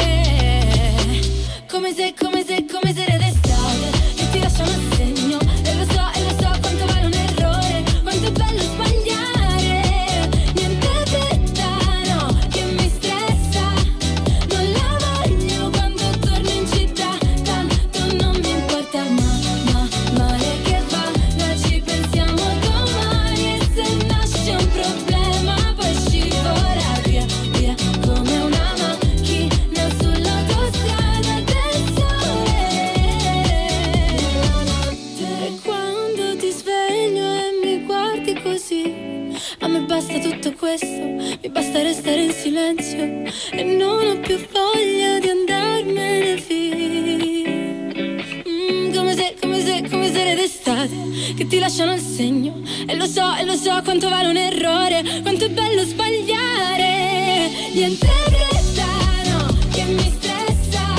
come se era d'estate, che ti lasciano un segno. E lo so quanto vale un errore, quanto è bello sbagliare. Niente fretta, no, che mi stressa. Non la voglio quando torno in città, tanto non mi importa, male che va. Noi ci pensiamo domani, e se nasce un problema poi scivola via come una macchina sull'autostrada del sole. E quando ti sveglio e mi guardi così, a me basta tutto questo, mi basta restare in silenzio e non ho più voglia di andarmene via. Come se era d'estate, che ti lasciano il segno. E lo so quanto vale un errore, quanto è bello sbagliare. Niente fretta, no, che mi stressa.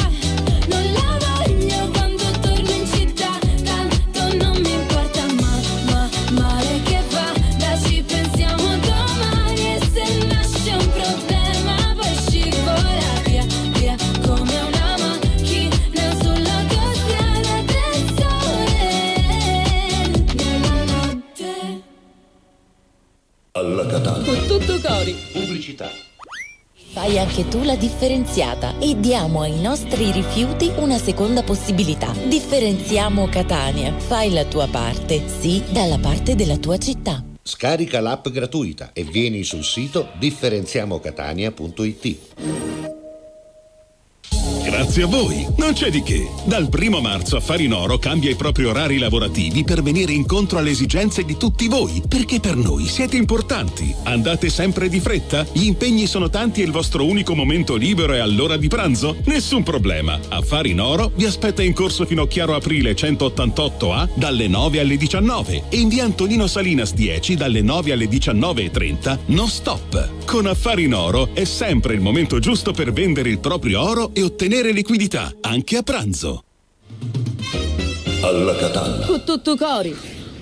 Fai anche tu la differenziata e diamo ai nostri rifiuti una seconda possibilità. Differenziamo Catania. Fai la tua parte, sì, dalla parte della tua città. Scarica l'app gratuita e vieni sul sito differenziamocatania.it. Grazie a voi, non c'è di che. Dal 1 marzo Affari in Oro cambia i propri orari lavorativi per venire incontro alle esigenze di tutti voi, perché per noi siete importanti. Andate sempre di fretta? Gli impegni sono tanti e il vostro unico momento libero è all'ora di pranzo? Nessun problema. Affari in Oro vi aspetta in corso Finocchiaro Aprile 188A dalle 9 alle 19 e in via Antonino Salinas 10 dalle 9 alle 19:30 non stop. Con Affari in Oro è sempre il momento giusto per vendere il proprio oro e ottenere liquidità, anche a pranzo. Alla Catalla. Con tutto cori.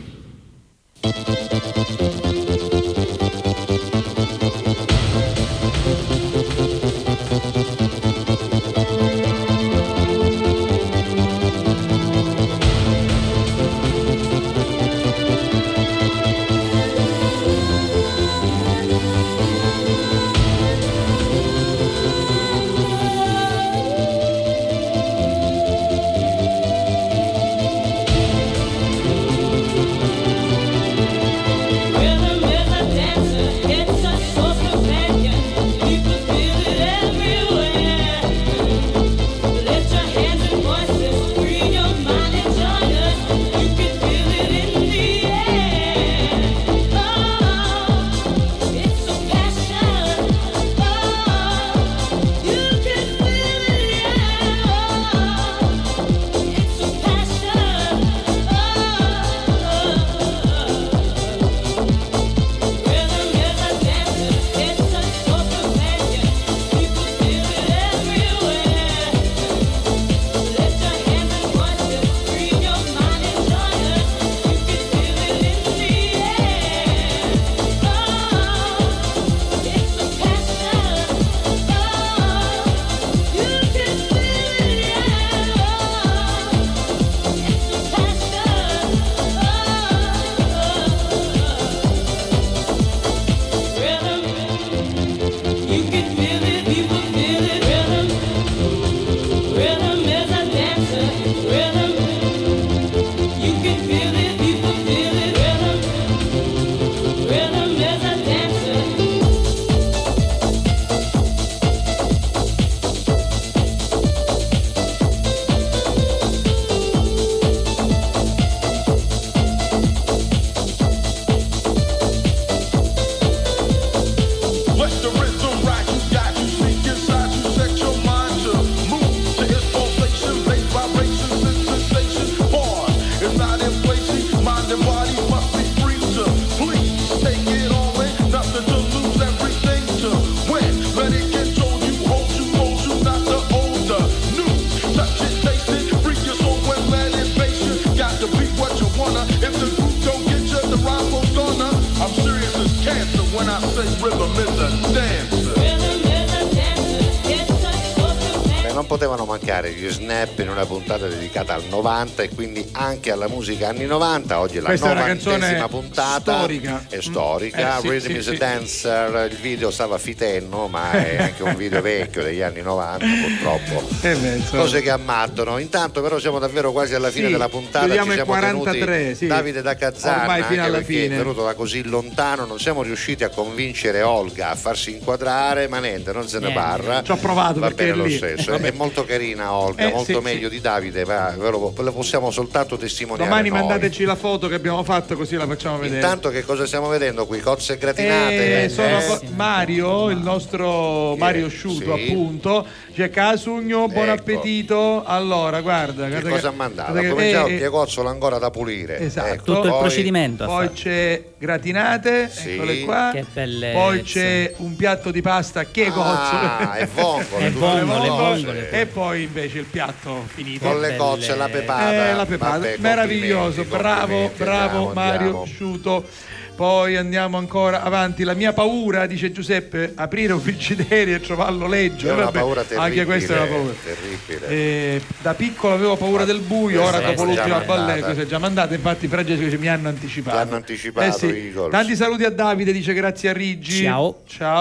Non potevano mancare gli Snap in una puntata dedicata al 90 e quindi anche alla musica anni 90. Oggi è la Questa è una 90esima canzone puntata, storica. è storica. Sì, Rhythm sì, is sì. a Dancer, il video stava fitenno, ma è anche un video vecchio degli anni 90 purtroppo. Cose che ammattano. Intanto però siamo davvero quasi alla fine Sì, della puntata. chiudiamo Ci il siamo 43, tenuti sì. Davide da Cazzana, Ormai fino anche alla perché fine. è venuto da così lontano, non siamo riusciti a convincere Olga a farsi inquadrare, ma niente, non se ne Niente. parla. Ci ho provato Va perché bene è lo lì. stesso. Vabbè. È molto carina Olga, molto sì, meglio di Davide, ma ve lo possiamo soltanto testimoniare. Domani noi. mandateci la foto che abbiamo fatto così la facciamo vedere. Intanto che cosa stiamo vedendo qui? Cozze gratinate? Sono Mario, il nostro Mario Sciuto, Sì. appunto. C'è Casugno, buon Ecco. appetito. Allora, guarda, Che guarda cosa ha mandato? guarda Ha cominciato il eh, piegozzolo ancora da pulire. Esatto. Ecco, Tutto il poi- procedimento. Poi c'è gratinate, eccole qua. Che bellezza. Poi c'è un piatto di pasta che Ah, e vongole, E tutte le vongole, cose. vongole. e poi invece il piatto finito. Con le cozze, la pepata. La pepata. Vabbè, Meraviglioso, complimenti, bravo, complimenti, bravo andiamo, Mario andiamo. Sciuto. Poi andiamo ancora avanti. La mia paura, dice Giuseppe, aprire un frigiderio e trovarlo leggio. È una Vabbè, paura terribile. anche questa è una paura. Terribile. Da piccolo avevo paura del buio, ora Questa dopo è già l'ultima mandata. ballet si è già mandata, infatti Francesco dice mi hanno anticipato. Ti hanno anticipato, sì. Eagles. Tanti saluti a Davide, dice grazie a Riggi. Ciao. Ciao.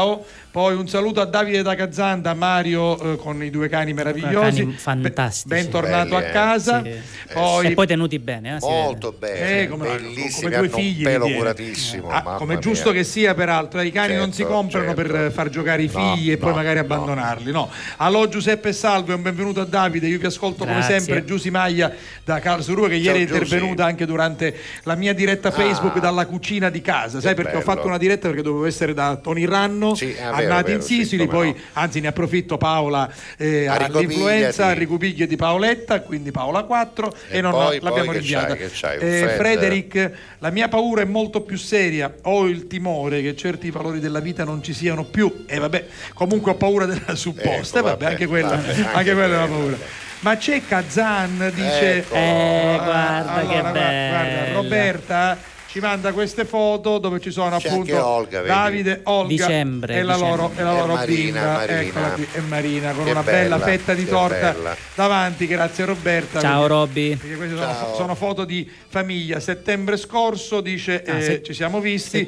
Poi un saluto a Davide da Gazzanda, Mario con i 2 cani meravigliosi. Cani fantastici. Bentornato a casa. Sì. Poi, e poi tenuti bene. Molto bene, come bellissimi, 2 hanno figli. un pelo li tiene. curatissimo. Come mamma giusto mia. che sia, peraltro. I cani non si comprano per far giocare i figli e poi magari abbandonarli. No. Allora Giuseppe Salve, un benvenuto a Davide. Io vi ascolto come sempre. Giusy Maglia da Karlsruhe, che ieri è intervenuta anche durante la mia diretta Facebook dalla cucina di casa. Sai perché ho fatto una diretta? Perché dovevo essere da Tony Ranno, andati in Sicily, poi anzi ne approfitto, Paola all'influenza, a Ricupiglia di Paoletta, quindi Paola 4 e non poi l'abbiamo che rinviata. c'hai? Frederick, la mia paura è molto più seria, ho il timore che certi valori della vita non ci siano più e vabbè, comunque ho paura della supposta, anche quella è una paura. Ma c'è Kazan, dice guarda che bello. Guarda, Roberta ci manda queste foto dove ci sono appunto Olga, Davide, Olga dicembre, e la loro Marina, bimba, eccola qui, e Marina con che una bella bella, fetta di che torta bella. davanti. Grazie Roberta. Ciao Robby. Perché queste sono foto di famiglia. Settembre scorso dice ci siamo visti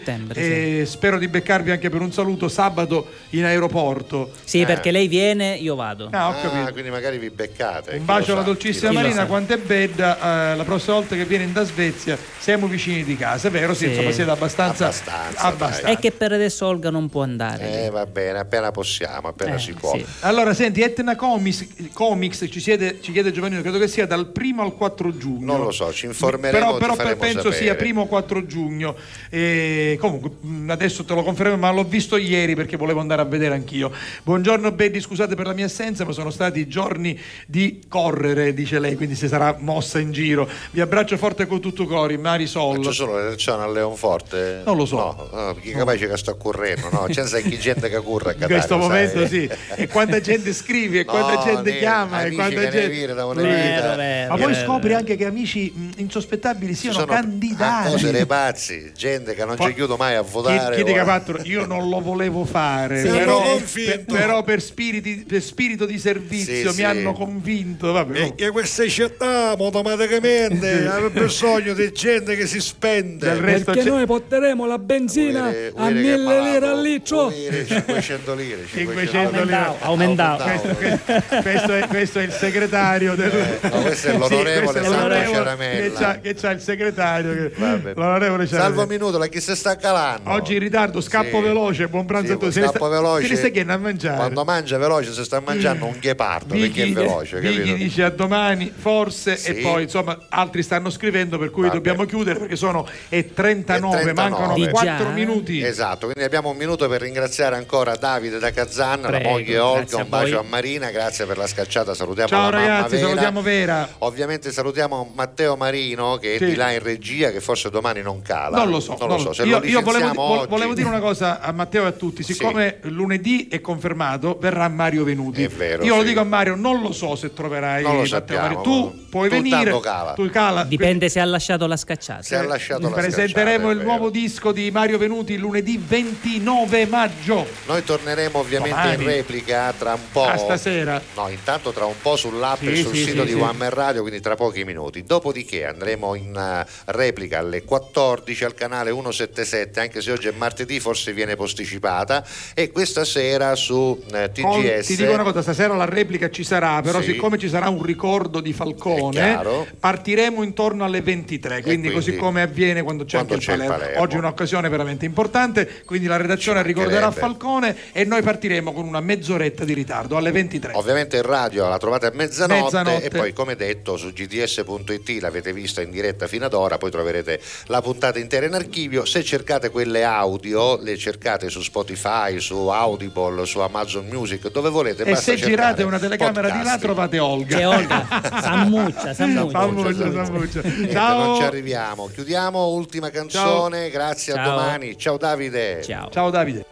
e spero di beccarvi anche per un saluto sabato in aeroporto. Sì, perché lei viene, io vado. Ho capito. Quindi magari vi beccate. Un bacio alla dolcissima Marina, quanto è bella. La prossima volta che viene da Svezia siamo vicini di casa. È vero, sì, insomma siete abbastanza. È che per adesso Olga non può andare. Va bene, appena possiamo, appena si può. Sì. Allora, senti, Etna Comics ci chiede Giovannino, credo che sia dal 1 al 4 giugno. Non lo so, ci informeremo. Però ti penso sapere. sia 1 o 4 giugno. Comunque, adesso te lo confermo, ma l'ho visto ieri perché volevo andare a vedere anch'io. Buongiorno Betty, scusate per la mia assenza, ma sono stati giorni di correre, dice lei, quindi si sarà mossa in giro. Vi abbraccio forte con tutto cuore, Marisol. Ma c'è solo l'elezione a Leonforte? Non lo so. No, perché capace che sta correndo, no? C'è chi gente che corre a Catania, in questo momento sai? Sì, e quanta gente scrive, e quanta gente chiama, e quanta gente. Ma poi scopri anche che amici insospettabili siano candidati. Cose dei pazzi, gente che non ci chiudo mai a votare. Chiedi Capattro, io non lo volevo fare, però per spirito di servizio mi hanno convinto. Vabbè, e queste città automaticamente hanno bisogno di gente che si spende. Perché noi porteremo la benzina a 1.000 lire al litro. 500 lire. 500 lire. Aumentato. Questo è il segretario questo è l'onorevole Salvo Ciaramella che c'ha il segretario l'onorevole Ciaramella. Salvo minuto, la chi si sta calando oggi in ritardo, scappo veloce, buon pranzo a tutti. Scappo veloce, ti stai a mangiare. Quando mangia veloce si sta mangiando un ghepardo perché è veloce, Vighi dice a domani forse e poi insomma altri stanno scrivendo, per cui dobbiamo chiudere perché sono 39, mancano 4 minuti. Esatto, quindi abbiamo un minuto per ringraziare ancora Davide da Kazan, la moglie Olga, un bacio a Marina, grazie per la scacciata, salutiamo ciao la ragazzi, mamma Vera. salutiamo Vera, ovviamente salutiamo Matteo Marino che è di là in regia, che forse domani non cala, non lo so. Se io volevo dire una cosa a Matteo e a tutti, siccome lunedì è confermato verrà Mario Venuti, è vero, io lo dico a Mario, non lo so se troverai Matteo Mario, tu puoi venire, tu cala. Dipende se ha lasciato la scacciata. Se ha lasciato la presenteremo scacciata, il nuovo disco di Mario Venuti lunedì 29 maggio. Noi torneremo ovviamente in replica tra un po'. Stasera? No, intanto tra un po' sull'app e sul sito di One Man Radio, quindi tra pochi minuti. Dopodiché andremo in replica alle 14 al canale 177, anche se oggi è martedì, forse viene posticipata, e questa sera su TGS. Ti dico una cosa, stasera la replica ci sarà, però siccome ci sarà un ricordo di Falcone, partiremo intorno alle 23, quindi così come avviene quando c'è anche il Palermo. Oggi è un'occasione veramente importante, quindi la redazione ricorderà Falcone e noi partiremo con una mezz'oretta di ritardo alle 23. Ovviamente in radio la trovate a mezzanotte. E poi, come detto, su gds.it l'avete vista in diretta fino ad ora, poi troverete la puntata intera in archivio. Se cercate quelle audio, le cercate su Spotify, su Audible, su Amazon Music, dove volete. E se girate una telecamera di là trovate Olga. C'è Olga, Sammuccia. Ciao. Non ci arriviamo. Chiudiamo, ultima canzone. Ciao. Grazie, a domani. Ciao Davide. Ciao Davide.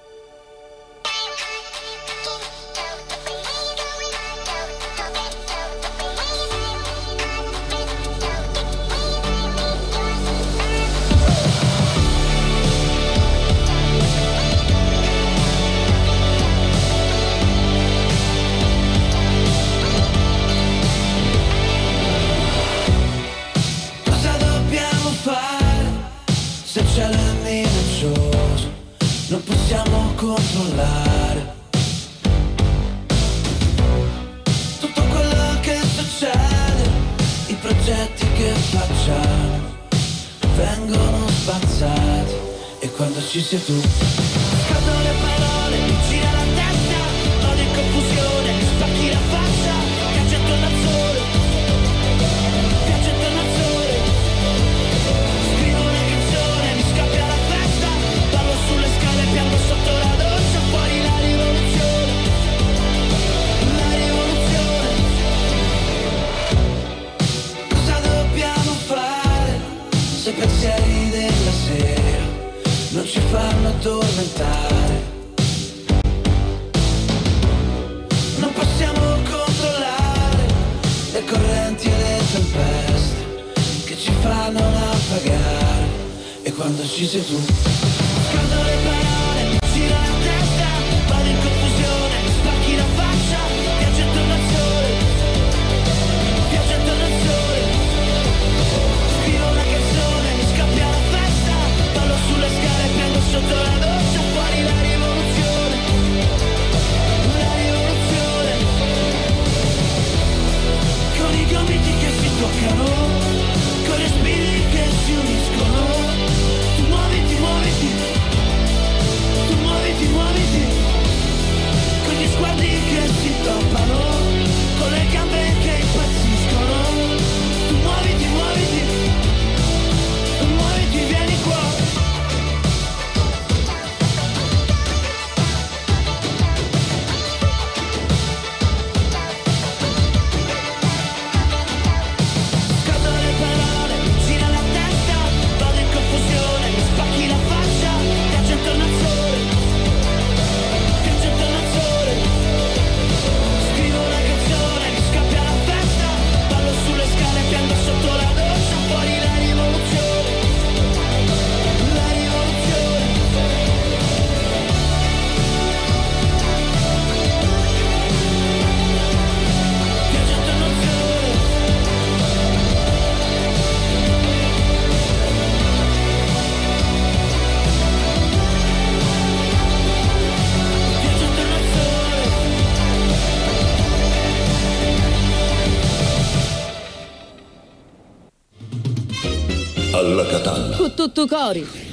Se c'è la minaccioso, non possiamo controllare ci sei tu. Scadono le parole, mi gira la testa, vado in confusione, mi spacchi la faccia, viaggio attorno al sole, viaggio attorno al sole. Scrivo una canzone, mi scappia la festa, ballo sulle scale, piango sotto la doccia, fuori la rivoluzione, la rivoluzione. Cosa dobbiamo fare se pensieri della sera non ci fanno addormentare? Non possiamo controllare le correnti e le tempeste che ci fanno naufragare. E quando ci sei tu, scadono le parole, mi gira la testa, vado in confusione, mi spacchi la faccia, viaggio attorno al sole, viaggio attorno al sole. Scrivo una canzone, mi scappia la festa, ballo sulle scale, piango sotto la doccia, fuori la rivoluzione, la rivoluzione. Con i gomiti che si toccano, con gli spiriti che si uniscono. Tu muoviti, muoviti, tu muoviti, muoviti, con gli sguardi che si toppano, con le gambe che impazziscono. Tu muoviti, muoviti, muoviti, vieni qua. Scadono le parole, mi gira la testa, vado in confusione, mi spacchi la faccia, viaggio attorno al sole, viaggio attorno al sole. Scrivo una canzone, mi scappia la festa, ballo sulle scale, piango sotto la doccia, fuori la rivoluzione, la rivoluzione. Viaggio attorno al sole. Viaggio attorno al sole. Alla Catalla. Con tutto cori.